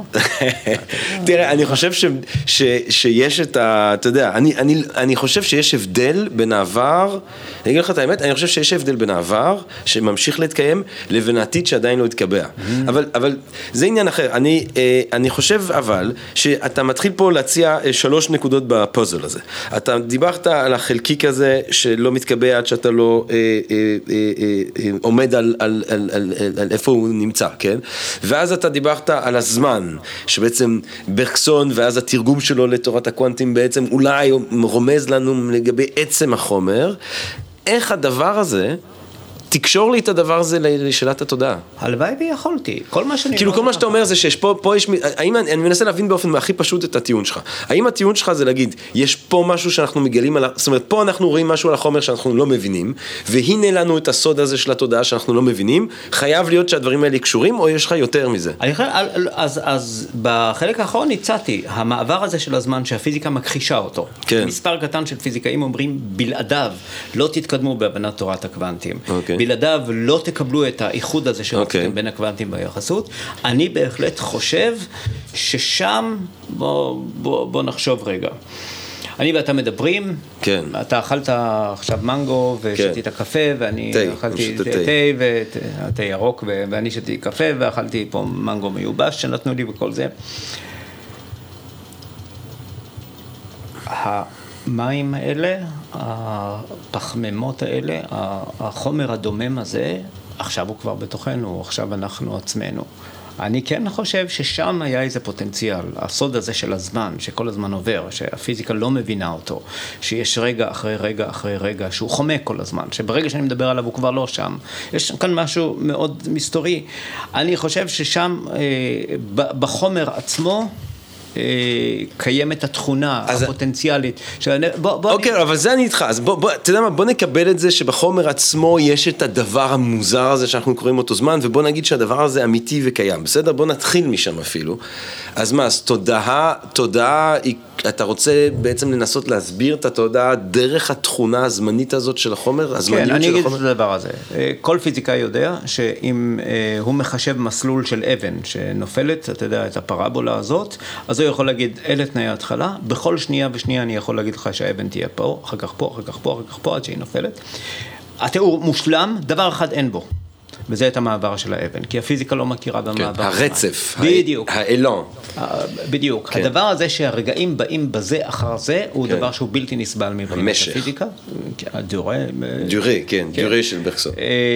A: תראה, אני חושב ש, ש, שיש את ה, אתה יודע, אני, אני, אני חושב שיש הבדל בין העבר, אני אגיד לך את האמת, אני חושב שיש הבדל בין העבר, שממשיך להתקיים, לבין העתיד שעדיין לא התקבע. אבל, אבל זה עניין אחר. אני, אני חושב אבל, שאתה מתחיל פה להציע שלוש נקודות בפוזל הזה. אתה דיברת על החלקיק הזה, שלא מתקבע עד שאתה לא אה, אה, אה, אה, עומד על, על, על, על, על, על איפה הוא נמצא, כן? ואז אתה דיברת על הזמן, שבעצם ברגסון, ואז התרגום שלו לתורת הקוונטים בעצם אולי רומז לנו לגבי עצם החומר. איך הדבר הזה, תקשור לי את הדבר הזה לשאלת התודעה.
B: הלוואי ויכולתי. כל מה שאני...
A: כאילו כל מה שאתה אומר זה שיש פה, פה יש, האם, אני מנסה להבין באופן הכי פשוט את הטיעון שלך. האם הטיעון שלך זה להגיד, יש פה משהו שאנחנו מגלים על, זאת אומרת, פה אנחנו רואים משהו על החומר שאנחנו לא מבינים, והנה לנו את הסוד הזה של התודעה שאנחנו לא מבינים, חייב להיות שהדברים האלה קשורים, או יש לך יותר מזה?
B: אני חושב, אז, אז בחלק האחרון הצעתי, המעבר הזה של הזמן שהפיזיקה מכחישה אותו.
A: כן.
B: מספר קטן של פיזיקאים אומרים, בלעדיו לא תתקדמו בהבנת תורת הקוונטים.
A: אוקיי.
B: בלעדיו לא תקבלו את האיחוד הזה שרציתם
A: okay.
B: בין הקוונטים ביחסות. אני בהחלט חושב ששם, בוא, בוא, בוא נחשוב רגע. אני ואתה מדברים,
A: כן.
B: אתה אכלת עכשיו מנגו ושתית כן. קפה, ואני
A: תה,
B: אכלתי תה, תה, תה ירוק, ואני שתיתי קפה, ואכלתי פה מנגו מיובש שנתנו לי וכל זה. המים האלה, הפחמימות האלה, החומר הדומם הזה, עכשיו הוא כבר בתוכנו, עכשיו אנחנו עצמנו. אני כן חושב ששם היה איזה פוטנציאל, הסוד הזה של הזמן, שכל הזמן עובר, שהפיזיקה לא מבינה אותו, שיש רגע אחרי רגע אחרי רגע, שהוא חומק כל הזמן, שברגע שאני מדבר עליו הוא כבר לא שם. יש כאן משהו מאוד מסתורי. אני חושב ששם, בחומר עצמו, קיימת התכונה הפוטנציאלית.
A: אוקיי, אבל זה אני איתך, אז בוא, אתה יודע מה, בוא נקבל את זה שבחומר עצמו יש את הדבר המוזר הזה שאנחנו קוראים אותו זמן, ובוא נגיד שהדבר הזה אמיתי וקיים, בסדר? בוא נתחיל משם אפילו. אז מה, אז תודעה, תודעה, אתה רוצה בעצם לנסות להסביר את התודעה דרך התכונה הזמנית הזאת של החומר, הזמניות
B: כן, אני
A: של
B: אגיד
A: החומר?
B: את הדבר הזה. כל פיזיקאי יודע שאם הוא מחשב מסלול של אבן שנופלת, אתה יודע, את הפרבולה הזאת, אז הוא יכול להגיד, אלה תנאי ההתחלה, בכל שנייה ושנייה אני יכול להגיד לך שהאבן תהיה פה, אחר כך פה, אחר כך פה, אחר כך פה, עד שהיא נופלת. התיאור מושלם, דבר אחד אין בו. וזה את המעבר של האבן, כי הפיזיקה לא מכירה במעבר.
A: הרצף,
B: בדיוק.
A: האלון.
B: בדיוק. הדבר הזה שהרגעים באים בזה אחר זה, הוא דבר שהוא בלתי נסבל מבחינת הפיזיקה. דיורה.
A: דיורה, כן, דיורה של ברקסון.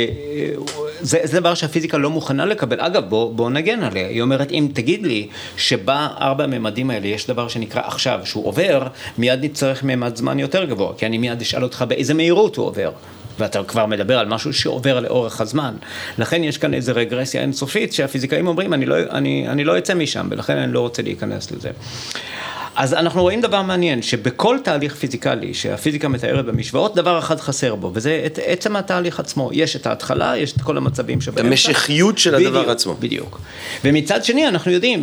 B: זה דבר שהפיזיקה לא מוכנה לקבל. אגב, בוא נגן עליה. היא אומרת, אם תגיד לי שבה ארבע ממדים האלה יש דבר שנקרא עכשיו, שהוא עובר, מיד נצטרך ממד זמן יותר גבוה, כי אני מיד אשאל אותך באיזה מהירות הוא עובר. ואתה כבר מדבר על משהו שעובר לאורך הזמן. לכן יש כאן איזו רגרסיה אינסופית שהפיזיקאים אומרים, אני לא, אני, אני לא אצא משם, ולכן אני לא רוצה להיכנס לזה. אז אנחנו רואים דבר מעניין, שבכל תהליך פיזיקלי שהפיזיקה מתארת במשוואות, דבר אחד חסר בו, וזה את עצם התהליך עצמו. יש את ההתחלה, יש את כל המצבים שבאמצע.
A: המשכיות של הדבר
B: בדיוק,
A: עצמו.
B: בדיוק. ומצד שני, אנחנו יודעים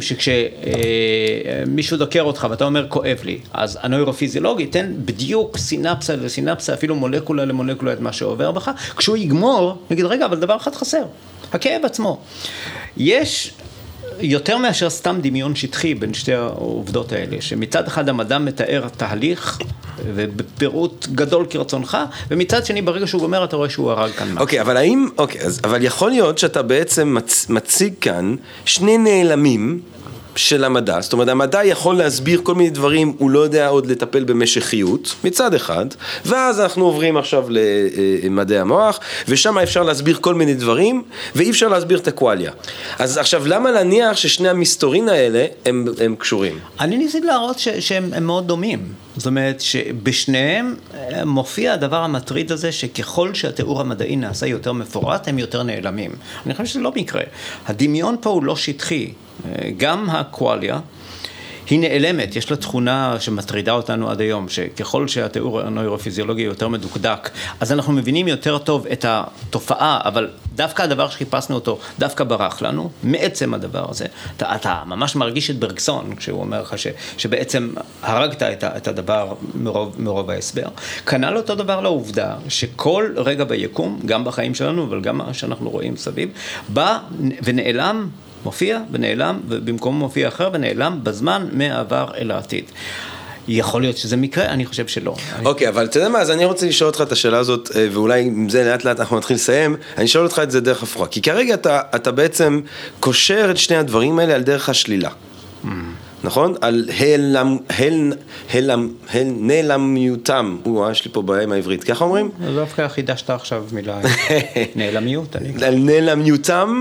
B: שכשמישהו דוקר אותך, ואתה אומר, כואב לי, אז הנוירופיזיולוגי תן בדיוק סינפסה לסינפסה, אפילו מולקולה למולקולה את מה שעובר בך, כשהוא יגמור, נגיד, רגע, אבל דבר אחד חסר, הכאב עצמו. יש יותר מאשר סתם דמיון שטחי בין שתי העובדות האלה, שמצד אחד המדע מתאר תהליך ובפירוט גדול כרצונך, ומצד שני ברגע שהוא גומר אתה רואה שהוא הרג כאן משהו.
A: אוקיי, אבל האם, אוקיי, אז, אבל יכול להיות שאתה בעצם מצ, מציג כאן שני נעלמים של המדע, זאת אומרת, המדע יכול להסביר כל מיני דברים, הוא לא יודע עוד לטפל במשכיות, מצד אחד, ואז אנחנו עוברים עכשיו למדעי המוח, ושם אפשר להסביר כל מיני דברים, ואי אפשר להסביר את הקואליה. אז עכשיו, למה להניח ששני המסתורין האלה הם, הם קשורים?
B: אני ניסיתי להראות ש, שהם הם מאוד דומים. זאת אומרת שבשניהם מופיע הדבר המטריד הזה שככל שהתיאור המדעי נעשה יותר מפורט, הם יותר נעלמים. אני חושב שזה לא מקרה. הדמיון פה הוא לא שטחי. גם הקואליה היא נעלמת, יש לה תכונה שמטרידה אותנו עד היום, שככל שהתיאור הנוירופיזיולוגי יותר מדוקדק, אז אנחנו מבינים יותר טוב את התופעה, אבל דווקא הדבר שחיפשנו אותו, דווקא ברח לנו, מעצם הדבר הזה. אתה, אתה ממש מרגיש את ברגסון, כשהוא אומר לך ש, שבעצם הרגת את, את הדבר מרוב, מרוב ההסבר. כנ"ל אותו דבר לעובדה, שכל רגע ביקום, גם בחיים שלנו, אבל גם מה שאנחנו רואים סביב, בא ונעלם, מופיע ונעלם, ובמקום מופיע אחר ונעלם בזמן מהעבר אל העתיד. יכול להיות שזה מקרה, אני חושב שלא.
A: אוקיי, אבל אתה יודע מה, אז אני רוצה לשאול אותך את השאלה הזאת, ואולי עם זה לאט לאט אנחנו נתחיל לסיים, אני אשאל אותך את זה דרך הפוכה, כי כרגע אתה, אתה בעצם קושר את שני הדברים האלה על דרך השלילה. נכון? על הלם, הל, הלם, הל, נעלמיותם. וואו, יש לי פה בעיה עם העברית. ככה אומרים?
B: דווקא חידשת עכשיו מילה נעלמיות.
A: על נעלמיותם.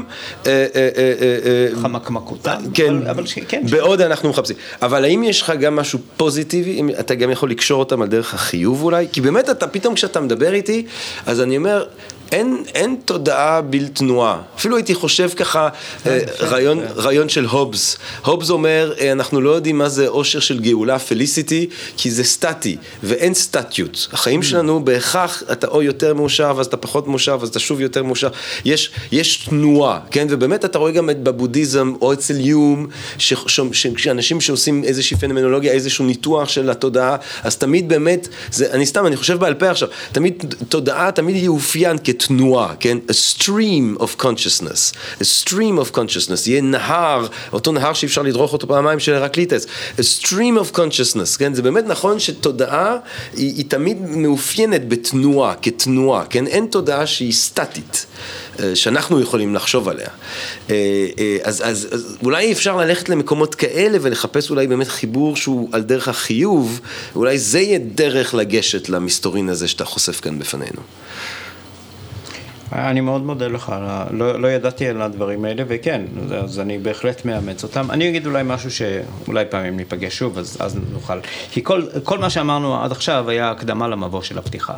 B: חמקמקותם.
A: כן, בעוד אנחנו מחפשים. אבל האם יש לך גם משהו פוזיטיבי? אתה גם יכול לקשור אותם על דרך החיוב אולי? כי באמת אתה, פתאום כשאתה מדבר איתי, אז אני אומר, אין, אין תודעה בלתנועה. אפילו הייתי חושב ככה, רעיון, רעיון של הובס. הובס אומר, אנחנו לא יודעים מה זה אושר של גאולה, פליסיטי, כי זה סטטי, ואין סטטיות. החיים שלנו בהכרח, אתה או יותר מאושר, אז אתה פחות מאושר, אז אתה שוב יותר מאושר. יש, יש תנועה, כן? ובאמת אתה רואה גם את בבודהיזם, או אצל יום, שאנשים שעושים איזושהי פנומנולוגיה, איזשהו ניתוח של התודעה, אז תמיד באמת, זה, אני סתם, אני חושב בעל פה עכשיו, תמיד תודעה, תמיד יאופיין כתנועה, כן? A stream of consciousness. A stream of consciousness. יהיה נהר, אותו נהר שאפשר לדרוך אותו פעמיים של הרקליטס. A stream of consciousness, כן? זה באמת נכון שתודעה היא, היא תמיד מאופיינת בתנועה, כתנועה, כן? אין תודעה שהיא סטטית, שאנחנו יכולים לחשוב עליה. אז, אז, אז אולי אפשר ללכת למקומות כאלה ולחפש אולי באמת חיבור שהוא על דרך החיוב, אולי זה יהיה דרך לגשת למסתורין הזה שאתה חושף כאן בפנינו.
B: אני מאוד מודה לך, לא, לא ידעתי על הדברים האלה, וכן, אז אני בהחלט מאמץ אותם. אני אגיד אולי משהו שאולי פעמים ניפגש שוב, אז, אז נוכל. כי כל, כל מה שאמרנו עד עכשיו היה הקדמה למבוא של הפתיחה.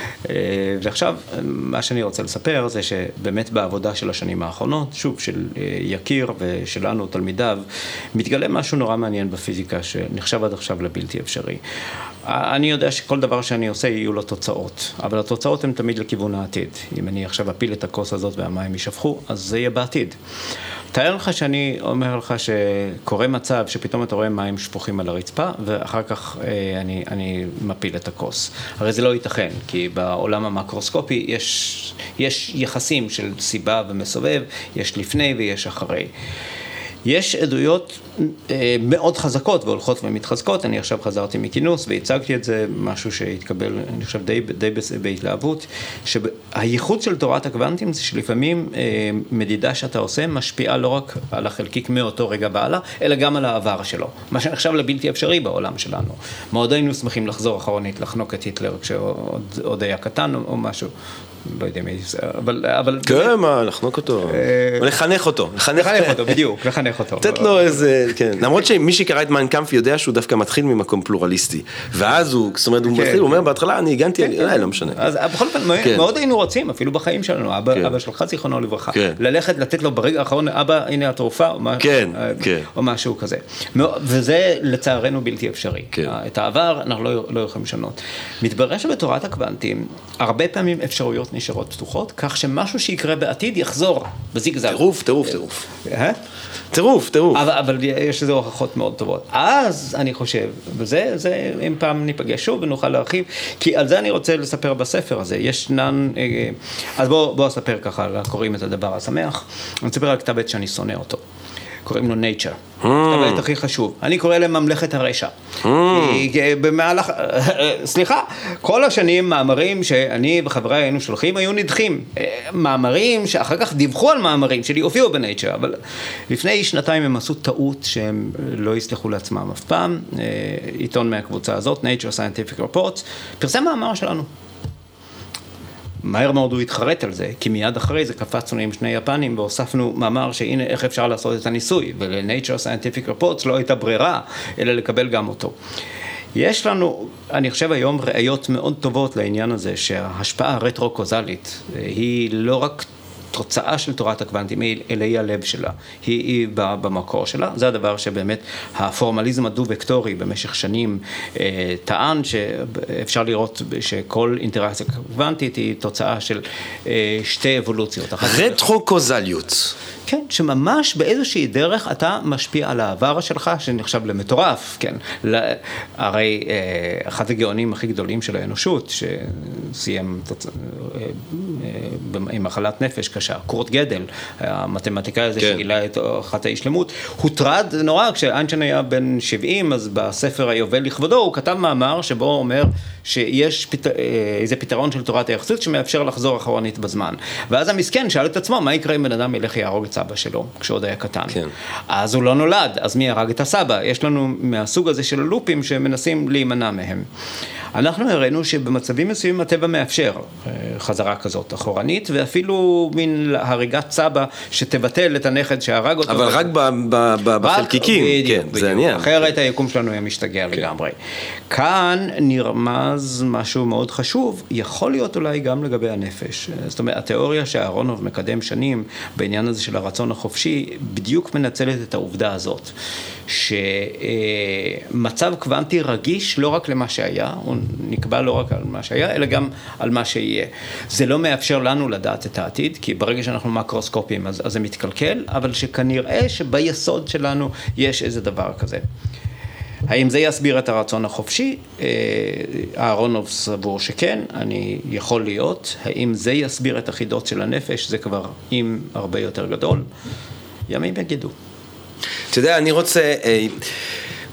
B: ועכשיו, מה שאני רוצה לספר זה שבאמת בעבודה של השנים האחרונות, שוב, של יקיר ושלנו, תלמידיו, מתגלה משהו נורא מעניין בפיזיקה שנחשב עד עכשיו לבלתי אפשרי. אני יודע שכל דבר שאני עושה יהיו לו תוצאות, אבל התוצאות הן תמיד לכיוון העתיד. אם אני עכשיו אפיל את הכוס הזאת והמים יישפכו, אז זה יהיה בעתיד. תאר לך שאני אומר לך שקורה מצב שפתאום אתה רואה מים שפוכים על הרצפה, ואחר כך אה, אני, אני מפיל את הכוס. הרי זה לא ייתכן, כי בעולם המקרוסקופי יש, יש יחסים של סיבה ומסובב, יש לפני ויש אחרי. יש עדויות אה, מאוד חזקות והולכות ומתחזקות. אני עכשיו חזרתי מכינוס והצגתי את זה, משהו שהתקבל, אני חושב, די, די בהתלהבות, שהייחוד של תורת הקוונטים זה שלפעמים אה, מדידה שאתה עושה משפיעה לא רק על החלקיק מאותו רגע בעלה, אלא גם על העבר שלו. מה שנחשב לבלתי אפשרי בעולם שלנו. מאוד היינו שמחים לחזור אחרונית, לחנוק את היטלר כשעוד היה קטן או, או משהו. לא יודע מי זה, אבל... אבל
A: כן, מה, לחנוק אותו, לחנך אותו.
B: לחנך אותו, בדיוק, לחנך אותו.
A: לתת לו איזה, כן. למרות שמי שקרא את מיין קאמפף יודע שהוא דווקא מתחיל ממקום פלורליסטי. ואז הוא, זאת אומרת, הוא מתחיל, הוא אומר, בהתחלה אני הגנתי, לא משנה.
B: אז בכל פעם, מאוד היינו רוצים, אפילו בחיים שלנו, אבא שלך זיכרונו לברכה, ללכת, לתת לו ברגע האחרון, אבא, הנה התרופה, או משהו כזה. וזה לצערנו בלתי אפשרי. את העבר אנחנו לא יכולים לשנות. מתברר שבתורת הקוונטים, הרבה פעמים אפשרויות נשארות פתוחות, כך שמשהו שיקרה בעתיד יחזור בזיגזג.
A: טירוף, טירוף, טירוף. טירוף, טירוף.
B: אבל, אבל יש לזה הוכחות מאוד טובות. אז אני חושב, וזה, זה, אם פעם ניפגש שוב ונוכל להרחיב, כי על זה אני רוצה לספר בספר הזה. ישנן, אז בואו בוא אספר ככה, קוראים את הדבר השמח. אני אספר על כתב עת שאני שונא אותו. קוראים לו Nature. כתב עת הכי חשוב. אני קורא להם ממלכת הרשע. כי במהלך, סליחה, כל השנים מאמרים שאני וחבריי היינו שולחים היו נדחים. מאמרים שאחר כך דיווחו על מאמרים שלי, הופיעו ב-Nature, אבל לפני שנתיים הם עשו טעות שהם לא יסלחו לעצמם אף פעם. עיתון מהקבוצה הזאת, Nature Scientific Reports, פרסם מאמר שלנו. מהר מאוד הוא התחרט על זה, כי מיד אחרי זה קפצנו עם שני יפנים והוספנו מאמר שהנה איך אפשר לעשות את הניסוי, ול-Nature Scientific Reports לא הייתה ברירה, אלא לקבל גם אותו. יש לנו, אני חושב היום, ראיות מאוד טובות לעניין הזה, שההשפעה הרטרו-קוזלית היא לא רק תוצאה של תורת הקוונטים, אלא היא הלב שלה, היא, היא במקור שלה. זה הדבר שבאמת הפורמליזם הדו-וקטורי במשך שנים אה, טען שאפשר לראות שכל אינטראקציה קוונטית היא תוצאה של אה, שתי אבולוציות.
A: רטרו-קוזליות.
B: כן, שממש באיזושהי דרך אתה משפיע על העבר שלך, שנחשב למטורף, כן. הרי אה, אחד הגאונים הכי גדולים של האנושות, שסיים תוצ... אה, אה, עם מחלת נפש קשה, קורט גדל, המתמטיקאי הזה כן. שגילה את אחת האי-שלמות, הוטרד נורא, כשאיינשטיין היה בן שבעים, אז בספר היובל לכבודו, הוא כתב מאמר שבו הוא אומר שיש פת... איזה פתרון של תורת היחסות שמאפשר לחזור אחרונית בזמן. ואז המסכן שאל את עצמו, מה יקרה אם בן אדם ילך יהרוג את סבא שלו, כשעוד היה קטן? כן. אז הוא לא נולד, אז מי הרג את הסבא? יש לנו מהסוג הזה של הלופים שמנסים להימנע מהם. אנחנו הראינו שבמצבים מסוימים הטבע מאפשר חזרה כזאת אחורנית, ואפילו מין הריגת סבא שתבטל את הנכד שהרג אותו.
A: אבל רק בחלקיקים, כן, זה עניין.
B: אחרת היקום שלנו היה משתגע לגמרי. כאן נרמז משהו מאוד חשוב, יכול להיות אולי גם לגבי הנפש. זאת אומרת, התיאוריה שאהרונוב מקדם שנים בעניין הזה של הרצון החופשי, בדיוק מנצלת את העובדה הזאת, שמצב קוונטי רגיש לא רק למה שהיה, הוא נקבע לא רק על מה שהיה, אלא גם על מה שיהיה. זה לא מאפשר לנו לדעת את העתיד, כי ברגע שאנחנו מקרוסקופיים, אז, אז זה מתקלקל, אבל שכנראה שביסוד שלנו יש איזה דבר כזה. האם זה יסביר את הרצון החופשי? אהרונוב סבור שכן, אני יכול להיות. האם זה יסביר את החידות של הנפש? זה כבר עם הרבה יותר גדול. ימים יגידו.
A: אתה יודע, אני רוצה,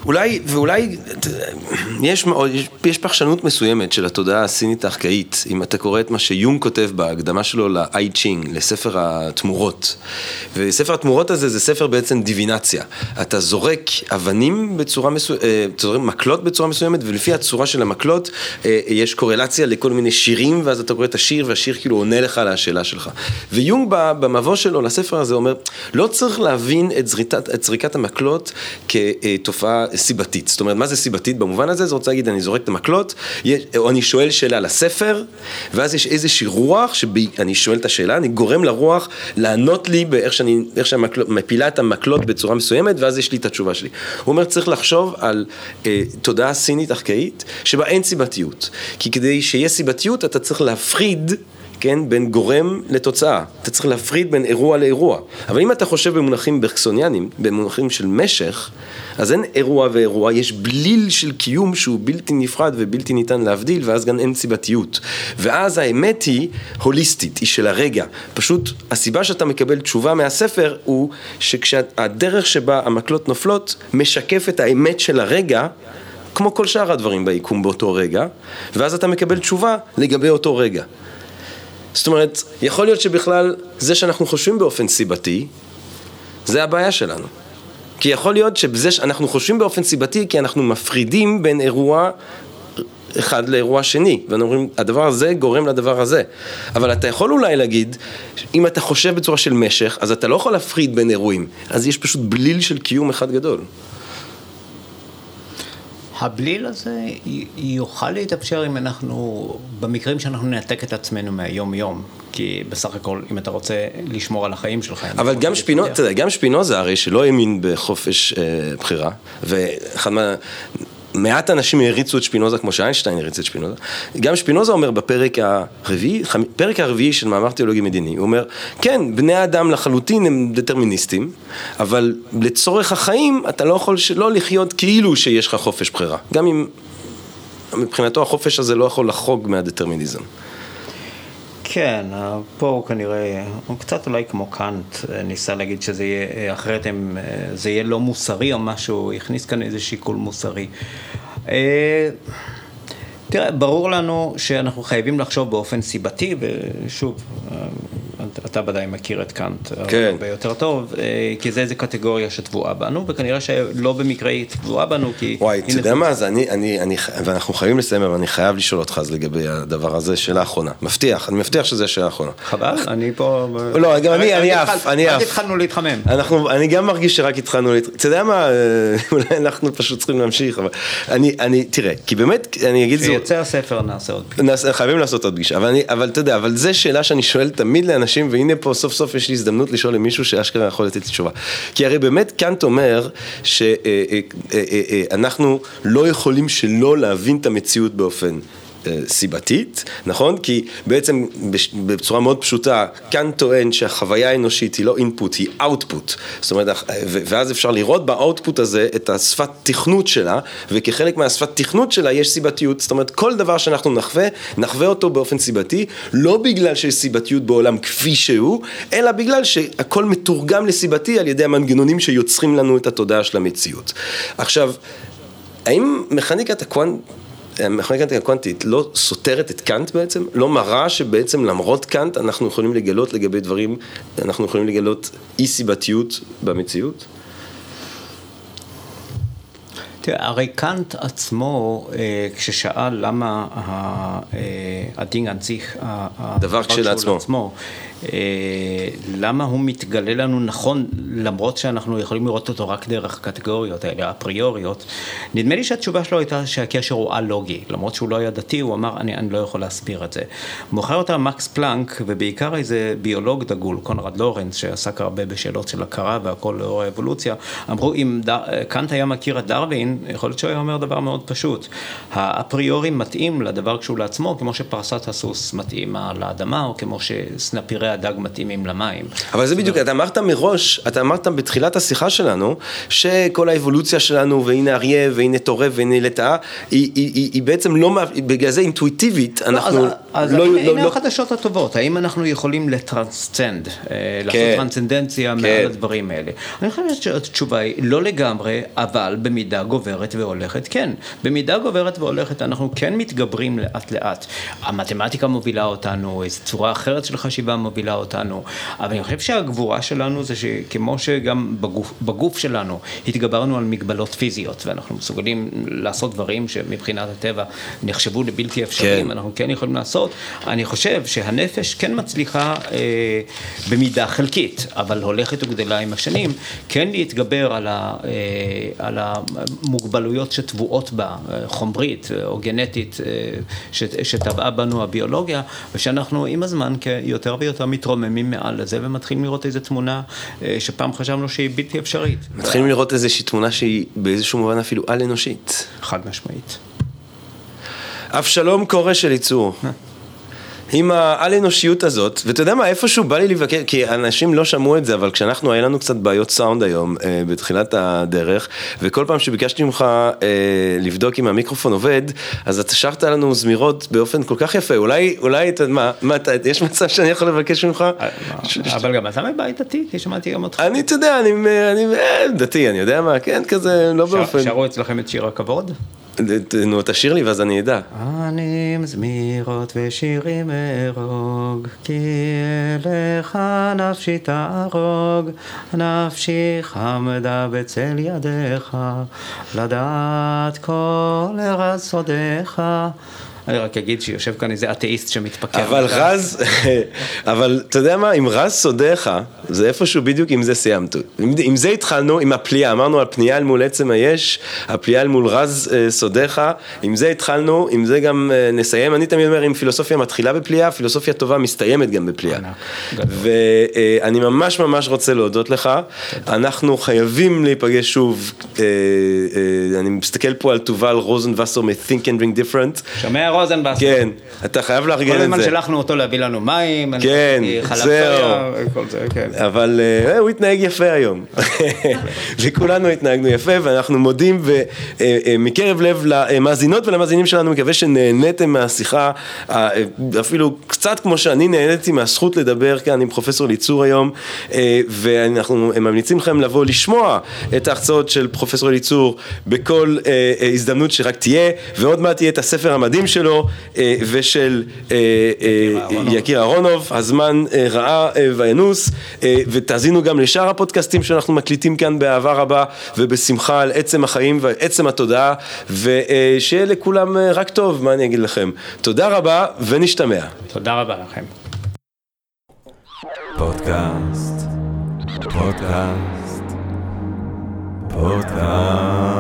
A: אולי, ואולי, יש, יש, יש פרשנות מסוימת של התודעה הסינית הארכאית, אם אתה קורא את מה שיונג כותב בהקדמה שלו לאי צ'ינג, לספר התמורות. וספר התמורות הזה זה ספר בעצם דיבינציה. אתה זורק אבנים בצורה מסוימת, זורק מקלות בצורה מסוימת, ולפי הצורה של המקלות, יש קורלציה לכל מיני שירים, ואז אתה קורא את השיר, והשיר כאילו עונה לך על השאלה שלך. ויונג במבוא שלו לספר הזה אומר, לא צריך להבין את זריקת, את זריקת המקלות כתופעה סיבתית. זאת אומרת, מה זה סיבתית במובן הזה? זה רוצה להגיד, אני זורק את המקלות, או אני שואל שאלה לספר, ואז יש איזושהי רוח, שאני שואל את השאלה, אני גורם לרוח לענות לי באיך שאני, איך שאני מפילה את המקלות בצורה מסוימת, ואז יש לי את התשובה שלי. הוא אומר, צריך לחשוב על אה, תודעה סינית ארכאית, שבה אין סיבתיות. כי כדי שיהיה סיבתיות, אתה צריך להפריד, כן, בין גורם לתוצאה. אתה צריך להפריד בין אירוע לאירוע. אבל אם אתה חושב במונחים ברקסוניאנים, במונחים של משך, אז אין אירוע ואירוע, יש בליל של קיום שהוא בלתי נפרד ובלתי ניתן להבדיל, ואז גם אין סיבתיות. ואז האמת היא הוליסטית, היא של הרגע. פשוט הסיבה שאתה מקבל תשובה מהספר הוא שכשהדרך שבה המקלות נופלות משקף את האמת של הרגע, כמו כל שאר הדברים ביקום באותו רגע, ואז אתה מקבל תשובה לגבי אותו רגע. זאת אומרת, יכול להיות שבכלל זה שאנחנו חושבים באופן סיבתי, זה הבעיה שלנו. כי יכול להיות שבזה שאנחנו חושבים באופן סיבתי, כי אנחנו מפרידים בין אירוע אחד לאירוע שני, ואנחנו אומרים, הדבר הזה גורם לדבר הזה. אבל אתה יכול אולי להגיד, אם אתה חושב בצורה של משך, אז אתה לא יכול להפריד בין אירועים. אז יש פשוט בליל של קיום אחד גדול.
B: הבליל הזה יוכל להתאפשר אם אנחנו, במקרים שאנחנו נעתק את עצמנו מהיום יום, כי בסך הכל, אם אתה רוצה לשמור על החיים שלך.
A: אבל גם שפינוזה, אתה יודע, גם שפינוזה הרי שלא האמין בחופש אה, בחירה, ואחד מה... מעט אנשים הריצו את שפינוזה כמו שאיינשטיין הריץ את שפינוזה. גם שפינוזה אומר בפרק הרביעי, פרק הרביעי של מאמר תיאולוגי מדיני, הוא אומר, כן, בני האדם לחלוטין הם דטרמיניסטים, אבל לצורך החיים אתה לא יכול שלא לחיות כאילו שיש לך חופש בחירה. גם אם מבחינתו החופש הזה לא יכול לחרוג מהדטרמיניזם.
B: כן, פה הוא כנראה, הוא קצת אולי כמו קאנט, ניסה להגיד שזה יהיה, אחרת הם, זה יהיה לא מוסרי או משהו, הכניס כאן איזה שיקול מוסרי. תראה, ברור לנו שאנחנו חייבים לחשוב באופן סיבתי, ושוב, אתה ודאי מכיר את קאנט
A: כן.
B: הרבה יותר טוב, כי זה איזו קטגוריה שטבועה בנו, וכנראה שלא במקרה היא טבועה בנו, כי...
A: וואי, אתה יודע מה, אז אני, אני, אני, ואנחנו חייבים לסיים, אבל אני חייב לשאול אותך אז לגבי הדבר הזה, שאלה האחרונה. מבטיח, אני מבטיח שזה שאלה האחרונה.
B: חבל, אני פה...
A: לא, גם אני, אני אף, אני אף.
B: רק התחלנו להתחמם.
A: אנחנו, אני גם מרגיש שרק התחלנו להתחמם. אתה יודע מה, אולי אנחנו פשוט צריכים להמשיך, אבל אני, אני, תראה, כי באמת, אני אגיד זאת...
B: יוצא הספר, נעשה עוד פגישה.
A: חייבים לעשות עוד פגישה, אבל אני, אבל אתה יודע, אבל זה שאלה שאני שואל תמיד לאנשים, והנה פה סוף סוף יש לי הזדמנות לשאול למישהו שאשכרה יכול לתת לי תשובה. כי הרי באמת קאנט אומר שאנחנו לא יכולים שלא להבין את המציאות באופן סיבתית, נכון? כי בעצם בצורה מאוד פשוטה, כאן טוען שהחוויה האנושית היא לא אינפוט, היא אאוטפוט. זאת אומרת, ואז אפשר לראות באאוטפוט הזה את השפת תכנות שלה, וכחלק מהשפת תכנות שלה יש סיבתיות. זאת אומרת, כל דבר שאנחנו נחווה, נחווה אותו באופן סיבתי, לא בגלל שיש סיבתיות בעולם כפי שהוא, אלא בגלל שהכל מתורגם לסיבתי על ידי המנגנונים שיוצרים לנו את התודעה של המציאות. עכשיו, האם מכניקת הקוונט המכניקה הקוונטית לא סותרת את קאנט בעצם? לא מראה שבעצם למרות קאנט אנחנו יכולים לגלות לגבי דברים, אנחנו יכולים לגלות אי סיבתיות במציאות?
B: תראה, הרי קאנט עצמו, כששאל למה הדין הנציך,
A: דבר כשלעצמו,
B: למה הוא מתגלה לנו נכון, למרות שאנחנו יכולים לראות אותו רק דרך הקטגוריות האלה, הפריוריות, נדמה לי שהתשובה שלו הייתה שהקשר הוא א-לוגי, למרות שהוא לא היה דתי, הוא אמר, אני, אני לא יכול להסביר את זה. מוכר אותה מקס פלנק, ובעיקר איזה ביולוג דגול, קונרד לורנס, שעסק הרבה בשאלות של הכרה והכל לאור האבולוציה, אמרו, אם דר, קאנט היה מכיר את דרווין, יכול להיות שהוא היה אומר דבר מאוד פשוט. האפריורי מתאים לדבר כשהוא לעצמו, כמו שפרסת הסוס מתאימה לאדמה, או כמו שסנפירי הדג מתאימים למים.
A: אבל זה בדיוק, אתה אמרת מראש, אתה אמרת בתחילת השיחה שלנו, שכל האבולוציה שלנו, והנה אריה, והנה טורף, והנה לטאה, היא, היא, היא, היא בעצם לא, בגלל זה אינטואיטיבית, אנחנו...
B: אז
A: לא,
B: הנה
A: לא, לא...
B: החדשות הטובות, האם אנחנו יכולים לטרנסצנד, לעשות כן, טרנסצנדנציה כן. מעל הדברים האלה? אני חושבת שהתשובה היא לא לגמרי, אבל במידה גוברת והולכת, כן. במידה גוברת והולכת אנחנו כן מתגברים לאט לאט. המתמטיקה מובילה אותנו, איזו צורה אחרת של חשיבה מובילה אותנו, אבל אני חושב שהגבורה שלנו זה שכמו שגם בגוף, בגוף שלנו התגברנו על מגבלות פיזיות, ואנחנו מסוגלים לעשות דברים שמבחינת הטבע נחשבו לבלתי אפשריים, כן. אנחנו כן יכולים לעשות. אני חושב שהנפש כן מצליחה אה, במידה חלקית, אבל הולכת וגדלה עם השנים, כן להתגבר על, ה, אה, על המוגבלויות שטבועות בה, חומרית או גנטית, אה, ש, שטבעה בנו הביולוגיה, ושאנחנו עם הזמן יותר ויותר מתרוממים מעל לזה, ומתחילים לראות איזו תמונה אה, שפעם חשבנו שהיא בלתי אפשרית.
A: מתחילים לראות איזושהי תמונה שהיא באיזשהו מובן אפילו על אנושית.
B: חד משמעית.
A: אבשלום קורא של ייצור. עם העל אנושיות הזאת, ואתה יודע מה, איפשהו בא לי לבקר, כי אנשים לא שמעו את זה, אבל כשאנחנו, היה לנו קצת בעיות סאונד היום, אה, בתחילת הדרך, וכל פעם שביקשתי ממך אה, לבדוק אם המיקרופון עובד, אז אתה שרת לנו זמירות באופן כל כך יפה, אולי, אולי, אתה, מה, מה, אתה, יש מצב שאני יכול לבקש ממך?
B: אבל גם אתה מבית דתי, כי שמעתי גם אותך.
A: אני, אתה יודע, אני, אני, דתי, אני יודע מה, כן, כזה, לא באופן.
B: שרו אצלכם את שיר הכבוד?
A: נו, תשאיר לי ואז אני אדע.
B: אני מזמירות ושירים ארוג, כי אליך נפשי תערוג, נפשי חמדה בצל ידיך, לדעת כל ארץ סודיך. אני רק אגיד שיושב כאן איזה אתאיסט שמתפקר.
A: אבל רז, אבל אתה יודע מה, אם רז סודיך, זה איפשהו בדיוק עם זה סיימתו. עם זה התחלנו, עם הפליאה, אמרנו על פנייה אל מול עצם היש, הפליאה אל מול רז סודיך, עם זה התחלנו, עם זה גם נסיים. אני תמיד אומר, אם פילוסופיה מתחילה בפליאה, פילוסופיה טובה מסתיימת גם בפליאה. ואני ממש ממש רוצה להודות לך, אנחנו חייבים להיפגש שוב, אני מסתכל פה על תובל רוזנבסר מ-Think and Drink Different.
B: שומע רוזנבסר.
A: כן, אתה חייב לארגן את זה.
B: כל הזמן שלחנו אותו להביא לנו מים,
A: כן, זהו. אבל הוא התנהג יפה היום. וכולנו התנהגנו יפה, ואנחנו מודים ומקרב לב למאזינות ולמאזינים שלנו, מקווה שנהניתם מהשיחה, אפילו קצת כמו שאני נהניתי מהזכות לדבר כאן עם פרופסור ליצור היום, ואנחנו ממליצים לכם לבוא לשמוע את ההרצאות של פרופסור ליצור בכל הזדמנות שרק תהיה, ועוד מעט תהיה את הספר המדהים שלו ושל יקיר אהרונוב, הזמן רעה וינוס, ותאזינו גם לשאר הפודקאסטים שאנחנו מקליטים כאן באהבה רבה ובשמחה על עצם החיים ועצם התודעה, ושיהיה לכולם רק טוב, מה אני אגיד לכם. תודה רבה ונשתמע.
B: תודה רבה לכם.
C: פודקאסט, פודקאסט, פודקאסט.